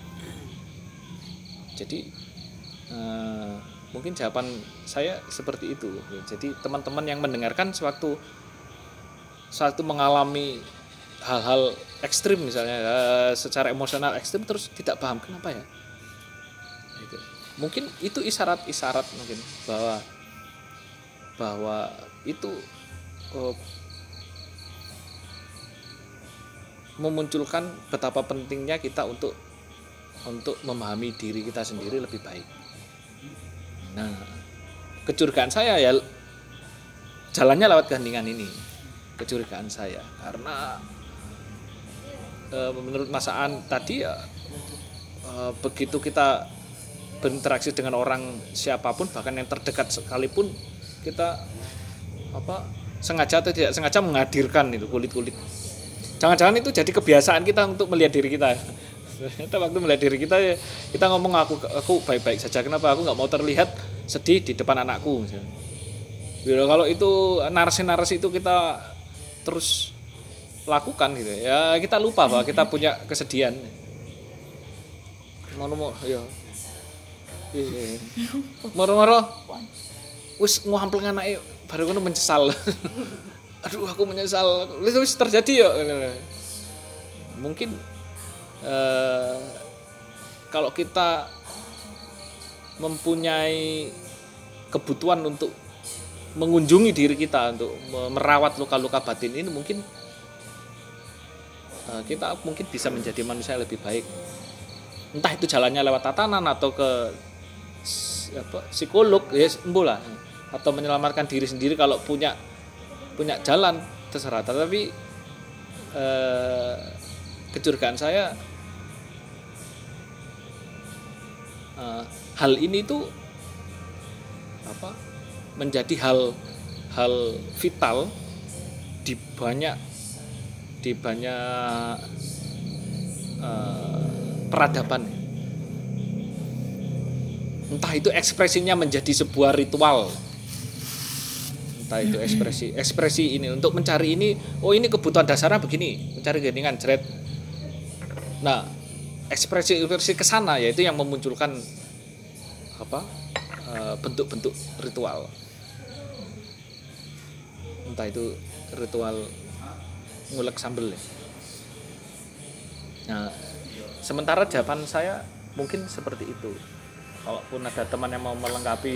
Jadi mungkin jawaban saya seperti itu. Jadi teman-teman yang mendengarkan sewaktu mengalami hal-hal ekstrim misalnya secara emosional ekstrim terus tidak paham kenapa ya, mungkin itu isyarat mungkin bahwa itu memunculkan betapa pentingnya kita untuk memahami diri kita sendiri lebih baik. Nah, kecurigaan saya ya jalannya lewat keheningan ini. Kecurigaan saya karena menurut Mas Aan tadi ya, begitu kita berinteraksi dengan orang siapapun, bahkan yang terdekat sekalipun, kita sengaja atau tidak sengaja menghadirkan itu kulit-kulit. Jangan-jangan itu jadi kebiasaan kita untuk melihat diri kita. Kita waktu melihat diri kita, kita ngomong aku baik-baik saja. Kenapa aku nggak mau terlihat sedih di depan anakku? Bila kalau itu narasi-narasi itu kita terus lakukan gitu, ya kita lupa bahwa kita punya kesedihan. Moro-moro, wis nguampel anake baru ngono menyesal. Aduh aku menyesal, itu terjadi ya. Mungkin kalau kita mempunyai kebutuhan untuk mengunjungi diri kita, untuk merawat luka-luka batin ini, mungkin kita mungkin bisa menjadi manusia yang lebih baik. Entah itu jalannya lewat tatanan atau ke psikolog, ya sembuh lah, atau menyelamatkan diri sendiri kalau punya jalan, terserah. Tapi kecurigaan saya hal ini tuh menjadi hal vital di banyak peradaban. Entah itu ekspresinya menjadi sebuah ritual, entah itu ekspresi ini untuk mencari ini, ini kebutuhan dasarnya begini, mencari keheningan, jeret. Nah, ekspresi ke sana yaitu yang memunculkan bentuk-bentuk ritual. Entah itu ritual ngulek sambel ya. Nah, sementara jawaban saya mungkin seperti itu. Kalaupun ada teman yang mau melengkapi,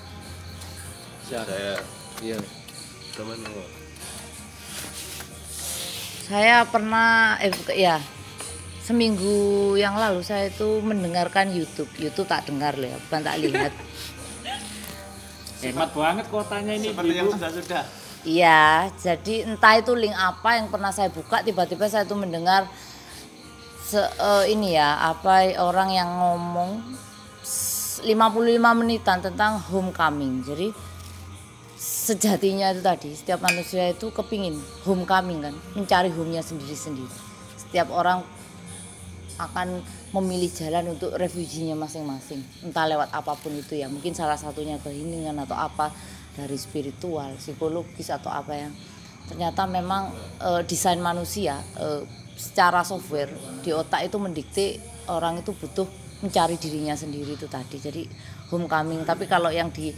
Saya iya. teman Saya pernah seminggu yang lalu saya itu mendengarkan YouTube tak dengar loh ya, bukan tak lihat. Hebat banget kotanya ini. Seperti yang sudah-sudah. Iya, jadi entah itu link apa yang pernah saya buka, tiba-tiba saya tuh mendengar orang yang ngomong 55 menitan tentang homecoming. Jadi sejatinya itu tadi setiap manusia itu kepingin homecoming kan, mencari home-nya sendiri-sendiri. Setiap orang akan memilih jalan untuk refuginya masing-masing, entah lewat apapun itu ya, mungkin salah satunya keheningan atau apa dari spiritual, psikologis atau apa yang ternyata memang desain manusia secara software di otak itu mendikte orang itu butuh mencari dirinya sendiri itu tadi. Jadi homecoming. Tapi kalau yang di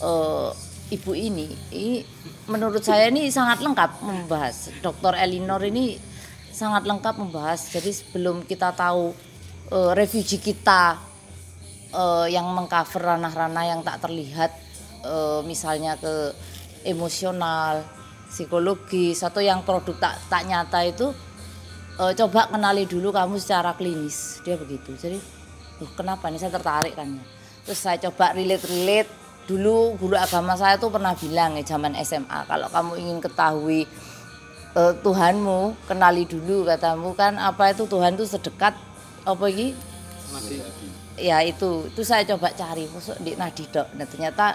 ibu ini menurut saya ini sangat lengkap membahas. Dr. Elinor ini sangat lengkap membahas. Jadi sebelum kita tahu refugee kita yang mengcover ranah-ranah yang tak terlihat, misalnya ke emosional, psikologis atau yang produk tak nyata itu, coba kenali dulu kamu secara klinis, dia begitu. Jadi kenapa nih saya tertarik kan ya. Terus saya coba relate dulu. Guru agama saya tuh pernah bilang ya zaman SMA, kalau kamu ingin ketahui Tuhanmu, kenali dulu katamu kan apa itu Tuhan itu sedekat apa iki? Nadi. Ya itu saya coba cari masuk di nadi dok. Nah ternyata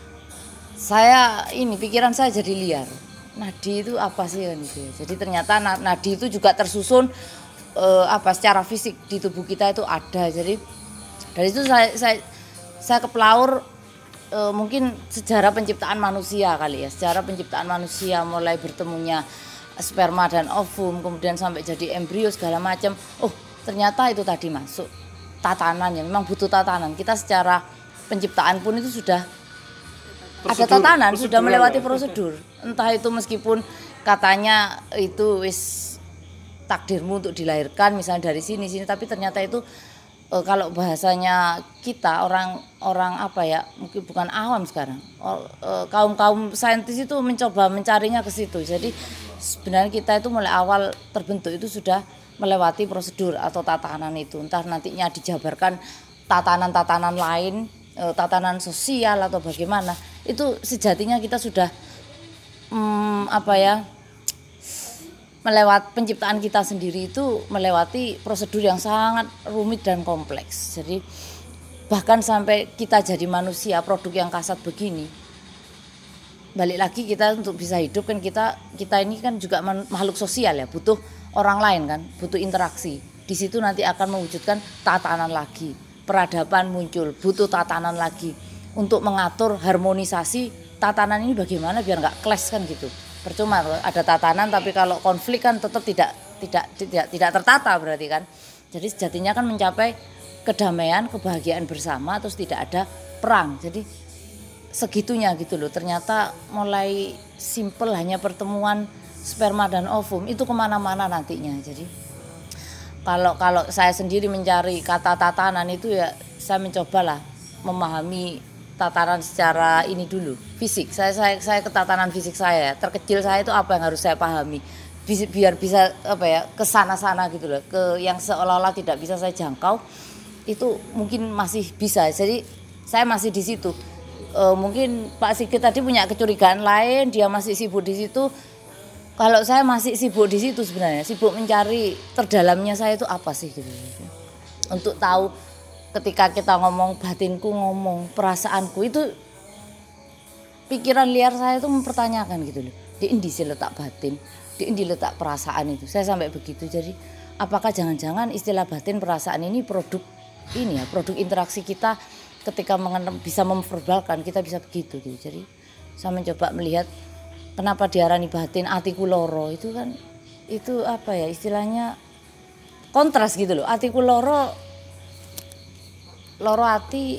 saya ini pikiran saya jadi liar. Nadi itu apa sih kan gitu ya. Jadi ternyata nadi itu juga tersusun secara fisik di tubuh kita itu ada. Jadi dari itu saya kepelaur mungkin sejarah penciptaan manusia kali ya. Sejarah penciptaan manusia mulai bertemunya sperma dan ovum, kemudian sampai jadi embrio segala macam. Oh ternyata itu tadi masuk tatanan ya. Memang butuh tatanan. Kita secara penciptaan pun itu sudah ada tatanan, sudah melewati prosedur. Entah itu meskipun katanya itu wis takdirmu untuk dilahirkan misalnya dari sini, tapi ternyata itu kalau bahasanya kita orang apa ya, mungkin bukan awam sekarang. Kaum saintis itu mencoba mencarinya ke situ. Jadi sebenarnya kita itu mulai awal terbentuk itu sudah melewati prosedur atau tatanan itu. Entah nantinya dijabarkan tatanan-tatanan lain, tatanan sosial atau bagaimana, itu sejatinya kita sudah melewati penciptaan kita sendiri itu melewati prosedur yang sangat rumit dan kompleks. Jadi bahkan sampai kita jadi manusia produk yang kasat begini, balik lagi kita untuk bisa hidup kan kita ini kan juga makhluk sosial ya, butuh orang lain kan, butuh interaksi. Di situ nanti akan mewujudkan tatanan lagi. Peradaban muncul, butuh tatanan lagi untuk mengatur harmonisasi tatanan ini bagaimana biar nggak clash kan gitu. Percuma ada tatanan tapi kalau konflik kan tetap tidak tertata berarti kan. Jadi sejatinya kan mencapai kedamaian, kebahagiaan bersama terus tidak ada perang. Jadi segitunya gitu loh. Ternyata mulai simple hanya pertemuan sperma dan ovum itu kemana-mana nantinya. Jadi kalau saya sendiri mencari kata tatanan itu ya saya mencobalah memahami tatanan secara ini dulu, fisik. Saya ke tatanan fisik saya, terkecil saya itu apa yang harus saya pahami biar bisa ke sana-sana gitu loh, ke yang seolah-olah tidak bisa saya jangkau itu mungkin masih bisa. Jadi saya masih di situ. Mungkin Pak Sigit tadi punya kecurigaan lain, dia masih sibuk di situ. Kalau saya masih sibuk di situ sebenarnya, sibuk mencari terdalamnya saya itu apa sih gitu. Untuk tahu ketika kita ngomong batinku ngomong perasaanku itu pikiran liar saya itu mempertanyakan gitu loh. Di endi sih letak batin, di endi letak perasaan itu. Saya sampai begitu. Jadi apakah jangan-jangan istilah batin perasaan ini produk ini ya, produk interaksi kita ketika bisa memverbalkan kita bisa begitu gitu. Jadi saya mencoba melihat kenapa diarani batin atiku loro itu kan itu apa ya istilahnya kontras gitu loh. Atiku loro ati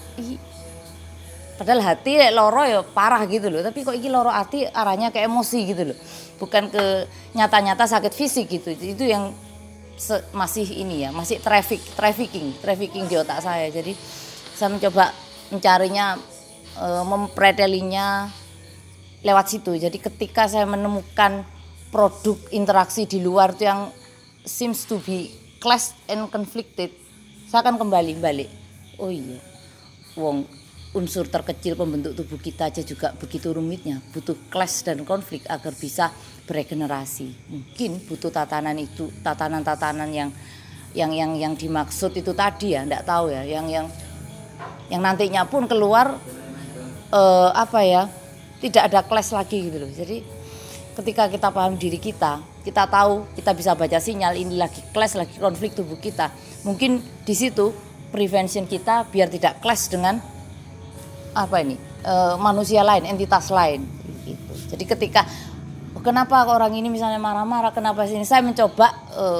padahal hati loro ya parah gitu loh, tapi kok iki loro ati arahnya ke emosi gitu loh, bukan ke nyata-nyata sakit fisik gitu. Itu yang masih ini ya, masih trafficking di otak saya. Jadi saya mencoba mencarinya, mempretelinya lewat situ. Jadi ketika saya menemukan produk interaksi di luar itu yang seems to be clash and conflicted, saya akan kembali balik. Oh iya, wong unsur terkecil pembentuk tubuh kita aja juga begitu rumitnya, butuh clash dan konflik agar bisa beregenerasi. Mungkin butuh tatanan itu, tatanan-tatanan yang dimaksud itu tadi ya, enggak tahu ya, yang nantinya pun keluar tidak ada clash lagi gitu loh. Jadi ketika kita paham diri kita tahu, kita bisa baca sinyal ini lagi clash, lagi konflik tubuh kita. Mungkin di situ prevention kita biar tidak clash dengan manusia lain, entitas lain gitu. Jadi ketika kenapa orang ini misalnya marah-marah, kenapa sini, saya mencoba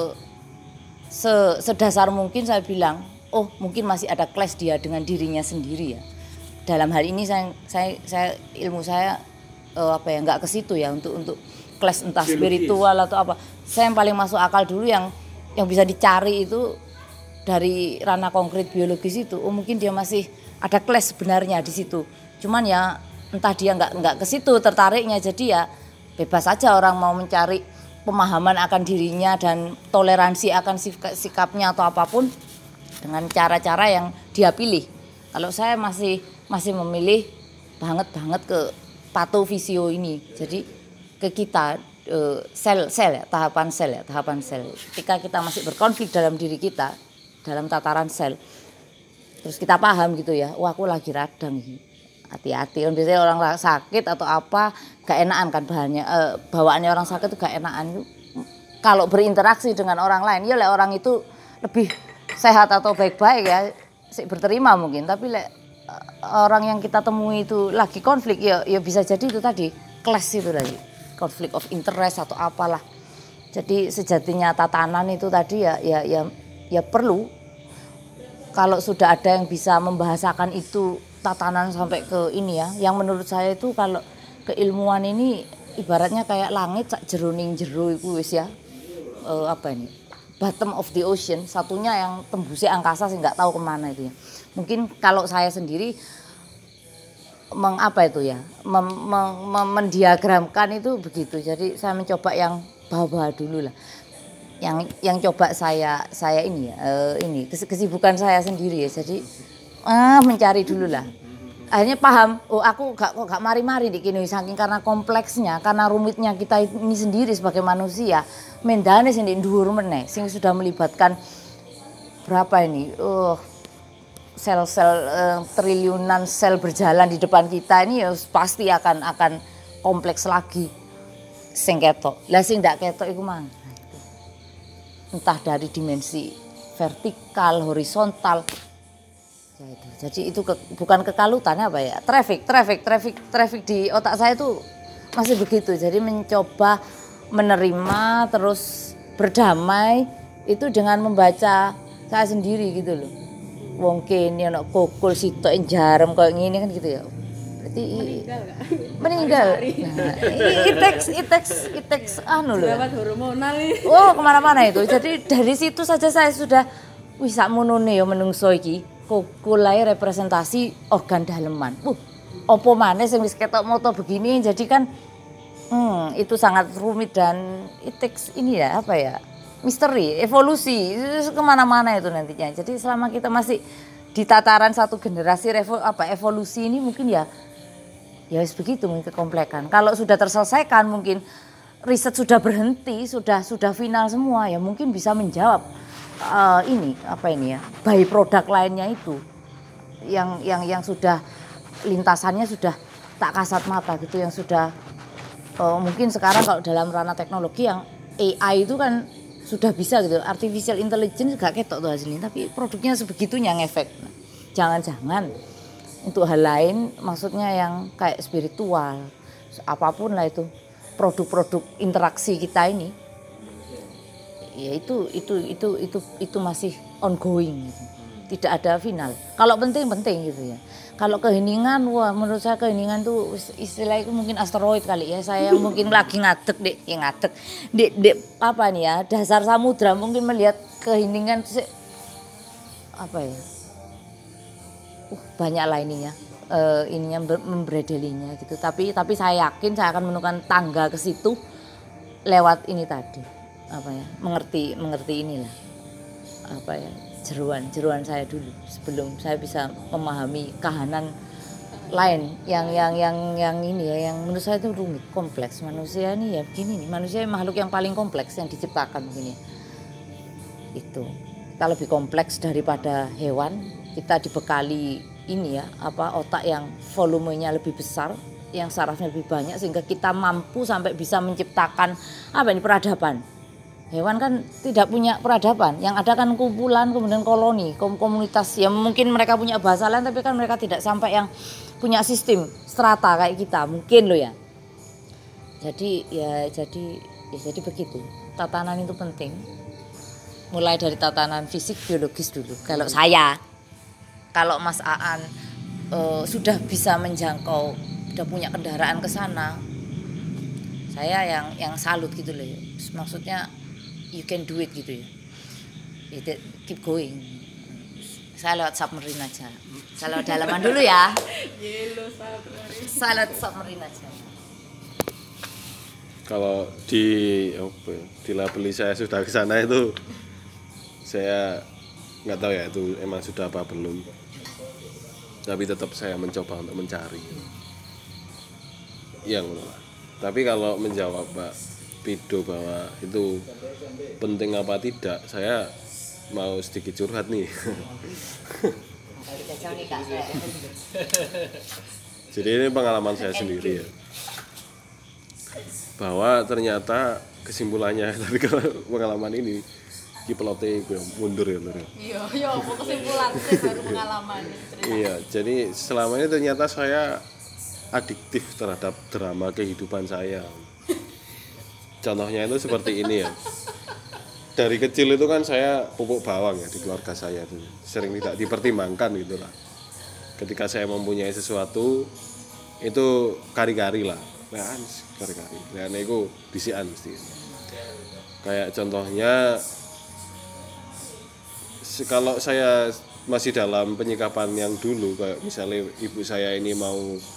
sedasar mungkin saya bilang, oh mungkin masih ada clash dia dengan dirinya sendiri ya. Dalam hal ini saya ilmu saya nggak ke situ ya untuk clash entah spiritual atau apa. Saya yang paling masuk akal dulu yang bisa dicari itu dari ranah konkret biologis itu. Oh mungkin dia masih ada clash sebenarnya di situ. Cuman ya entah dia nggak ke situ tertariknya, jadi ya bebas saja orang mau mencari pemahaman akan dirinya dan toleransi akan sikapnya atau apapun dengan cara-cara yang dia pilih. Kalau saya masih memilih banget ke patofisio ini. Jadi ke kita sel ya, tahapan sel. Ketika kita masih berkonflik dalam diri kita, dalam tataran sel, terus kita paham gitu ya, wah aku lagi radang gitu. Hati-hati, biasanya orang sakit atau apa gak enakan kan bawaannya orang sakit itu gak enakan. Kalau berinteraksi dengan orang lain, ya orang itu lebih sehat atau baik-baik ya, berterima mungkin. Tapi orang yang kita temui itu lagi konflik, ya bisa jadi itu tadi clash itu tadi, konflik of interest atau apalah. Jadi sejatinya tatanan itu tadi ya perlu, kalau sudah ada yang bisa membahasakan itu tatanan sampai ke ini ya, yang menurut saya itu kalau keilmuan ini ibaratnya kayak langit sak jeroning jero iku wis ya, bottom of the ocean, satunya yang tembusnya angkasa sih nggak tahu kemana itu ya. Mungkin kalau saya sendiri mendiagramkan itu begitu. Jadi saya mencoba yang bawah dulu lah, yang coba saya ini ya, ini kesibukan saya sendiri ya. Jadi mencari dulu lah. Akhirnya paham, oh aku gak mari-mari di kini saking karena kompleksnya, karena rumitnya kita ini sendiri sebagai manusia. Mendane sing ndek dhuwur meneh, sing sudah melibatkan berapa ini? Sel-sel triliunan sel berjalan di depan kita ini ya pasti akan kompleks lagi. Sing ketok. Lah sing ndak ketok iku mang. Entah dari dimensi vertikal, horizontal. Ya itu. Jadi itu bukan kekalutan apa ya? Traffic di otak saya itu masih begitu. Jadi mencoba menerima terus berdamai itu dengan membaca saya sendiri gitu loh. Wong kene ana kokul sitok jarem koyo ngene kan gitu ya. Berarti meninggal. Nah, it takes anu loh. Gawat hormonal ini. Oh, kemana-mana itu. Jadi dari situ saja saya sudah wis sakmonone ya menungso iki. Kokul ae representasi organ daleman. Opo maneh sing wis ketok moto begini, jadi kan itu sangat rumit dan it takes ini ya apa ya? Misteri, evolusi, kemana-mana itu nantinya. Jadi selama kita masih di tataran satu generasi evolusi ini mungkin ya begitu mungkin kekomplekan. Kalau sudah terselesaikan mungkin riset sudah berhenti, sudah final semua ya mungkin bisa menjawab by produk lainnya itu yang sudah lintasannya sudah tak kasat mata gitu, yang sudah mungkin sekarang kalau dalam ranah teknologi yang AI itu kan sudah bisa gitu, artificial intelligence gak ketok tuh hasilnya, tapi produknya sebegitunya ngefek. Jangan-jangan untuk hal lain, maksudnya yang kayak spiritual, apapun lah itu, produk-produk interaksi kita ini, ya itu masih ongoing, gitu. Tidak ada final. Kalau penting gitu ya. Kalau keheningan, wah menurut saya keheningan tuh istilah itu mungkin asteroid kali ya. Saya mungkin lagi ngadeg dek apa nih ya, dasar samudra mungkin melihat keheningan itu apa ya. Banyak lah ininya membredelinya gitu. Tapi saya yakin saya akan menemukan tangga ke situ lewat ini tadi. Apa ya? Mengerti inilah. Apa ya? Jeruan saya dulu sebelum saya bisa memahami kahanan lain yang ini ya, yang menurut saya itu rumit, kompleks. Manusia ini ya begini nih, manusia makhluk yang paling kompleks yang diciptakan begini. Itu kita lebih kompleks daripada hewan, kita dibekali ini ya, otak yang volumenya lebih besar yang sarafnya lebih banyak sehingga kita mampu sampai bisa menciptakan peradaban. Hewan kan tidak punya peradaban, yang ada kan kumpulan kemudian koloni, komunitas yang mungkin mereka punya bahasa lain tapi kan mereka tidak sampai yang punya sistem strata kayak kita mungkin loh ya. Jadi begitu. Tatanan itu penting. Mulai dari tatanan fisik biologis dulu. Kalau Mas Aan sudah bisa menjangkau, sudah punya kendaraan ke sana, saya yang salut gitu loh ya. Maksudnya you can do it gitu ya. Keep going. Saya lewat submarine aja. Saya lewat dalaman dulu ya. Saya lewat submarine aja. Kalau dilabeli saya sudah ke sana itu saya nggak tahu ya itu emang sudah apa belum. Tapi tetap saya mencoba untuk mencari. Tapi kalau menjawab Mbak Pido bahwa itu penting apa tidak, saya mau sedikit curhat nih. Jadi ini pengalaman saya sendiri ya, bahwa ternyata kesimpulannya dari pengalaman ini kipelote gue mundur ya lho. Iya, kesimpulan sih baru pengalaman. Iya, jadi selama ini ternyata saya adiktif terhadap drama kehidupan saya. Contohnya itu seperti ini ya. Dari kecil itu kan saya pupuk bawang ya di keluarga saya itu. Sering tidak dipertimbangkan gitu lah. Ketika saya mempunyai sesuatu itu kari-kari lah. Kari-kari. Dan itu bisian mesti. Kayak contohnya kalau saya masih dalam penyikapan yang dulu, kayak misalnya ibu saya ini mau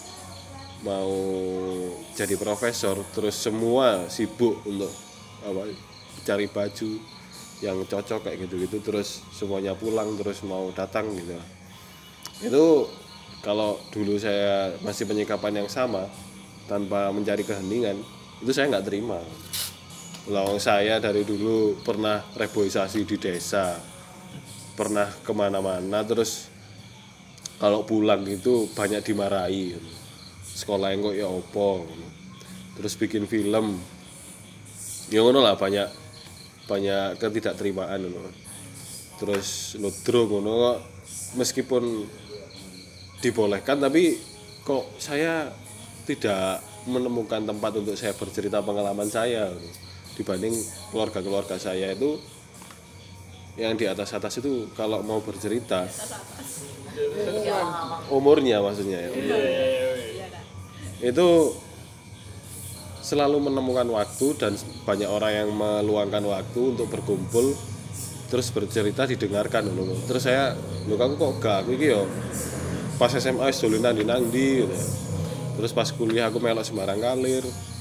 jadi profesor, terus semua sibuk untuk cari baju yang cocok kayak gitu-gitu, terus semuanya pulang terus mau datang gitu. Itu kalau dulu saya masih penyikapan yang sama tanpa mencari keheningan, itu saya nggak terima. Lawang saya dari dulu pernah reboisasi di desa, pernah kemana-mana, terus kalau pulang itu banyak dimarahi. Sekolah yang kok ya opo, terus bikin film, ya ngono lah, banyak ketidakterimaan ngono. Terus ludro ngono, meskipun dibolehkan tapi kok saya tidak menemukan tempat untuk saya bercerita pengalaman saya dibanding keluarga saya itu yang di atas itu kalau mau bercerita umurnya maksudnya ya. Itu selalu menemukan waktu dan banyak orang yang meluangkan waktu untuk berkumpul terus bercerita didengarkan. Terus saya aku kok gak aku iki yo pas SMA wis dolen nang ndi gitu. Terus pas kuliah aku melok Semarang Kalir,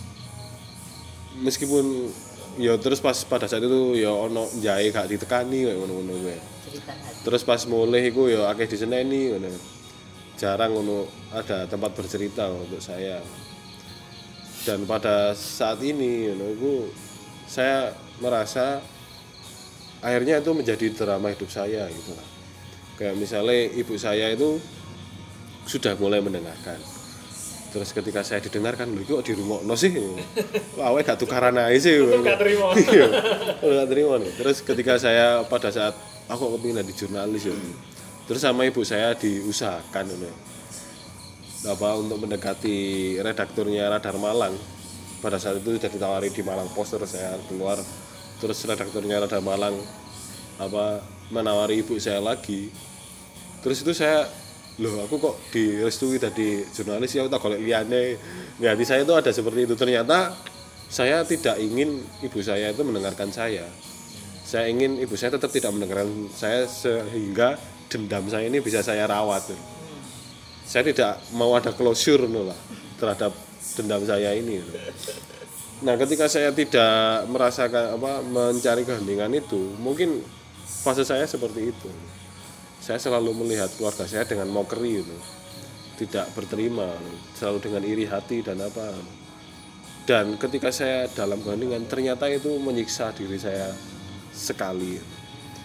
meskipun ya terus pas pada saat itu ya ono jahe gak ditekani kayak ngono-ngono kuwi. Terus pas mulai iku ya akeh diseneni ngono. Jarang ngono ada tempat bercerita untuk saya. Dan pada saat ini ngono saya merasa akhirnya itu menjadi drama hidup saya gitu lah. Kayak misalnya ibu saya itu sudah mulai mendengarkan. Terus ketika saya didengarkan, lho kok dirungokno sih? Awake gak tukaran ae sih. Gak terima. Iya. Gak terima nih. Terus ketika saya pada saat aku kepingin jadi jurnalis ya. Terus sama ibu saya diusahakan untuk mendekati redakturnya Radar Malang. Pada saat itu sudah ditawari di Malang Post, terus saya keluar. Terus redakturnya Radar Malang menawari ibu saya lagi. Terus itu saya, aku kok direstui tadi jurnalis ya, tak golek liyane. Di hati saya itu ada seperti itu. Ternyata saya tidak ingin ibu saya itu mendengarkan saya. Saya ingin ibu saya tetap tidak mendengarkan saya sehingga dendam saya ini bisa saya rawat. Saya tidak mau ada closure terhadap dendam saya ini. Nah, ketika saya tidak merasakan mencari keheningan itu, mungkin fase saya seperti itu. Saya selalu melihat keluarga saya dengan mockery tidak berterima, selalu dengan iri hati dan apa. Dan ketika saya dalam keheningan, ternyata itu menyiksa diri saya sekali.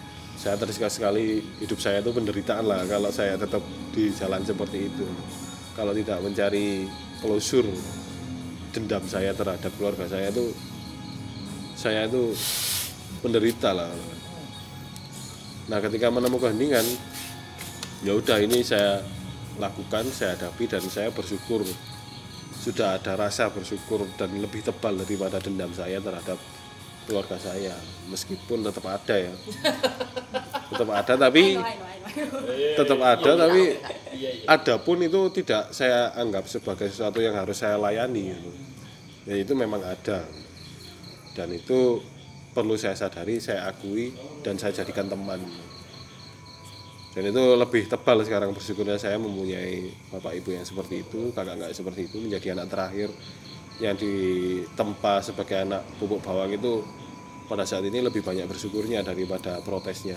Saya tersiksa sekali, hidup saya itu penderitaan lah kalau saya tetap di jalan seperti itu. kalau tidak mencari closure dendam saya terhadap keluarga saya itu menderita lah. Nah ketika menemukan heningan, ya udah ini saya lakukan, saya hadapi dan saya bersyukur sudah ada rasa bersyukur dan lebih tebal daripada dendam saya terhadap keluarga saya, meskipun tetap ada ya, tetap ada tapi ada pun itu tidak saya anggap sebagai sesuatu yang harus saya layani gitu. Ya itu memang ada dan itu perlu saya sadari, saya akui dan saya jadikan teman. Dan itu lebih tebal sekarang bersyukurnya saya mempunyai bapak ibu yang seperti itu, kakak nggak seperti itu, menjadi anak terakhir yang ditempa sebagai anak pupuk bawang itu pada saat ini lebih banyak bersyukurnya daripada protesnya.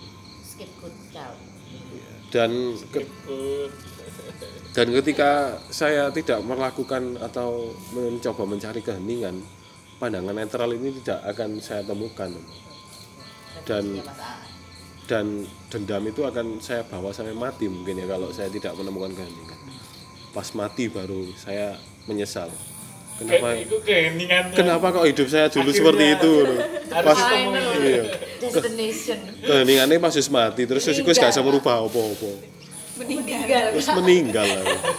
Dan ketika saya tidak melakukan atau mencoba mencari keheningan, pandangan netral ini tidak akan saya temukan. Dan dendam itu akan saya bawa sampai mati mungkin ya kalau saya tidak menemukan keheningan. Pas mati baru saya menyesal. Kenapa kok hidup saya dulu seperti itu? Pas iya. Keheningannya pas mati terus wis gak bisa merubah apa-apa. Meninggal.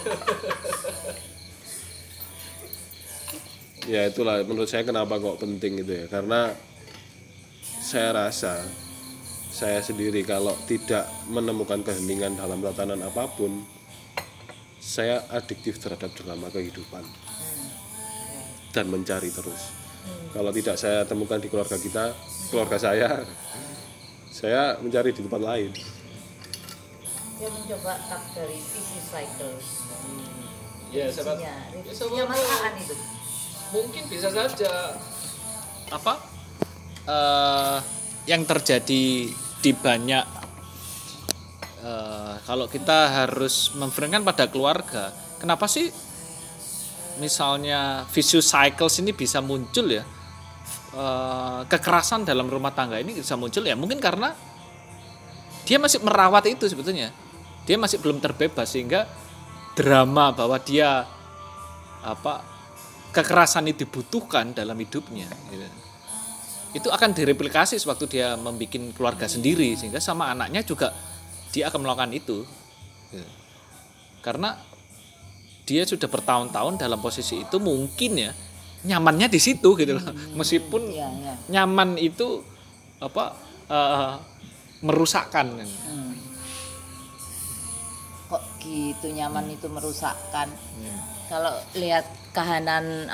Ya itulah menurut saya kenapa kok penting itu ya, karena saya rasa saya sendiri kalau tidak menemukan keheningan dalam tatanan apapun, saya adiktif terhadap drama kehidupan dan mencari terus. Kalau tidak saya temukan di keluarga saya mencari di tempat lain. Dia mencoba tak dari vicious cycle. Ya, revisinya masaan itu. Mungkin bisa saja yang terjadi di banyak kalau kita harus memframingkan pada keluarga, kenapa sih misalnya vicious cycles ini bisa muncul ya, kekerasan dalam rumah tangga ini bisa muncul ya, mungkin karena dia masih merawat itu sebetulnya, dia masih belum terbebas sehingga drama bahwa dia kekerasan itu dibutuhkan dalam hidupnya gitu. Itu akan direplikasi sewaktu dia membuat keluarga sendiri, sehingga sama anaknya juga dia akan melakukan itu gitu. Karena dia sudah bertahun-tahun dalam posisi itu, mungkin ya nyamannya di situ gitu loh. Meskipun nyaman itu merusakkan. Kok gitu nyaman itu merusakkan? Kalau lihat kahanan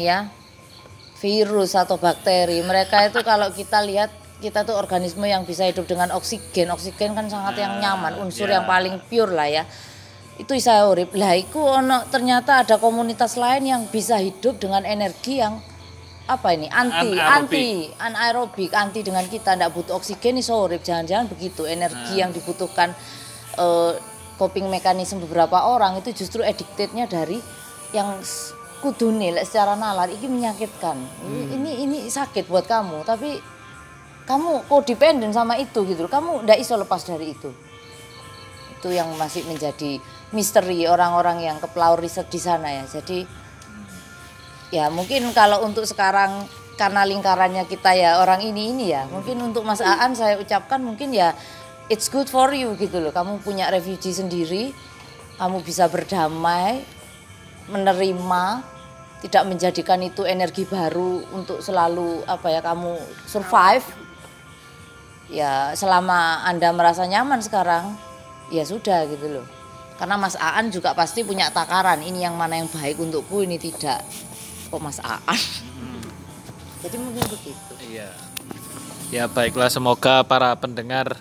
virus atau bakteri, mereka itu kalau kita lihat, kita tuh organisme yang bisa hidup dengan oksigen kan sangat yang nyaman, unsur yang paling pure lah ya. Itu bisa urip. Lah iku ternyata ada komunitas lain yang bisa hidup dengan energi yang anaerobik, anti dengan kita, ndak butuh oksigen iso urip. Jangan-jangan begitu, energi yang dibutuhkan coping mekanisme beberapa orang itu justru addicted-nya dari yang kudune secara nalar ini menyakitkan. Ini sakit buat kamu, tapi kamu codependent sama itu gitu. Kamu ndak iso lepas dari itu. Itu yang masih menjadi misteri orang-orang yang kepelaur riset di sana ya. Jadi ya mungkin kalau untuk sekarang karena lingkarannya kita ya orang ini ya, mungkin untuk Mas Aan saya ucapkan mungkin ya it's good for you gitu loh. Kamu punya refugee sendiri, kamu bisa berdamai, menerima, tidak menjadikan itu energi baru untuk selalu kamu survive. Ya selama Anda merasa nyaman sekarang, ya sudah gitu loh. Karena Mas Aan juga pasti punya takaran, ini yang mana yang baik untukku, ini tidak. Kok Mas Aan? Jadi mungkin begitu. Iya. Ya baiklah, semoga para pendengar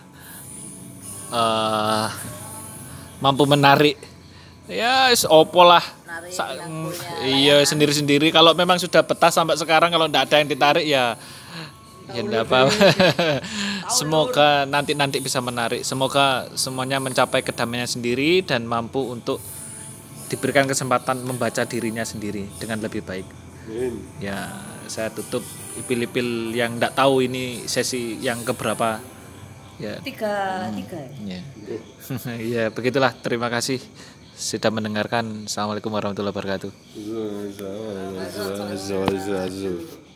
mampu menarik. Ya opo lah. Iya sendiri-sendiri. Kalau memang sudah betah sampai sekarang, kalau tidak ada yang ditarik ya enggak apa-apa. Semoga nanti bisa menarik. Semoga semuanya mencapai kedamaian sendiri dan mampu untuk diberikan kesempatan membaca dirinya sendiri dengan lebih baik. Ya, saya tutup ipil-ipil yang enggak tahu ini sesi yang keberapa. Ya. Tiga. Ya. Ya, begitulah. Terima kasih. sudah mendengarkan. Assalamualaikum warahmatullahi wabarakatuh. Zu- zu- zu- zu- zu- zu.